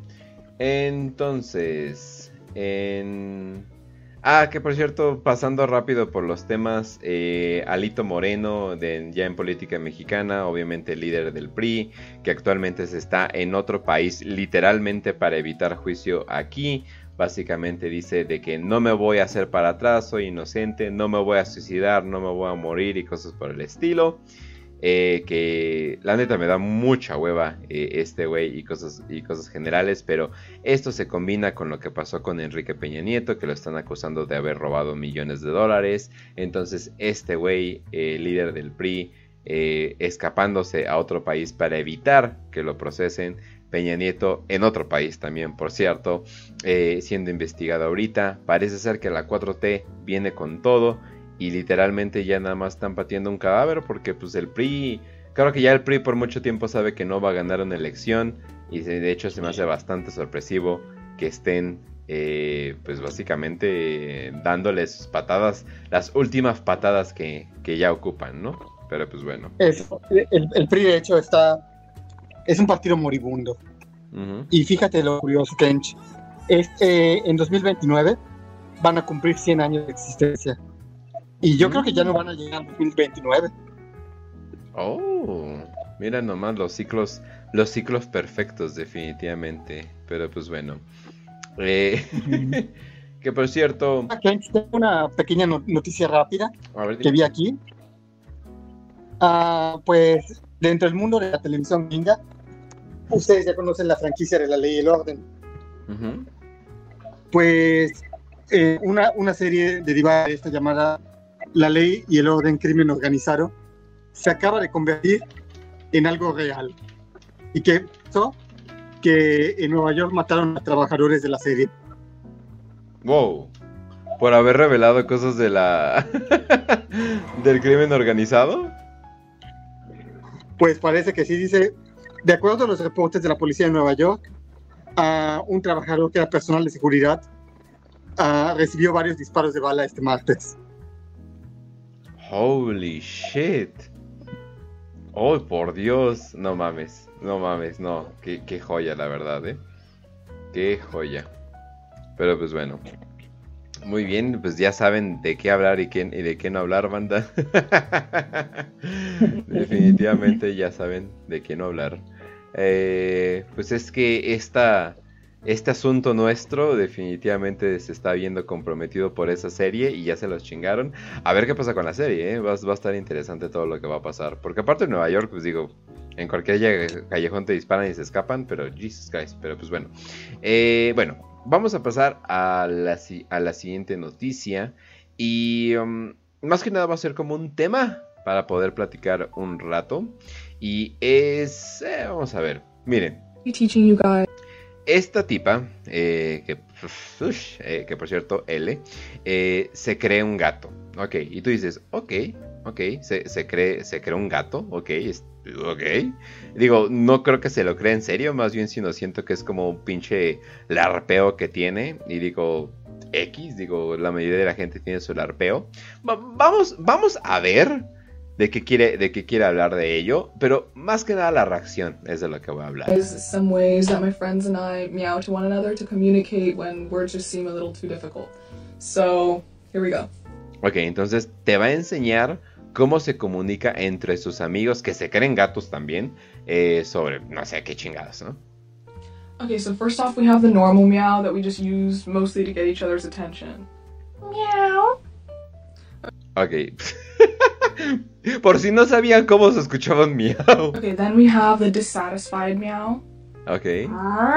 Speaker 1: entonces, en... Ah, que por cierto, pasando rápido por los temas, eh, Alito Moreno, de, ya en política mexicana, obviamente líder del P R I, que actualmente se está en otro país, literalmente para evitar juicio aquí. Básicamente dice de que no me voy a hacer para atrás, soy inocente, no me voy a suicidar, no me voy a morir y cosas por el estilo. Eh, que la neta me da mucha hueva eh, este güey y cosas, y cosas generales, pero esto se combina con lo que pasó con Enrique Peña Nieto, que lo están acusando de haber robado millones de dólares. Entonces este güey, eh, líder del P R I, eh, escapándose a otro país para evitar que lo procesen. Peña Nieto en otro país también, por cierto, eh, siendo investigado ahorita. Parece ser que la cuatro T viene con todo y literalmente ya nada más están pateando un cadáver porque pues el P R I, claro que ya el P R I por mucho tiempo sabe que no va a ganar una elección y de hecho se me hace bastante sorpresivo que estén eh, pues básicamente eh, dándoles patadas, las últimas patadas que, que ya ocupan, ¿no? Pero pues bueno.
Speaker 10: Es, el, el P R I de hecho está... Es un partido moribundo. Uh-huh. Y fíjate lo curioso, Kench. Este, en dos mil veintinueve van a cumplir cien años de existencia. Y yo uh-huh. creo que ya no van a llegar en dos mil veintinueve.
Speaker 1: Oh, mira nomás los ciclos, los ciclos perfectos definitivamente. Pero pues bueno. Eh, uh-huh. Que por cierto...
Speaker 10: Kench, tengo una pequeña noticia rápida que vi aquí. Uh, pues dentro del mundo de la televisión gringa, ustedes ya conocen la franquicia de La Ley y el Orden. Uh-huh. Pues eh, una, una serie derivada de esta llamada La Ley y el Orden Crimen Organizado se acaba de convertir en algo real. ¿Y qué pasó? que en Nueva York mataron a trabajadores de la serie.
Speaker 1: Wow. ¿Por haber revelado cosas de la del crimen organizado?
Speaker 10: Pues parece que sí, dice, de acuerdo a los reportes de la policía de Nueva York, uh, un trabajador que era personal de seguridad uh, recibió varios disparos de bala este martes.
Speaker 1: Holy shit. Oh, por Dios. No mames, no mames, no. Qué, qué joya, la verdad, eh. Qué joya. Pero pues bueno. Muy bien, pues ya saben de qué hablar y, qué, y de qué no hablar, banda. Definitivamente ya saben de qué no hablar. Eh, pues es que esta, este asunto nuestro definitivamente se está viendo comprometido por esa serie y ya se los chingaron. A ver qué pasa con la serie, ¿eh? va, va a estar interesante todo lo que va a pasar. Porque aparte de Nueva York, pues digo, en cualquier callejón te disparan y se escapan, pero Jesus Christ, pero pues bueno. Eh, bueno. Vamos a pasar a la, a la siguiente noticia y um, más que nada va a ser como un tema para poder platicar un rato y es, eh, vamos a ver, miren, esta tipa, eh, que, ush, eh, que por cierto, L, eh, se cree un gato, ok, y tú dices, ok, ok, se, se, cree, se cree un gato, ok, es, ok, digo, no creo que se lo cree en serio, más bien sino siento que es como un pinche larpeo que tiene, y digo, X, digo, la mayoría de la gente tiene su larpeo, Va- vamos, vamos a ver de qué quiere, de qué quiere hablar de ello, pero más que nada la reacción es de lo que voy a hablar.
Speaker 14: There's some ways that my friends and I meow to one another to communicate when words just seem a little too difficult. So, here we go.
Speaker 1: Ok, entonces te va a enseñar cómo se comunica entre sus amigos, que se creen gatos también, eh, sobre no sé qué chingadas, ¿no?
Speaker 14: Okay, so first off we have the normal meow that we just use mostly to get each other's attention. Meow.
Speaker 1: Ok. Por si no sabían cómo se escuchaba un miau.
Speaker 14: Okay, then we have the dissatisfied meow.
Speaker 1: Ok.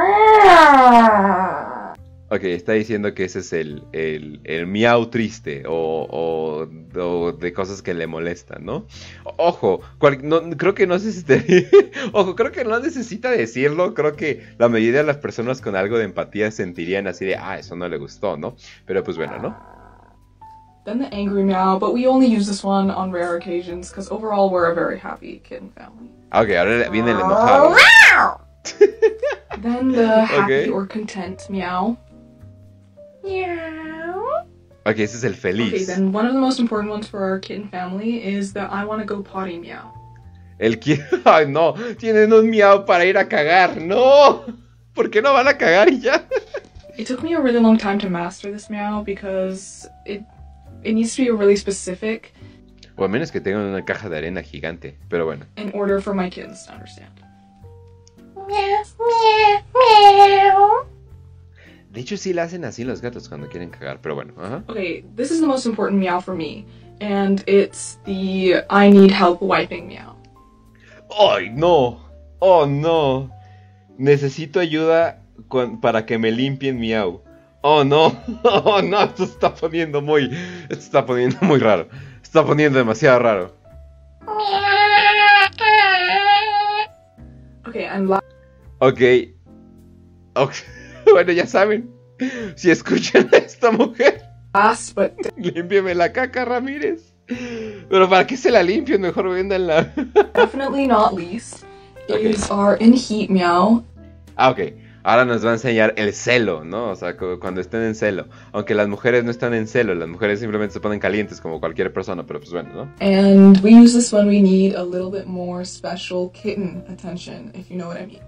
Speaker 1: Ok, está diciendo que ese es el, el, el miau triste o, o, o de cosas que le molestan, ¿no? Ojo, cual, no, creo que no necesita, ojo, creo que no necesita decirlo, creo que la mayoría de las personas con algo de empatía sentirían así de, ah, eso no le gustó, ¿no? Pero pues bueno, ¿no?
Speaker 14: Then the angry meow, but we only use this one on rare occasions because overall we're a very happy kitten family.
Speaker 1: Ok, ahora viene el enojado.
Speaker 14: Then the happy
Speaker 1: Okay.
Speaker 14: or content meow. Meow.
Speaker 1: Ok, ese es el feliz.
Speaker 14: Okay, then one of the most important ones for our kitten family is the I want to go potty meow.
Speaker 1: El que... Ay, no, tienen un miau para ir a cagar, no. ¿Por qué no van a cagar y ya?
Speaker 14: It took me a really long time to master this meow because it it needs to be really specific
Speaker 1: O a menos que tengan una caja de arena gigante, pero bueno.
Speaker 14: in order for my kittens to understand.
Speaker 1: De hecho, sí la hacen así los gatos cuando quieren cagar, pero bueno. Ajá.
Speaker 14: Okay, this is the most important meow for me, and it's the I need help wiping meow.
Speaker 1: ¡Ay, no! ¡Oh, no! Necesito ayuda con- para que me limpien miau. ¡Oh, no! ¡Oh, no! Esto se está poniendo muy... Esto se está poniendo muy raro. Se está poniendo demasiado raro.
Speaker 14: Okay, I'm la-
Speaker 1: Ok. Ok. Bueno, ya saben. Si escuchan a esta mujer,
Speaker 14: last but
Speaker 1: límpiame la caca, Ramírez. Pero ¿para qué se la limpian? Mejor véndanla.
Speaker 14: definitely not least is our in heat meow.
Speaker 1: Ah, ok. Ahora nos va a enseñar el celo, ¿no? O sea, cu- cuando estén en celo. Aunque las mujeres no están en celo, las mujeres simplemente se ponen calientes como cualquier persona, pero pues bueno, ¿no?
Speaker 14: And we use this when we need a little bit more special kitten attention, if you know what I mean.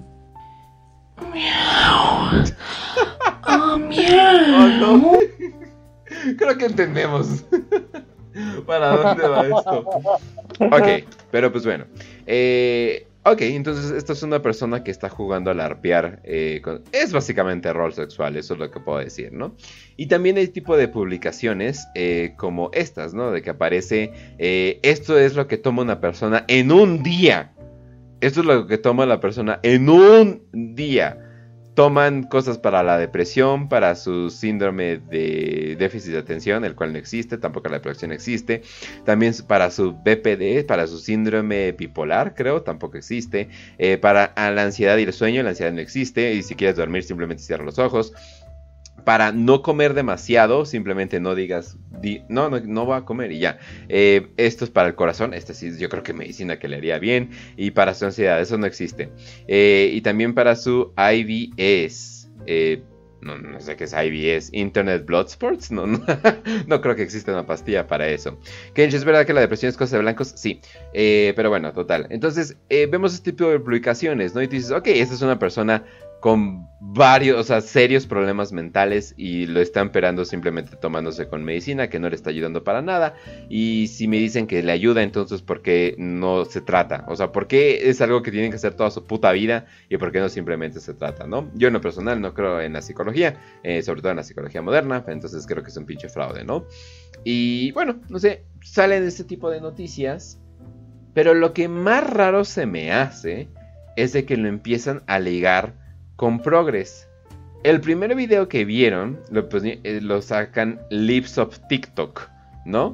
Speaker 14: Meow. Oh, meow.
Speaker 1: Oh, no. Creo que entendemos. ¿Para dónde va esto? Ok, pero pues bueno. Eh, ok, entonces esta es una persona que está jugando al arpear. Eh, con- es básicamente rol sexual, eso es lo que puedo decir, ¿no? Y también hay tipo de publicaciones eh, como estas, ¿no? De que aparece, eh, esto es lo que toma una persona en un día. Esto es lo que toma la persona en un día. toman cosas para la depresión, para su síndrome de déficit de atención, el cual no existe, tampoco la depresión existe. También para su B P D, para su síndrome bipolar, creo, tampoco existe. Eh, para la ansiedad y el sueño, la ansiedad no existe. Y si quieres dormir, simplemente cierra los ojos. Para no comer demasiado, simplemente no digas, di, no, no, no voy a comer y ya. Eh, esto es para el corazón, este sí, yo creo que medicina que le haría bien. Y para su ansiedad, eso no existe. Eh, y también para su I B S, eh, no, no sé qué es I B S, Internet Blood Sports, no, no, no creo que exista una pastilla para eso. Kench, ¿es verdad que la depresión es cosa de blancos? Sí, eh, pero bueno, total. Entonces, eh, vemos este tipo de publicaciones, ¿no? Y tú dices, ok, esta es una persona con varios, o sea, serios problemas mentales y lo está empeorando simplemente tomándose con medicina que no le está ayudando para nada. Y si me dicen que le ayuda, entonces ¿por qué no se trata? O sea, ¿por qué es algo que tienen que hacer toda su puta vida y por qué no simplemente se trata, ¿no? Yo en lo personal no creo en la psicología, eh, sobre todo en la psicología moderna, entonces creo que es un pinche fraude, ¿no? Y bueno, no sé, salen este tipo de noticias, pero lo que más raro se me hace es de que lo empiezan a ligar con progres. El primer video que vieron lo, pues, eh, lo sacan Lips of TikTok, ¿no?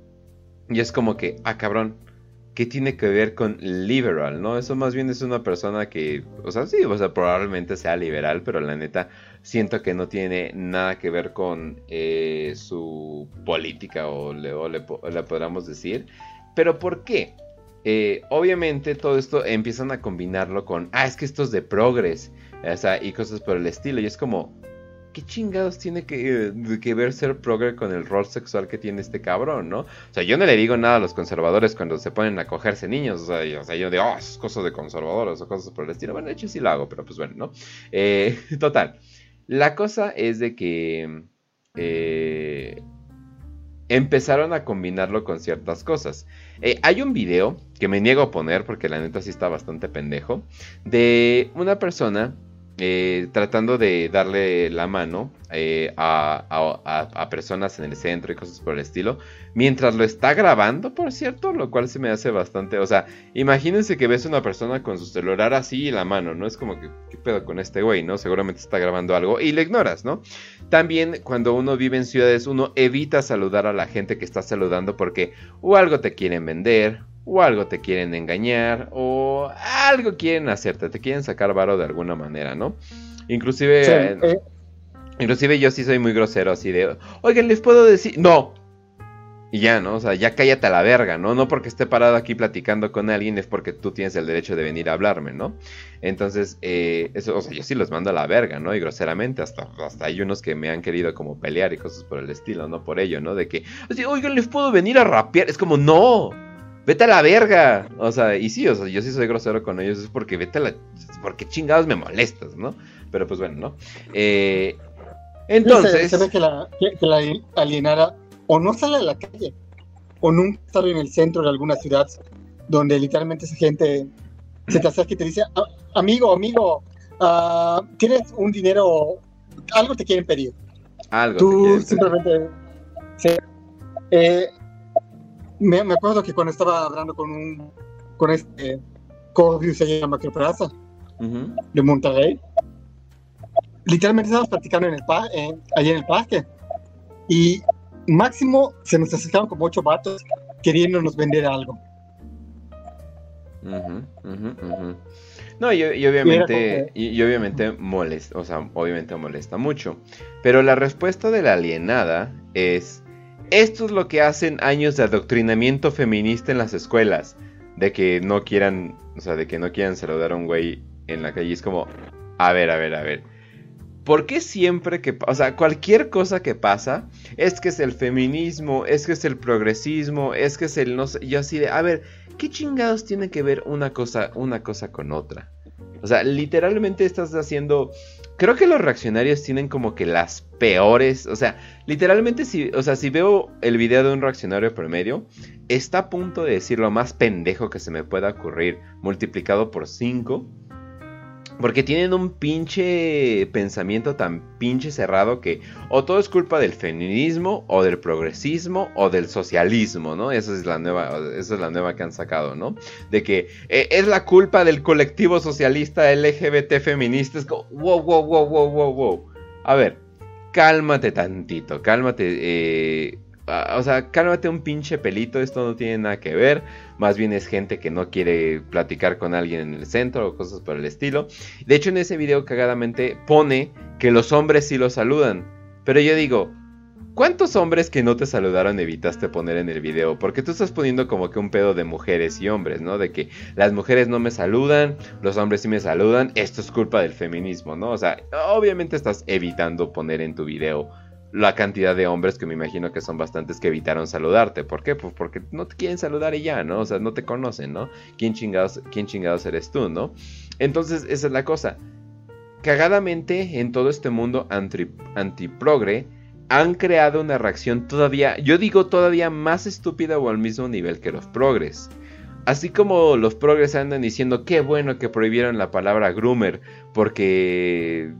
Speaker 1: Y es como que, ah, cabrón, ¿qué tiene que ver con liberal, no? Eso más bien es una persona que, o sea, sí, o sea, probablemente sea liberal, pero la neta siento que no tiene nada que ver con eh, su política o le, o le, o le podríamos decir. ¿Pero por qué? Eh, obviamente todo esto empiezan a combinarlo con, ah, es que esto es de progres, o sea, y cosas por el estilo, y es como, ¿qué chingados tiene que, que ver ser progre con el rol sexual que tiene este cabrón, no? O sea, yo no le digo nada a los conservadores cuando se ponen a cogerse niños, o sea, yo, o sea, yo digo, oh, es cosa de conservadores o cosas por el estilo. Bueno, de hecho sí lo hago, pero pues bueno, ¿no? Eh, total, la cosa es de que eh, empezaron a combinarlo con ciertas cosas. Eh, hay un video que me niego a poner porque la neta sí está bastante pendejo, de una persona eh, tratando de darle la mano eh, a, a, a personas en el centro y cosas por el estilo, mientras lo está grabando, por cierto, lo cual se me hace bastante, o sea, imagínense que ves una persona con su celular así y la mano, ¿no? Es como que, ¿qué pedo con este güey, no? Seguramente está grabando algo y le ignoras, ¿no? También cuando uno vive en ciudades, uno evita saludar a la gente que está saludando porque o algo te quieren vender, o algo te quieren engañar, o algo quieren hacerte, te quieren sacar varo de alguna manera, ¿no? Inclusive, sí, eh, eh. inclusive yo sí soy muy grosero así de, oigan, ¿les puedo decir? No. Y ya, ¿no? O sea, ya cállate a la verga, ¿no? No porque esté parado aquí platicando con alguien es porque tú tienes el derecho de venir a hablarme, ¿no? Entonces, eh, eso, o sea, yo sí los mando a la verga, ¿no? Y groseramente, hasta, hasta hay unos que me han querido como pelear y cosas por el estilo, ¿no? Por ello, ¿no? De que, así, oigan, ¿les puedo venir a rapear? Es como, no, vete a la verga. O sea, y sí, o sea, yo sí soy grosero con ellos, es porque vete a la... porque chingados me molestas, ¿no? Pero pues bueno, ¿no? Eh, entonces...
Speaker 10: Se, se ve que la, que, que la alienara o no sale a la calle, o nunca sale en el centro de alguna ciudad, donde literalmente esa gente se te acerca y te dice, amigo, amigo, uh, tienes un dinero, algo te quieren pedir.
Speaker 1: Algo
Speaker 10: Tú
Speaker 1: te
Speaker 10: simplemente... Sí, eh, me, me acuerdo que cuando estaba hablando con un, con este, ¿cómo se llama? Plaza, uh-huh. de Monterrey, literalmente estábamos platicando en el pa- eh, allá en el parque, y máximo se nos acercaron como ocho vatos queriéndonos vender algo.
Speaker 1: Uh-huh, uh-huh, uh-huh. No, y, y obviamente, y, y obviamente molesta, o sea, obviamente molesta mucho. Pero la respuesta de la alienada es: esto es lo que hacen años de adoctrinamiento feminista en las escuelas, de que no quieran, o sea, de que no quieran saludar a un güey en la calle. Es como, a ver, a ver, a ver. ¿Por qué siempre que, o sea, cualquier cosa que pasa, es que es el feminismo, es que es el progresismo, es que es el no sé, yo así de, a ver, ¿qué chingados tiene que ver una cosa, una cosa con otra? O sea, literalmente estás haciendo, creo que los reaccionarios tienen como que las peores, o sea, literalmente si, o sea, si veo el video de un reaccionario promedio, está a punto de decir lo más pendejo que se me pueda ocurrir, multiplicado por cinco. Porque tienen un pinche pensamiento tan pinche cerrado que o todo es culpa del feminismo, o del progresismo, o del socialismo, ¿no? Esa es la nueva, esa es la nueva que han sacado, ¿no? De que eh, es la culpa del colectivo socialista L G B T feminista. Es como, wow, wow, wow, wow, wow, wow. A ver, cálmate tantito, cálmate, eh... O sea, cálmate un pinche pelito, esto no tiene nada que ver. Más bien es gente que no quiere platicar con alguien en el centro o cosas por el estilo. De hecho, en ese video cagadamente pone que los hombres sí lo saludan. Pero yo digo, ¿cuántos hombres que no te saludaron evitaste poner en el video? Porque tú estás poniendo como que un pedo de mujeres y hombres, ¿no? De que las mujeres no me saludan, los hombres sí me saludan, esto es culpa del feminismo, ¿no? O sea, obviamente estás evitando poner en tu video la cantidad de hombres que me imagino que son bastantes que evitaron saludarte. ¿Por qué? Pues porque no te quieren saludar y ya, ¿no? O sea, no te conocen, ¿no? ¿Quién chingados, quién chingados eres tú, no? Entonces, esa es la cosa. Cagadamente, en todo este mundo anti, antiprogre, han creado una reacción todavía, yo digo todavía más estúpida o al mismo nivel que los progres. Así como los progres andan diciendo, qué bueno que prohibieron la palabra groomer, porque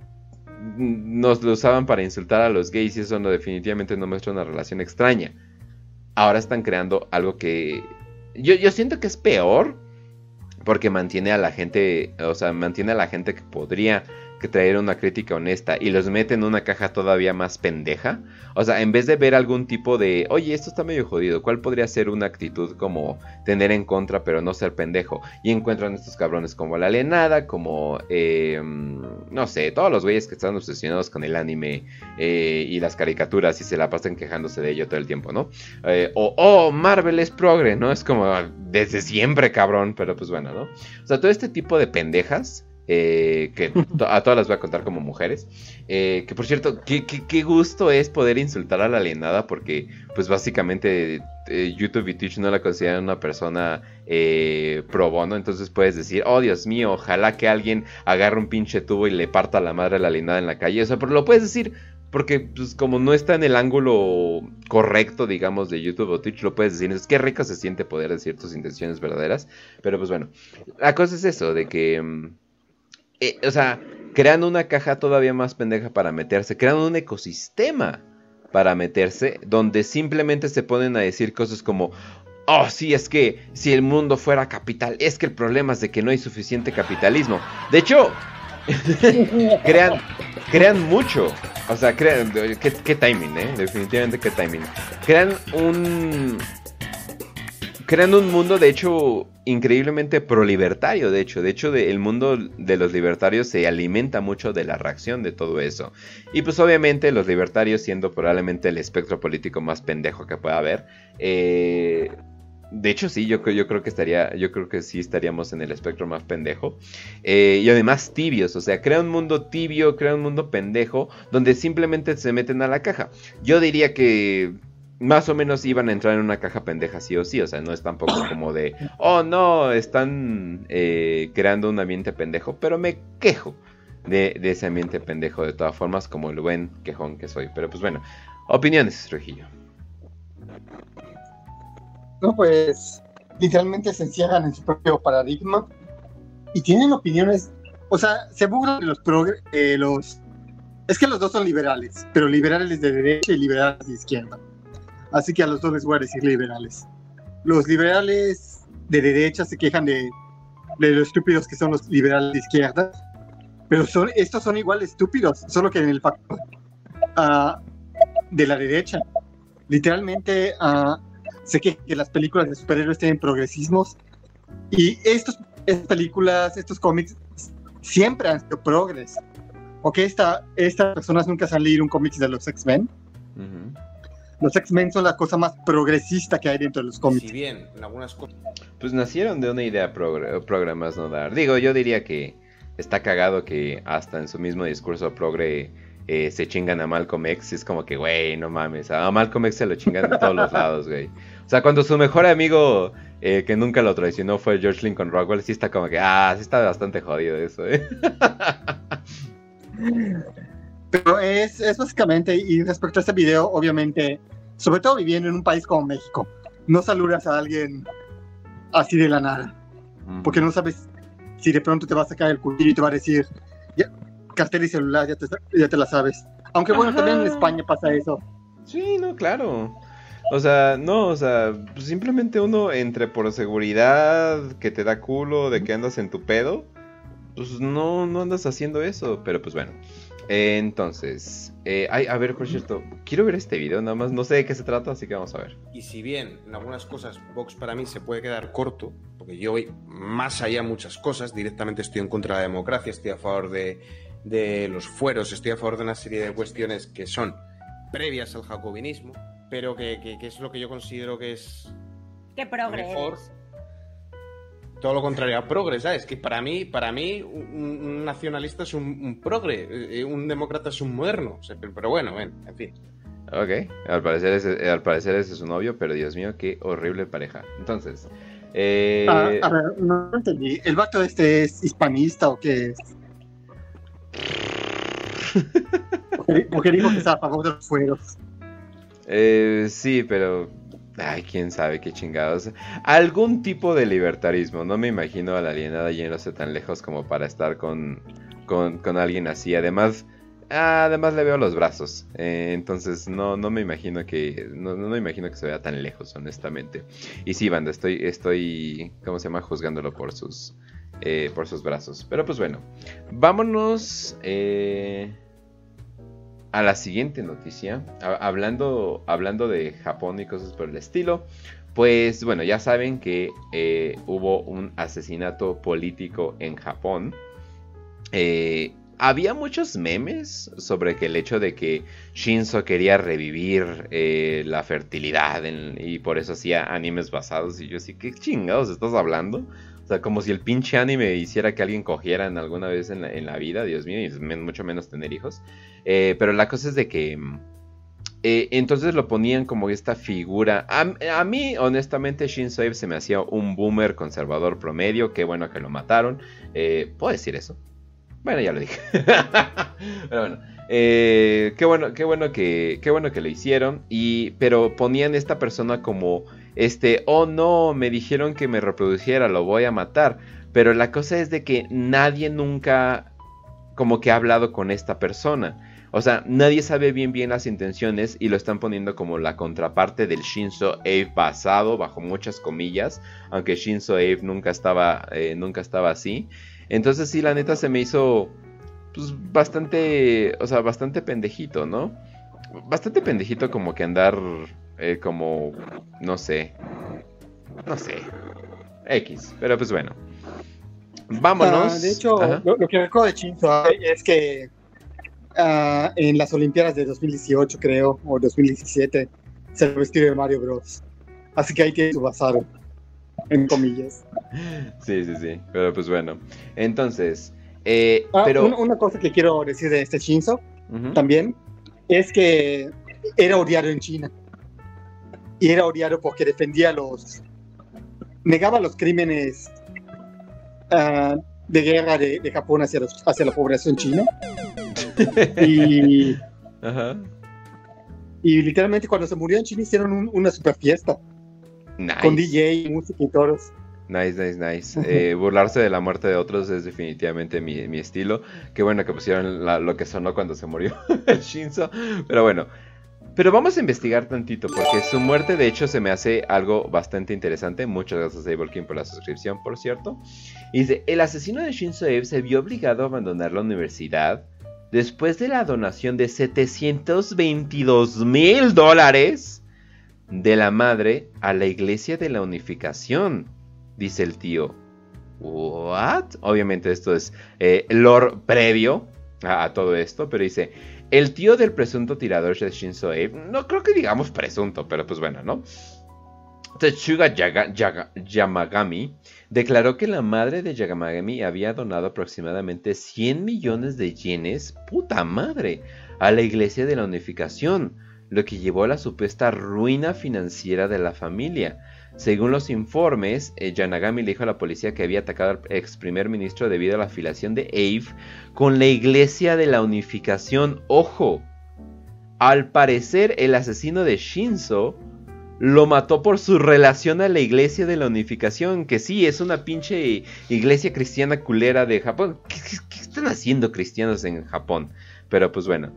Speaker 1: nos lo usaban para insultar a los gays y eso no, definitivamente no muestra una relación extraña. Ahora están creando algo que yo, yo siento que es peor, porque mantiene a la gente, o sea, mantiene a la gente que podría que traer una crítica honesta y los mete en una caja todavía más pendeja. O sea, en vez de ver algún tipo de, oye, esto está medio jodido, ¿cuál podría ser una actitud como tener en contra pero no ser pendejo? Y encuentran estos cabrones como La Alienada, como, eh, no sé, todos los güeyes que están obsesionados con el anime eh, y las caricaturas y se la pasan quejándose de ello todo el tiempo, ¿no? Eh, o, oh, Marvel es progre, ¿no? Es como, desde siempre, cabrón, pero pues bueno, ¿no? O sea, todo este tipo de pendejas, Eh, que to- a todas las voy a contar como mujeres, eh, que por cierto, qué, qué, qué gusto es poder insultar a La Alienada, porque pues básicamente eh, YouTube y Twitch no la consideran una persona eh, pro bono, entonces puedes decir, oh Dios mío, ojalá que alguien agarre un pinche tubo y le parta a la madre a La Alienada en la calle, o sea, pero lo puedes decir porque pues como no está en el ángulo correcto, digamos, de YouTube o Twitch, lo puedes decir. Es que rico se siente poder decir tus intenciones verdaderas, pero pues bueno, la cosa es eso, de que Eh, o sea, crean una caja todavía más pendeja para meterse, crean un ecosistema para meterse, donde simplemente se ponen a decir cosas como, oh, sí, es que si el mundo fuera capital, es que el problema es de que no hay suficiente capitalismo. De hecho, crean, crean mucho, o sea, crean, qué, qué timing, eh, definitivamente qué timing. Crean un... Crean un mundo, de hecho, increíblemente prolibertario, de hecho. De hecho, de, el mundo de los libertarios se alimenta mucho de la reacción de todo eso. Y pues obviamente los libertarios, siendo probablemente el espectro político más pendejo que pueda haber, eh, de hecho sí, yo, yo creo que estaría, yo creo que sí estaríamos en el espectro más pendejo. Eh, y además tibios, o sea, crea un mundo tibio, crea un mundo pendejo, donde simplemente se meten a la caja. Yo diría que más o menos iban a entrar en una caja pendeja sí o sí, o sea, no es tampoco como de, oh no, están eh, creando un ambiente pendejo, pero me quejo de, de ese ambiente pendejo de todas formas, como el buen quejón que soy. Pero pues bueno, opiniones, Trujillo.
Speaker 10: No, pues literalmente se encierran en su propio paradigma y tienen opiniones, o sea, se burlan de los progres, eh, los, es que los dos son liberales, pero liberales de derecha y liberales de izquierda. Así que a los dos les voy a decir liberales. Los liberales de derecha se quejan de, de lo estúpidos que son los liberales de izquierda, pero son, estos son igual estúpidos, solo que en el factor uh, de la derecha. Literalmente uh, se quejan que las películas de superhéroes tienen progresismos y estos, estas películas, estos cómics siempre han sido progres. Ok, esta, estas personas nunca se han leído un cómic de los X-Men. Uh-huh. Los X-Men son la cosa más progresista que hay dentro de los cómics.
Speaker 9: Si bien, en algunas cosas.
Speaker 1: Pues nacieron de una idea progre, progre más no dar. Digo, yo diría que está cagado que hasta en su mismo discurso progre eh, se chingan a Malcolm X. Es como que, güey, no mames. A Malcolm X se lo chingan de todos los lados, güey. O sea, cuando su mejor amigo eh, que nunca lo traicionó fue George Lincoln Rockwell, sí está como que, ah, sí está bastante jodido eso, eh.
Speaker 10: Pero es, es básicamente, y respecto a este video, obviamente, sobre todo viviendo en un país como México, no saludas a alguien así de la nada, porque no sabes si de pronto te va a sacar el cuchillo y te va a decir, ya, cartera y celular, ya te, ya te la sabes. Aunque bueno, Ajá. también en España pasa eso.
Speaker 1: Sí, no, claro. O sea, no, o sea, pues simplemente uno entre por seguridad, que te da culo de que andas en tu pedo, pues no, no andas haciendo eso, pero pues bueno. Eh, entonces, eh, ay, a ver, por cierto, quiero ver este video, nada más no sé de qué se trata, así que vamos a ver.
Speaker 15: Y si bien en algunas cosas Vox para mí se puede quedar corto, porque yo voy más allá de muchas cosas, directamente estoy en contra de la democracia, estoy a favor de, de los fueros, estoy a favor de una serie de cuestiones que son previas al jacobinismo, pero que, que, que es lo que yo considero que es
Speaker 16: Qué progre
Speaker 15: mejor.
Speaker 16: eres.
Speaker 15: Todo lo contrario a progre, ¿sabes? Que para mí, para mí un, un nacionalista es un, un progre, un demócrata es un moderno. O sea, pero, pero bueno, ven, en fin.
Speaker 1: Ok, al parecer, ese, al parecer ese es su novio, pero Dios mío, qué horrible pareja. Entonces, eh...
Speaker 10: ah, a ver, no entendí. ¿El vato este es hispanista o qué es? porque, porque dijo que está a favor de los fueros.
Speaker 1: Eh, sí, pero... Ay, quién sabe qué chingados. Algún tipo de libertarismo. No me imagino a la alienada yéndose tan lejos como para estar con, con, con alguien así. Además, además le veo los brazos. Eh, entonces no, no me imagino que. No, no me imagino que se vea tan lejos, honestamente. Y sí, banda, estoy, estoy. ¿Cómo se llama? Juzgándolo por sus. Eh, por sus brazos. Pero pues bueno. Vámonos. Eh. A la siguiente noticia, hablando, hablando de Japón y cosas por el estilo, pues bueno, ya saben que eh, hubo un asesinato político en Japón. Eh, había muchos memes sobre que el hecho de que Shinzo quería revivir eh, la fertilidad en, y por eso hacía animes basados. Y yo así, ¿qué chingados estás hablando? O sea, como si el pinche anime hiciera que alguien cogiera en alguna vez en la, en la vida, Dios mío, y mucho menos tener hijos. Eh, pero la cosa es de que eh, entonces lo ponían como esta figura. A, a mí, honestamente, Shinzo Abe se me hacía un boomer conservador promedio. Qué bueno que lo mataron. Eh, ¿Puedo decir eso? Bueno, ya lo dije. Pero bueno, eh, qué bueno, qué bueno que, qué bueno que lo hicieron. Y pero ponían esta persona como este, oh no, me dijeron que me reprodujera, lo voy a matar. Pero la cosa es de que nadie nunca como que ha hablado con esta persona. O sea, nadie sabe bien bien las intenciones y lo están poniendo como la contraparte del Shinzo Abe pasado, bajo muchas comillas, aunque Shinzo Abe nunca estaba, eh, nunca estaba así. Entonces sí, la neta se me hizo pues bastante, o sea, bastante pendejito, ¿no? Bastante pendejito como que andar eh, como, no sé, no sé, X, pero pues bueno. Vámonos.
Speaker 10: Uh, de hecho, lo, lo que recuerdo de Shinzo Abe es que Uh, en las Olimpiadas de dos mil dieciocho, creo, o dos mil diecisiete, se lo vestió de Mario Bros. Así que ahí tiene su basado, en comillas.
Speaker 1: Sí, sí, sí, pero pues bueno. Entonces, eh,
Speaker 10: ah,
Speaker 1: pero...
Speaker 10: una, una cosa que quiero decir de este Shinzo, uh-huh. también, es que era odiado en China. Y era odiado porque defendía los... negaba los crímenes uh, de guerra de, de Japón hacia, los, hacia la población china. y,
Speaker 1: Ajá.
Speaker 10: y literalmente cuando se murió en China hicieron un, una super fiesta
Speaker 1: nice.
Speaker 10: Con D J, música y toros.
Speaker 1: Nice, nice, nice. Eh, burlarse de la muerte de otros es definitivamente mi, mi estilo. Qué bueno que pusieron la, lo que sonó cuando se murió el Shinzo. Pero bueno, pero vamos a investigar tantito porque su muerte de hecho se me hace algo bastante interesante. Muchas gracias a Evil King por la suscripción, por cierto. Y dice, el asesino de Shinzo Abe se vio obligado a abandonar la universidad después de la donación de setecientos veintidós mil dólares de la madre a la Iglesia de la Unificación, dice el tío. ¿What? Obviamente esto es eh, lore previo a, a todo esto, pero dice, el tío del presunto tirador de Shinzo Abe, no creo que digamos presunto, pero pues bueno, ¿no? Tetsuga Yaga, Yaga, Yamagami declaró que la madre de Yamagami había donado aproximadamente cien millones de yenes, puta madre, a la Iglesia de la Unificación, lo que llevó a la supuesta ruina financiera de la familia. Según los informes, eh, Yanagami le dijo a la policía que había atacado al ex primer ministro debido a la afiliación de Abe con la Iglesia de la Unificación. ¡Ojo! Al parecer, el asesino de Shinzo lo mató por su relación a la iglesia de la unificación, que sí, es una pinche iglesia cristiana culera de Japón. ¿Qué, qué, qué están haciendo cristianos en Japón? Pero pues bueno.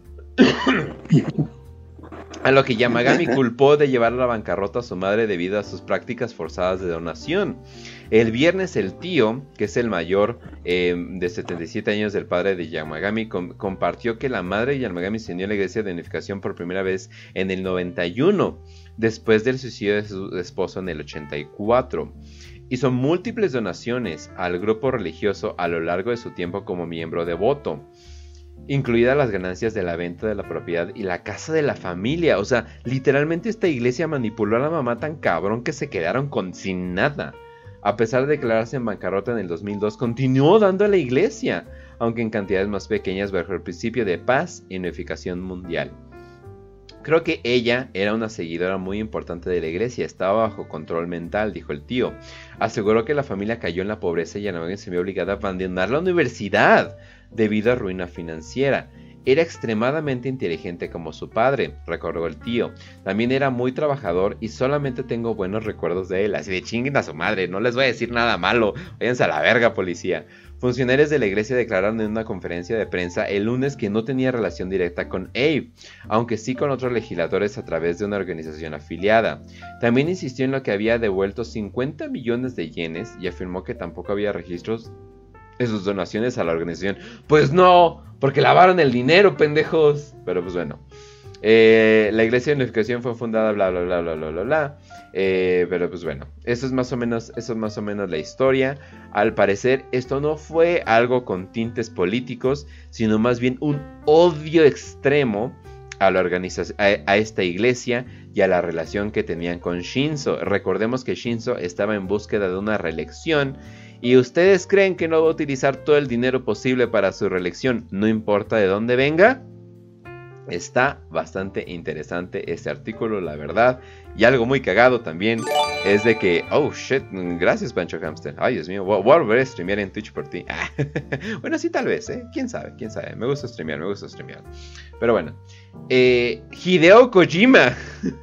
Speaker 1: A lo que Yamagami culpó de llevar a la bancarrota a su madre debido a sus prácticas forzadas de donación. El viernes el tío, que es el mayor eh, de setenta y siete años del padre de Yamagami, com- compartió que la madre de Yamagami se unió a la iglesia de unificación por primera vez en el noventa y uno, después del suicidio de su esposo en el ochenta y cuatro. Hizo múltiples donaciones al grupo religioso a lo largo de su tiempo como miembro devoto, incluidas las ganancias de la venta de la propiedad y la casa de la familia. O sea, literalmente esta iglesia manipuló a la mamá tan cabrón que se quedaron con sin nada. A pesar de declararse en bancarrota en el dos mil dos, continuó dando a la iglesia, aunque en cantidades más pequeñas bajo el principio de paz y unificación mundial. Creo que ella era una seguidora muy importante de la iglesia, estaba bajo control mental, dijo el tío. Aseguró que la familia cayó en la pobreza y Yamagami se vio obligada a abandonar la universidad debido a ruina financiera. Era extremadamente inteligente como su padre, recordó el tío. También era muy trabajador y solamente tengo buenos recuerdos de él. Así de chinguen a su madre, no les voy a decir nada malo. Váyanse a la verga, policía. Funcionarios de la iglesia declararon en una conferencia de prensa el lunes que no tenía relación directa con Abe, aunque sí con otros legisladores a través de una organización afiliada. También insistió en lo que había devuelto cincuenta millones de yenes y afirmó que tampoco había registros de sus donaciones a la organización. Pues no, porque lavaron el dinero, pendejos. Pero pues bueno. Eh, la iglesia de unificación fue fundada bla bla bla bla bla bla bla. Eh, pero pues bueno, eso es más o menos, eso es más o menos la historia. Al parecer esto no fue algo con tintes políticos, sino más bien un odio extremo a la organización, a, a esta iglesia y a la relación que tenían con Shinzo. Recordemos que Shinzo estaba en búsqueda de una reelección. ¿Y ustedes creen que no va a utilizar todo el dinero posible para su reelección, no importa de dónde venga? Está bastante interesante este artículo, la verdad. Y algo muy cagado también es de que... Oh, shit, gracias Pancho Hamster. Ay, Dios mío, voy a volver a streamear en Twitch por ti. Bueno, sí, tal vez, ¿eh? ¿Quién sabe? ¿Quién sabe? Me gusta streamear, me gusta streamear. Pero bueno. Eh, Hideo Kojima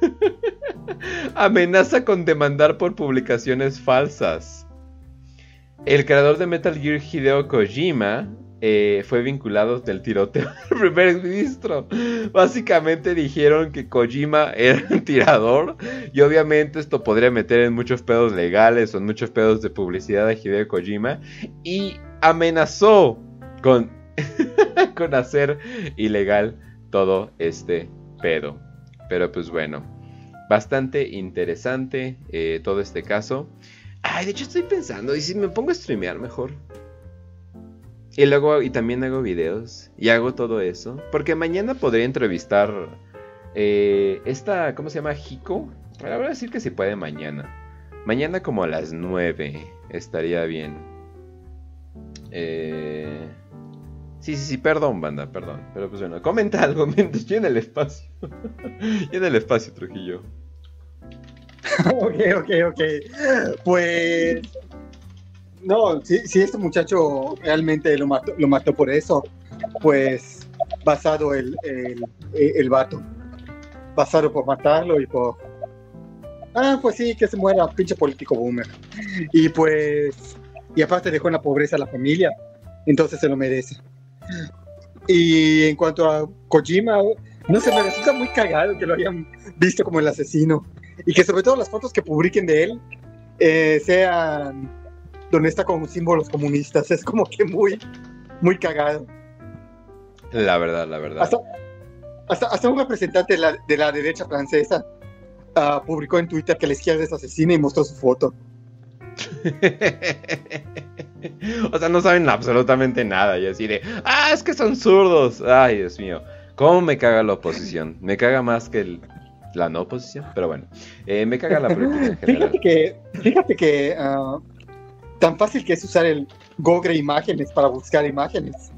Speaker 1: amenaza con demandar por publicaciones falsas. El creador de Metal Gear, Hideo Kojima, eh, fue vinculado del tiroteo del primer ministro. Básicamente dijeron que Kojima era un tirador y obviamente esto podría meter en muchos pedos legales o en muchos pedos de publicidad a Hideo Kojima, y amenazó con, con hacer ilegal todo este pedo. Pero pues bueno, bastante interesante eh, todo este caso. Ay, de hecho estoy pensando, ¿y si me pongo a streamear mejor? Y luego, y también hago videos, y hago todo eso. Porque mañana podría entrevistar eh, esta, ¿cómo se llama? Hiko. Ahora voy a decir que si puede mañana. Mañana como a las nueve estaría bien. Eh... Sí, sí, sí, perdón, banda, perdón. Pero pues bueno, comenta algo mientras estoy en el espacio. Y en el espacio, Trujillo.
Speaker 10: Ok, ok, ok. Pues... No, si, si este muchacho realmente lo mató, lo mató por eso, pues basado el, el, el vato. Basado por matarlo y por... Ah, pues sí, que se muera, pinche político boomer. Y pues... Y aparte dejó en la pobreza a la familia, entonces se lo merece. Y en cuanto a Kojima, no sé, me resulta muy cagado que lo hayan visto como el asesino. Y que sobre todo las fotos que publiquen de él eh, sean donde está con símbolos comunistas. Es como que muy, muy cagado.
Speaker 1: La verdad, la verdad.
Speaker 10: Hasta, hasta, hasta un representante de la, de la derecha francesa uh, publicó en Twitter que la izquierda es asesina y mostró su foto.
Speaker 1: O sea, no saben absolutamente nada. Y así de, ah, es que son zurdos. Ay, Dios mío, cómo me caga la oposición. Me caga más que el, la no oposición. Pero bueno, eh, me caga la política en general.
Speaker 10: Fíjate que, fíjate que uh, tan fácil que es usar el Google Imágenes para buscar imágenes.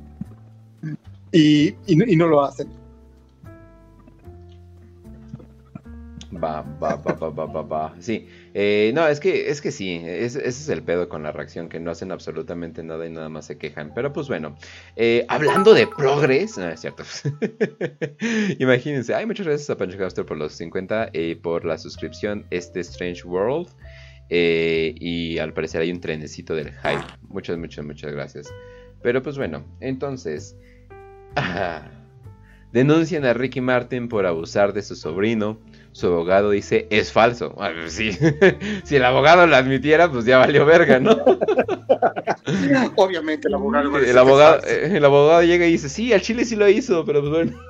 Speaker 10: Y, y, y no lo hacen.
Speaker 1: Va, va, va, va, va, va, va. Sí, eh, no, es que, es que sí, es, ese es el pedo con la reacción, que no hacen absolutamente nada y nada más se quejan. Pero pues bueno, eh, hablando de progres, no es cierto. Imagínense, ay, muchas gracias a Pancho Caster por los cincuenta y eh, por la suscripción este Strange World. Eh, y al parecer hay un trenecito del hype. Muchas, muchas, muchas gracias. Pero pues bueno, entonces... Ah, denuncian a Ricky Martin por abusar de su sobrino. Su abogado dice, es falso. Ah, sí. Si el abogado lo admitiera, pues ya valió verga, ¿no?
Speaker 10: Obviamente el abogado va a decir
Speaker 1: el abogado,
Speaker 10: que es falso.
Speaker 1: el abogado llega y dice, sí, al chile sí lo hizo, pero pues bueno.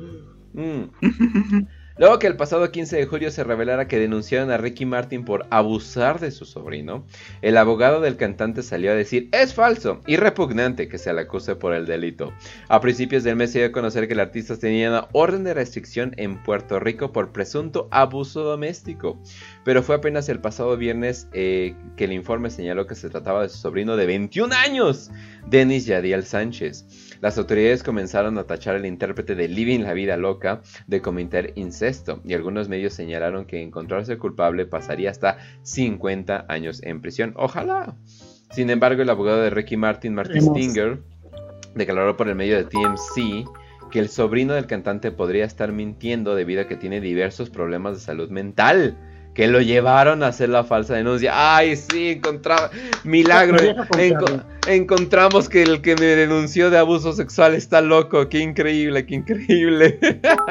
Speaker 1: mm. Luego que el pasado quince de julio se revelara que denunciaron a Ricky Martin por abusar de su sobrino, el abogado del cantante salió a decir, es falso y repugnante que se le acuse por el delito. A principios del mes se dio a conocer que el artista tenía una orden de restricción en Puerto Rico por presunto abuso doméstico, pero fue apenas el pasado viernes eh, que el informe señaló que se trataba de su sobrino de veintiún años, Denis Yadiel Sánchez. Las autoridades comenzaron a tachar al intérprete de Living la Vida Loca de cometer incesto, y algunos medios señalaron que encontrarse culpable pasaría hasta cincuenta años en prisión. ¡Ojalá! Sin embargo, el abogado de Ricky Martin, Martin Stinger, declaró por el medio de T M C que el sobrino del cantante podría estar mintiendo debido a que tiene diversos problemas de salud mental que lo llevaron a hacer la falsa denuncia. ¡Ay, sí! Encontramos... ¡Milagro! Enco... Encontramos que el que me denunció de abuso sexual está loco. ¡Qué increíble, qué increíble!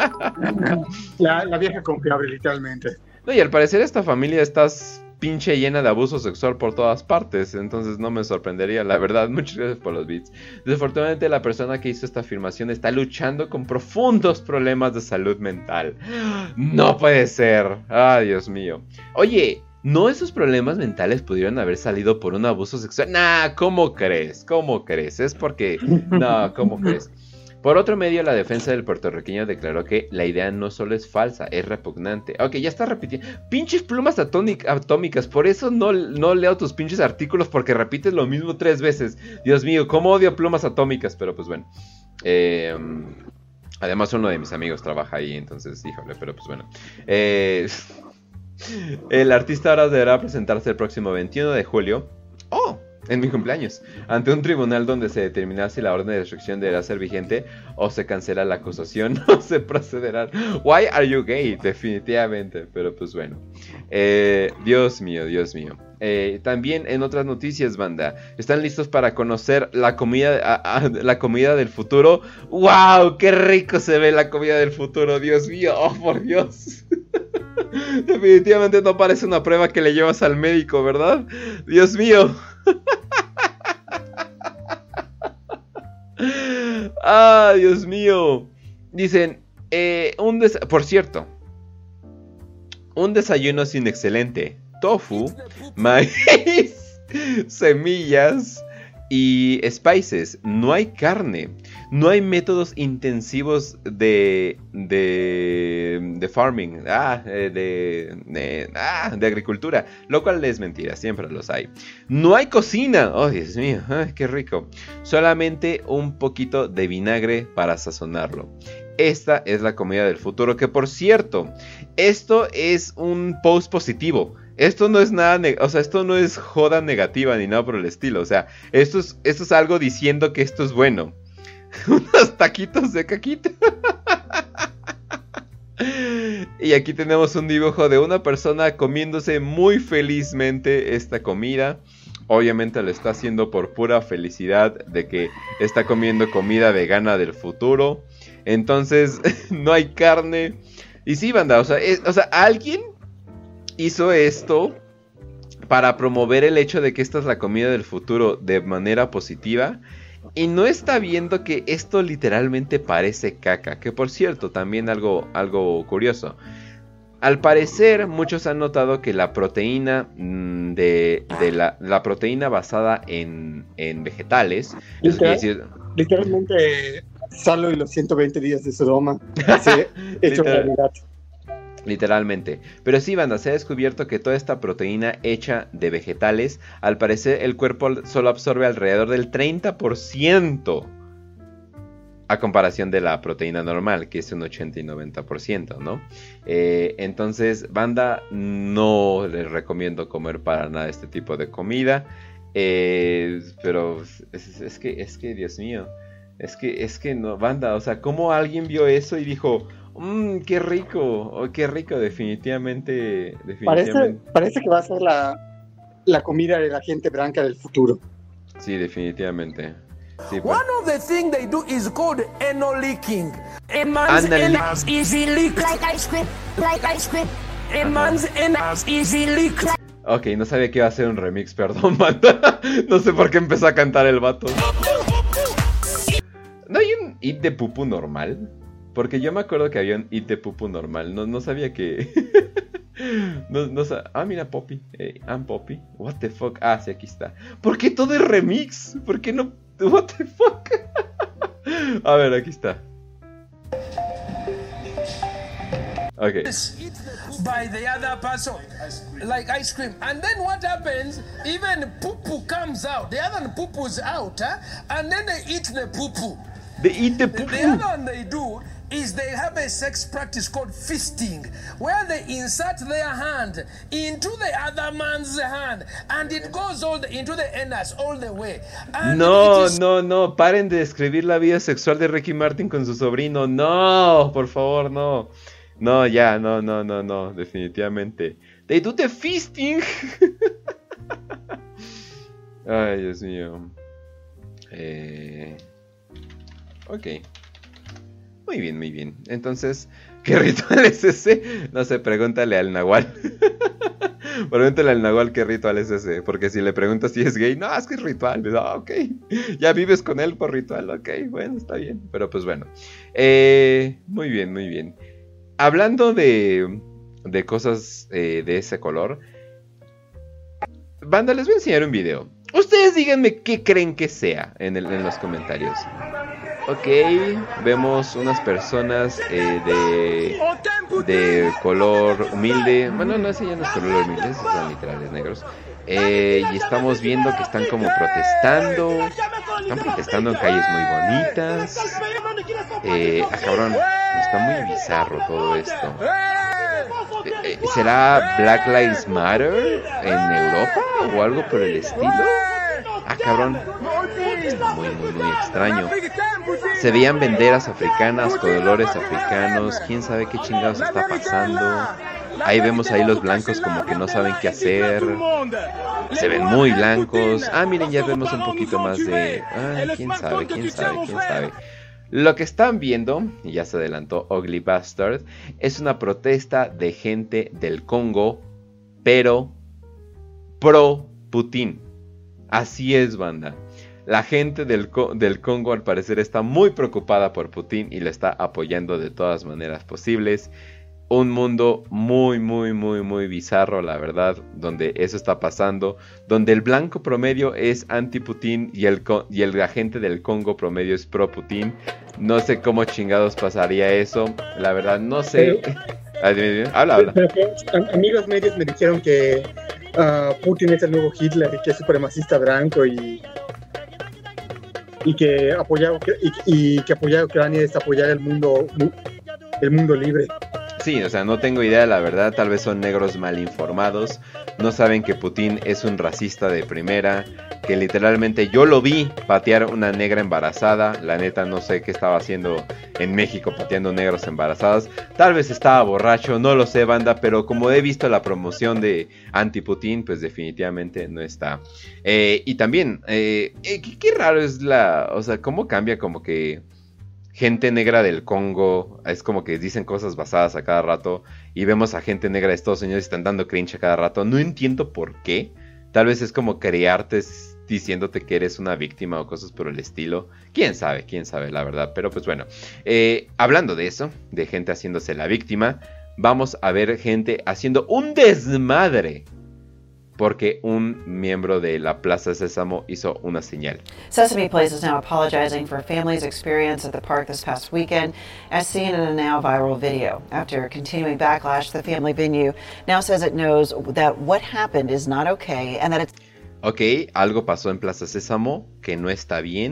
Speaker 10: La, la vieja confiable, literalmente.
Speaker 1: No, y al parecer esta familia está pinche llena de abuso sexual por todas partes. Entonces no me sorprendería, la verdad. Muchas gracias por los beats. Desafortunadamente la persona que hizo esta afirmación está luchando con profundos problemas de salud mental. No puede ser. Ay, Dios mío. Oye, ¿no esos problemas mentales pudieron haber salido por un abuso sexual? Nah, ¿cómo crees? ¿Cómo crees? Es porque... No, ¿cómo crees? Por otro medio, la defensa del puertorriqueño declaró que la idea no solo es falsa, es repugnante. Ok, ya está repitiendo. Pinches plumas atómicas, por eso no, no leo tus pinches artículos, porque repites lo mismo tres veces. Dios mío, cómo odio plumas atómicas, pero pues bueno. Eh, además uno de mis amigos trabaja ahí, entonces, híjole, pero pues bueno. Eh, el artista ahora deberá presentarse el próximo veintiuno de julio. ¡Oh! En mi cumpleaños, ante un tribunal donde se determinará si la orden de restricción deberá ser vigente o se cancela la acusación o se procederá. Why are you gay? Definitivamente, pero pues bueno. Eh, Dios mío, Dios mío. Eh, también en otras noticias, banda, ¿están listos para conocer la comida, a, a, la comida del futuro? ¡Wow! ¡Qué rico se ve la comida del futuro! ¡Dios mío! ¡Oh, por Dios! Definitivamente no parece una prueba que le llevas al médico, ¿verdad? ¡Dios mío! ¡Ah, Dios mío! Dicen, eh, un des- por cierto, un desayuno sin excelente tofu, maíz, semillas y spices. No hay carne. No hay métodos intensivos de de, de farming, ah, de, de, ah, de agricultura, lo cual es mentira, siempre los hay. No hay cocina, oh Dios mío, ay, qué rico. Solamente un poquito de vinagre para sazonarlo. Esta es la comida del futuro, que por cierto, esto es un post positivo. Esto no es nada, o sea, esto no es joda negativa ni nada por el estilo. O sea, esto es, esto es algo diciendo que esto es bueno. Unos taquitos de caquita. Y aquí tenemos un dibujo de una persona comiéndose muy felizmente esta comida. Obviamente lo está haciendo por pura felicidad de que está comiendo comida vegana del futuro. Entonces, no hay carne. Y sí, banda, o sea, es, o sea, alguien hizo esto para promover el hecho de que esta es la comida del futuro de manera positiva. Y no está viendo que esto literalmente parece caca. Que por cierto, también algo, algo curioso. Al parecer, muchos han notado que la proteína mmm, de, de la, la proteína basada en, en vegetales,
Speaker 10: Literal,
Speaker 1: es decir,
Speaker 10: literalmente Salo y los ciento veinte días de Sodoma se hecho
Speaker 1: Literal.
Speaker 10: realidad.
Speaker 1: Literalmente. Pero sí, banda, se ha descubierto que toda esta proteína hecha de vegetales, al parecer el cuerpo solo absorbe alrededor del treinta por ciento. a comparación de la proteína normal, que es un ochenta y noventa por ciento, ¿no? Eh, entonces, banda, no les recomiendo comer para nada este tipo de comida. Eh, pero es, es que, es que, Dios mío, es que, es que no, banda, o sea, ¿cómo alguien vio eso y dijo, mmm, qué rico, oh, qué rico, definitivamente, definitivamente.
Speaker 10: Parece, parece que va a ser la, la comida de la gente blanca del futuro.
Speaker 1: Sí, definitivamente. Sí, pues.
Speaker 16: One of the things they do is called anal leaking. A man's anus is leaked. Like ice cream, like ice cream. A man's anus is leaked.
Speaker 1: Ok, no sabía que iba a ser un remix, perdón, banda. No sé por qué empezó a cantar el vato. ¿No hay un hit de pupu normal? Porque yo me acuerdo que había un hit de pupu normal. No, no sabía que... no, no sab... Ah, mira, Poppy. Hey, I'm Poppy. What the fuck? Ah, sí, aquí está. ¿Por qué todo es remix? ¿Por qué no...? What the fuck? A ver, aquí está. Okay.
Speaker 16: By the other person, like ice cream, and then what happens? Even poo poo comes out. The other poo poo's out, huh? And then they eat the poo poo.
Speaker 1: They eat the poo poo.
Speaker 16: The other one they do is they have a sex practice called fisting, where they insert their hand into the other man's hand, and it goes all the, into the anus all the way. And
Speaker 1: no,
Speaker 16: is...
Speaker 1: no, no, paren de describir la vida sexual de Ricky Martin con su sobrino. No, por favor, no. No, ya, no, no, no, no, definitivamente. They do the fisting. Ay, Dios mío. Eh... Ok. Muy bien, muy bien. Entonces, ¿qué ritual es ese? No sé, pregúntale al Nahual. Pregúntale al Nahual qué ritual es ese. Porque si le preguntas si es gay, no, es que es ritual. Ah, ok. Ya vives con él por ritual, ok. Bueno, está bien. Pero pues bueno. Eh, muy bien, muy bien. Hablando de, de cosas eh, de ese color, banda, les voy a enseñar un video. Ustedes díganme qué creen que sea en, el, en los comentarios. Ok, vemos unas personas eh, de, de color humilde. Bueno, no, ese ya no es color humilde, esos son literales negros. Eh, y estamos viendo que están como protestando. Están protestando en calles muy bonitas. Eh, ah, cabrón, está muy bizarro todo esto. Eh, eh, ¿Será Black Lives Matter en Europa o algo por el estilo? Ah, cabrón, está muy, muy, muy extraño. Se veían banderas africanas, colores africanos. Quién sabe qué chingados está pasando. Ahí vemos ahí los blancos como que no saben qué hacer. Se ven muy blancos. Ah, miren, ya vemos un poquito más de... Ah, quién sabe, quién sabe, quién sabe. Lo que están viendo, y ya se adelantó Ugly Bastard, es una protesta de gente del Congo, pero pro Putin. Así es, banda. La gente del, Co- del Congo al parecer está muy preocupada por Putin y le está apoyando de todas maneras posibles. Un mundo muy, muy, muy, muy bizarro, la verdad, donde eso está pasando, donde el blanco promedio es anti-Putin y el, co- y el agente del Congo promedio es pro-Putin. No sé cómo chingados pasaría eso, la verdad, no sé.
Speaker 10: Pero,
Speaker 1: ah, dime, dime. Habla, habla.
Speaker 10: Pero, pero, amigos medios me dijeron que uh, Putin es el nuevo Hitler y que es supremacista blanco y, y que apoyar y, y que apoyar a Ucrania es apoyar el mundo, el mundo libre.
Speaker 1: Sí, o sea, no tengo idea, la verdad, tal vez son negros mal informados, no saben que Putin es un racista de primera, que literalmente yo lo vi patear una negra embarazada, la neta no sé qué estaba haciendo en México pateando negros embarazadas, tal vez estaba borracho, no lo sé, banda, pero como he visto la promoción de anti-Putin, pues definitivamente no está. Eh, y también, eh, eh, qué, qué raro es la, o sea, cómo cambia como que... Gente negra del Congo, es como que dicen cosas basadas a cada rato. Y vemos a gente negra de Estados Unidos y están dando cringe a cada rato. No entiendo por qué. Tal vez es como crearte diciéndote que eres una víctima o cosas por el estilo. Quién sabe, quién sabe la verdad. Pero pues bueno, eh, hablando de eso, de gente haciéndose la víctima, vamos a ver gente haciendo un desmadre. Porque un miembro de la Plaza Sésamo hizo una señal.
Speaker 17: Sesame Place is now apologizing for a family's experience at the park this past weekend, as seen in a now viral video. After continuing backlash, the family venue now says it knows that what happened is not okay and that it's...
Speaker 1: Ok, algo pasó en Plaza Sésamo que no está bien,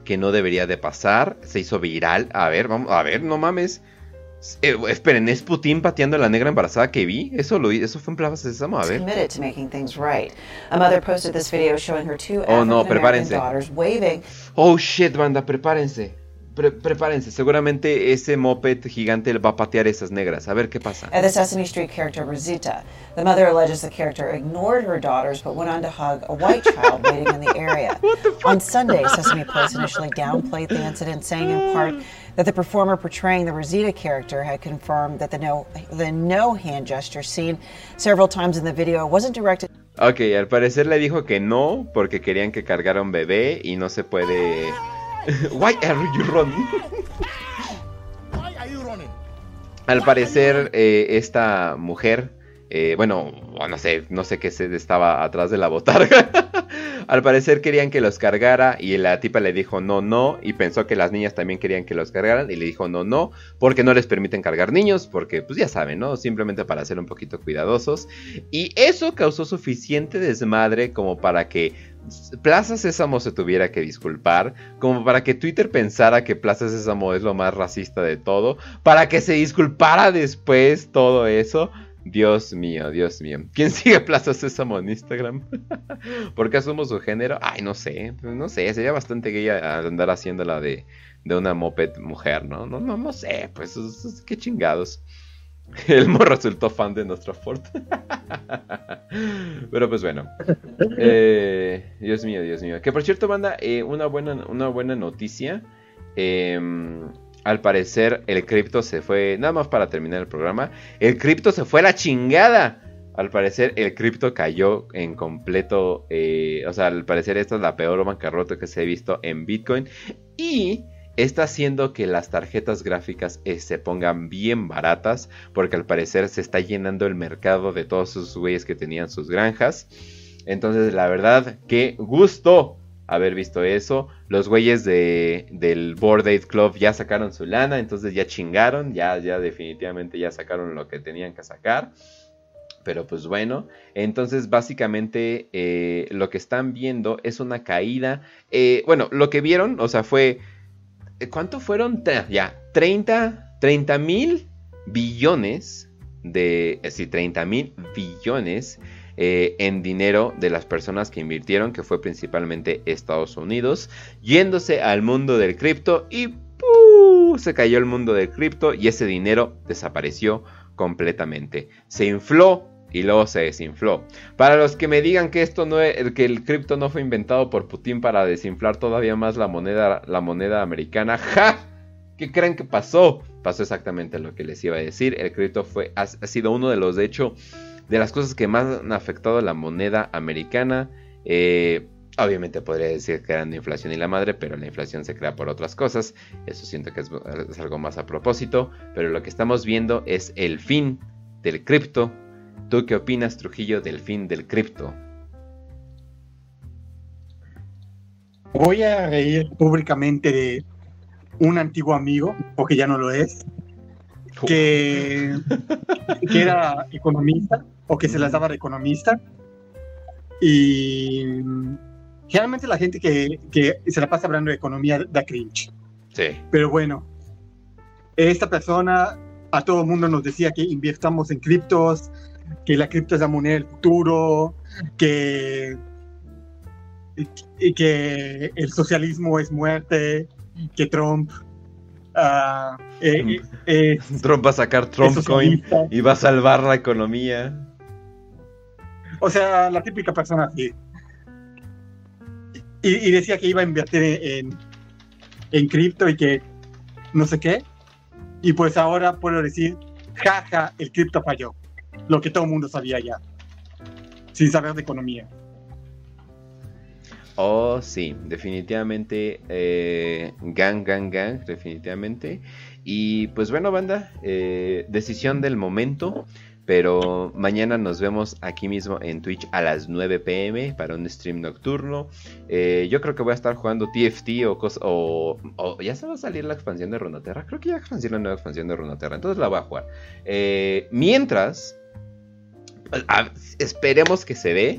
Speaker 1: que no debería de pasar. Se hizo viral. A ver, vamos, a ver, no mames. Eh, esperen, ¿es Putin pateando a la negra embarazada que vi? Eso lo eso fue en Plaza Sésamo, a ver.
Speaker 17: Committed to making things right. A mother posted this video showing her two
Speaker 1: Oh no,
Speaker 17: African-American
Speaker 1: prepárense.
Speaker 17: daughters waving.
Speaker 1: Oh shit, banda, prepárense. Pre prepárense, seguramente ese moped gigante va a patear esas negras. A ver qué pasa.
Speaker 17: At the Sesame Street character Rosita, the mother alleges the character ignored her daughters but went on to hug a white child waiting in the area. On Sunday, Sesame Place initially downplayed the incident, saying in part that the performer portraying the Rosita character had confirmed that the no the no hand gesture seen several times in the video wasn't directed.
Speaker 1: Ok, al parecer le dijo que no porque querían que cargara un bebé y no se puede. Why are you running?
Speaker 7: Why are you running?
Speaker 1: Al parecer eh, esta mujer, eh, bueno, no sé, no sé qué se estaba atrás de la botarga. Al parecer querían que los cargara y la tipa le dijo no, no, y pensó que las niñas también querían que los cargaran y le dijo no, no, porque no les permiten cargar niños, porque pues ya saben, ¿no? Simplemente para ser un poquito cuidadosos. Y eso causó suficiente desmadre como para que Plaza Sésamo se tuviera que disculpar, como para que Twitter pensara que Plaza Sésamo es lo más racista de todo, para que se disculpara después todo eso. Dios mío, Dios mío. ¿Quién sigue Plaza Sésamo en Instagram? ¿Por qué asumo su género? Ay, no sé, no sé, sería bastante gay andar haciéndola de, de una moped mujer, ¿no? No, no, no sé, pues, qué chingados. Elmo resultó fan de nuestro Ford. Pero pues bueno. Eh, Dios mío, Dios mío. Que por cierto, banda, eh, una, buena, una buena noticia. Eh, al parecer el cripto se fue. Nada más para terminar el programa. El cripto se fue a la chingada. Al parecer el cripto cayó en completo. Eh, o sea, al parecer esta es la peor bancarrota que se ha visto en Bitcoin. Y está haciendo que las tarjetas gráficas eh, se pongan bien baratas, porque al parecer se está llenando el mercado de todos esos güeyes que tenían sus granjas. Entonces la verdad, qué gusto haber visto eso. Los güeyes de, del Bored Ape Club ya sacaron su lana, entonces ya chingaron, ya, ya definitivamente ya sacaron lo que tenían que sacar. Pero pues bueno, entonces básicamente eh, lo que están viendo es una caída. Eh, bueno, lo que vieron, o sea, fue... ¿Cuánto fueron? Ya, treinta mil billones de... Sí, treinta mil billones eh, en dinero de las personas que invirtieron, que fue principalmente Estados Unidos, yéndose al mundo del cripto y ¡pum! Se cayó el mundo del cripto y ese dinero desapareció completamente. Se infló y luego se desinfló. Para los que me digan que esto no es, que el cripto no fue inventado por Putin para desinflar todavía más la moneda, la moneda americana, ¡ja! ¿Qué creen que pasó? Pasó exactamente lo que les iba a decir. El cripto fue, ha, ha sido uno de los, de hecho, de las cosas que más han afectado a la moneda americana. Eh, obviamente podría decir que eran la inflación y la madre, pero la inflación se crea por otras cosas. Eso siento que es, es algo más a propósito. Pero lo que estamos viendo es el fin del cripto. ¿Tú qué opinas, Trujillo, del fin del cripto?
Speaker 10: Voy a reír públicamente de un antiguo amigo, porque ya no lo es, que, que era economista, o que se las daba de economista, y generalmente la gente que, que se la pasa hablando de economía da cringe.
Speaker 1: Sí.
Speaker 10: Pero bueno, esta persona a todo el mundo nos decía que invirtamos en criptos, que la cripto es la moneda del futuro, que, y que el socialismo es muerte, que Trump uh, eh, eh,
Speaker 1: Trump va a sacar Trump Coin y va a salvar la economía.
Speaker 10: O sea, la típica persona así. Y, y decía que iba a invertir en, en, en cripto y que no sé qué. Y pues ahora puedo decir, jaja, el cripto falló. Lo que todo el mundo sabía ya, sin saber de economía.
Speaker 1: Oh, sí, definitivamente, eh, gang, gang, gang, definitivamente. Y pues bueno, banda, eh, decisión del momento, pero mañana nos vemos aquí mismo en Twitch a las nueve pm para un stream nocturno. Eh, yo creo que voy a estar jugando T F T o, cos o, o ya se va a salir la expansión de Runeterra. Creo que ya va a salir la nueva expansión de Runeterra, entonces la voy a jugar. Eh, mientras... A, esperemos que se dé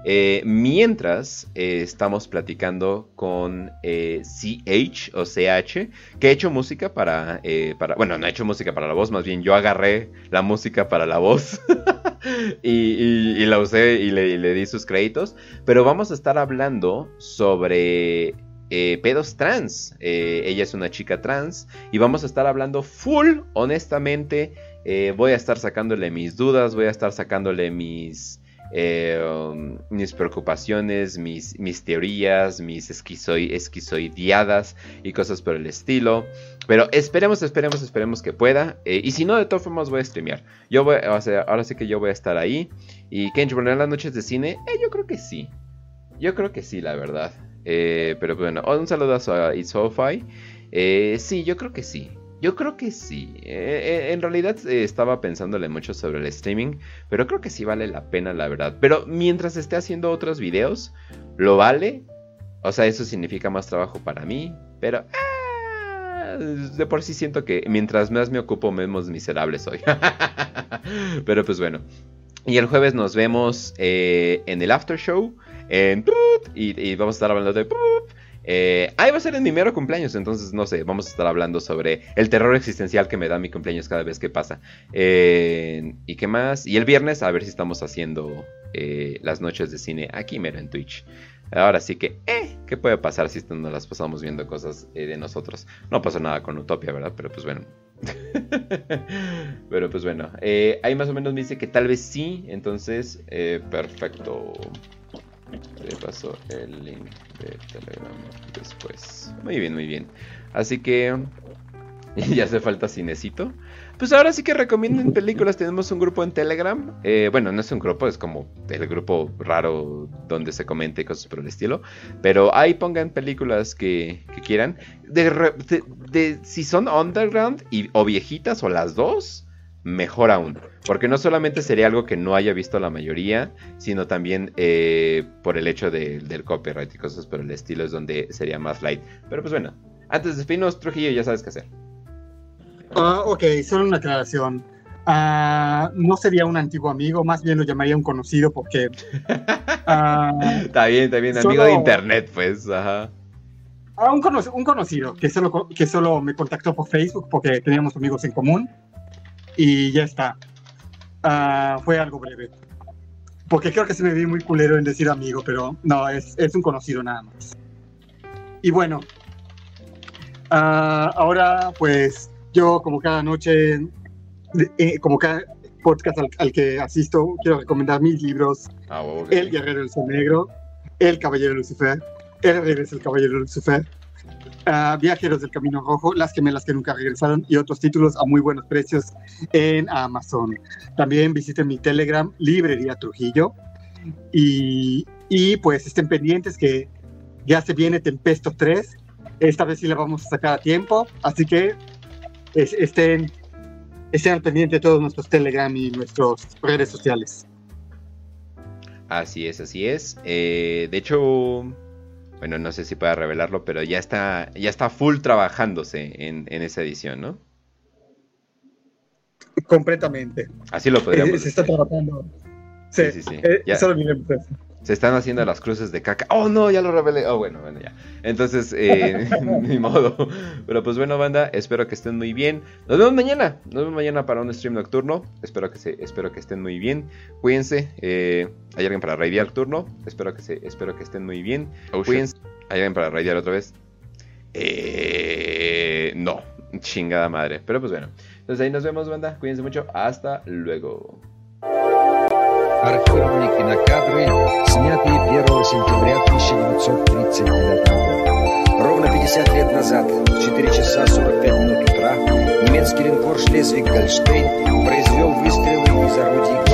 Speaker 1: Eh, mientras eh, estamos platicando con eh, C H o C H, que ha hecho música para, eh, para... Bueno, no ha hecho música para la voz, más bien yo agarré la música para la voz y, y, y la usé y le, y le di sus créditos. Pero vamos a estar hablando sobre... Eh, pedos trans. Eh, ella es una chica trans y vamos a estar hablando full, honestamente. Eh, voy a estar sacándole mis dudas, voy a estar sacándole mis eh, um, mis preocupaciones, mis, mis teorías, mis esquizo- esquizoideadas y cosas por el estilo. Pero esperemos, esperemos, esperemos que pueda. Eh, y si no, de todas formas voy a streamear. Yo voy, o sea, ahora sí que yo voy a estar ahí. Y Kenji, bueno, en las noches de cine, eh, yo creo que sí. Yo creo que sí, la verdad. Eh, pero bueno, un saludo a Itsofi. Eh, sí, yo creo que sí. Yo creo que sí. Eh, eh, en realidad eh, estaba pensándole mucho sobre el streaming, pero creo que sí vale la pena, la verdad. Pero mientras esté haciendo otros videos, lo vale. O sea, eso significa más trabajo para mí. Pero ah, de por sí siento que mientras más me ocupo, menos miserable soy. Pero pues bueno. Y el jueves nos vemos eh, en el after show. En, y, y vamos a estar hablando de... Eh, ahí va a ser en mi mero cumpleaños, entonces no sé, vamos a estar hablando sobre el terror existencial que me da mi cumpleaños cada vez que pasa. Eh, ¿Y qué más? Y el viernes a ver si estamos haciendo eh, las noches de cine aquí mero en Twitch. Ahora sí que, eh, ¿qué puede pasar si nos las pasamos viendo cosas eh, de nosotros? No pasó nada con Utopia, ¿verdad? Pero pues bueno. Pero pues bueno, eh, ahí más o menos me dice que tal vez sí, entonces, eh, perfecto. Le paso el link de Telegram después. Muy bien, muy bien. Así que ya hace falta cinecito. Pues ahora sí que recomienden películas. Tenemos un grupo en Telegram. Eh, bueno, no es un grupo, es como el grupo raro donde se comenta cosas por el estilo. Pero ahí pongan películas que, que quieran. De, de, de, si son underground y, o viejitas o las dos, mejor aún, porque no solamente sería algo que no haya visto la mayoría, sino también eh, por el hecho de, del copyright y cosas por el estilo es donde sería más light. Pero pues bueno, antes de despedirnos, Trujillo, ya sabes qué hacer.
Speaker 10: Uh, ok, solo una aclaración. Uh, no sería un antiguo amigo, más bien lo llamaría un conocido porque... Uh,
Speaker 1: está bien, está bien, amigo solo... de internet, pues, ajá.
Speaker 10: Uh, un, cono- un conocido que solo, que solo me contactó por Facebook porque teníamos amigos en común. Y ya está. Uh, fue algo breve. Porque creo que se me vi muy culero en decir amigo, pero no, es, es un conocido nada más. Y bueno, uh, ahora pues yo como cada noche, eh, como cada podcast al, al que asisto, quiero recomendar mis libros.
Speaker 1: Ah, okay.
Speaker 10: El Guerrero del Sol Negro, El Caballero de Lucifer, El Regreso del Caballero de Lucifer, Uh, Viajeros del Camino Rojo, Las Gemelas que Nunca Regresaron y otros títulos a muy buenos precios en Amazon. También visiten mi Telegram, Librería Trujillo. Y, y pues estén pendientes que ya se viene Tempesto tres. Esta vez sí la vamos a sacar a tiempo. Así que es, estén, estén al pendiente de todos nuestros Telegram y nuestras redes sociales.
Speaker 1: Así es, así es. Eh, de hecho... Bueno, no sé si pueda revelarlo, pero ya está, ya está full trabajándose en, en esa edición, ¿no?
Speaker 10: Completamente.
Speaker 1: Así lo podríamos
Speaker 10: eh, Se está trabajando. Sí, sí, sí. sí. Eh,
Speaker 1: ya.
Speaker 10: Solo miremos eso.
Speaker 1: Se están haciendo las cruces de caca. ¡Oh, no! Ya lo revelé. Oh, bueno, bueno, ya. Entonces, eh, ni modo. Pero pues bueno, banda, espero que estén muy bien. Nos vemos mañana. Nos vemos mañana para un stream nocturno. Espero que, se, espero que estén muy bien. Cuídense. Eh, ¿Hay alguien para raidear turno? Espero que, se, espero que estén muy bien. Oh, Cuídense. ¿Hay alguien para raidear otra vez? Eh, no. Chingada madre. Pero pues bueno. Entonces ahí nos vemos, banda. Cuídense mucho. Hasta luego.
Speaker 18: Архивные кинокадры, снятые первого сентября тысяча девятьсот тридцать девятого года. Ровно пятьдесят лет назад, в четыре часа сорок пять минут утра, немецкий линкор «Шлезвиг-Гольштейн» произвел выстрелы из орудий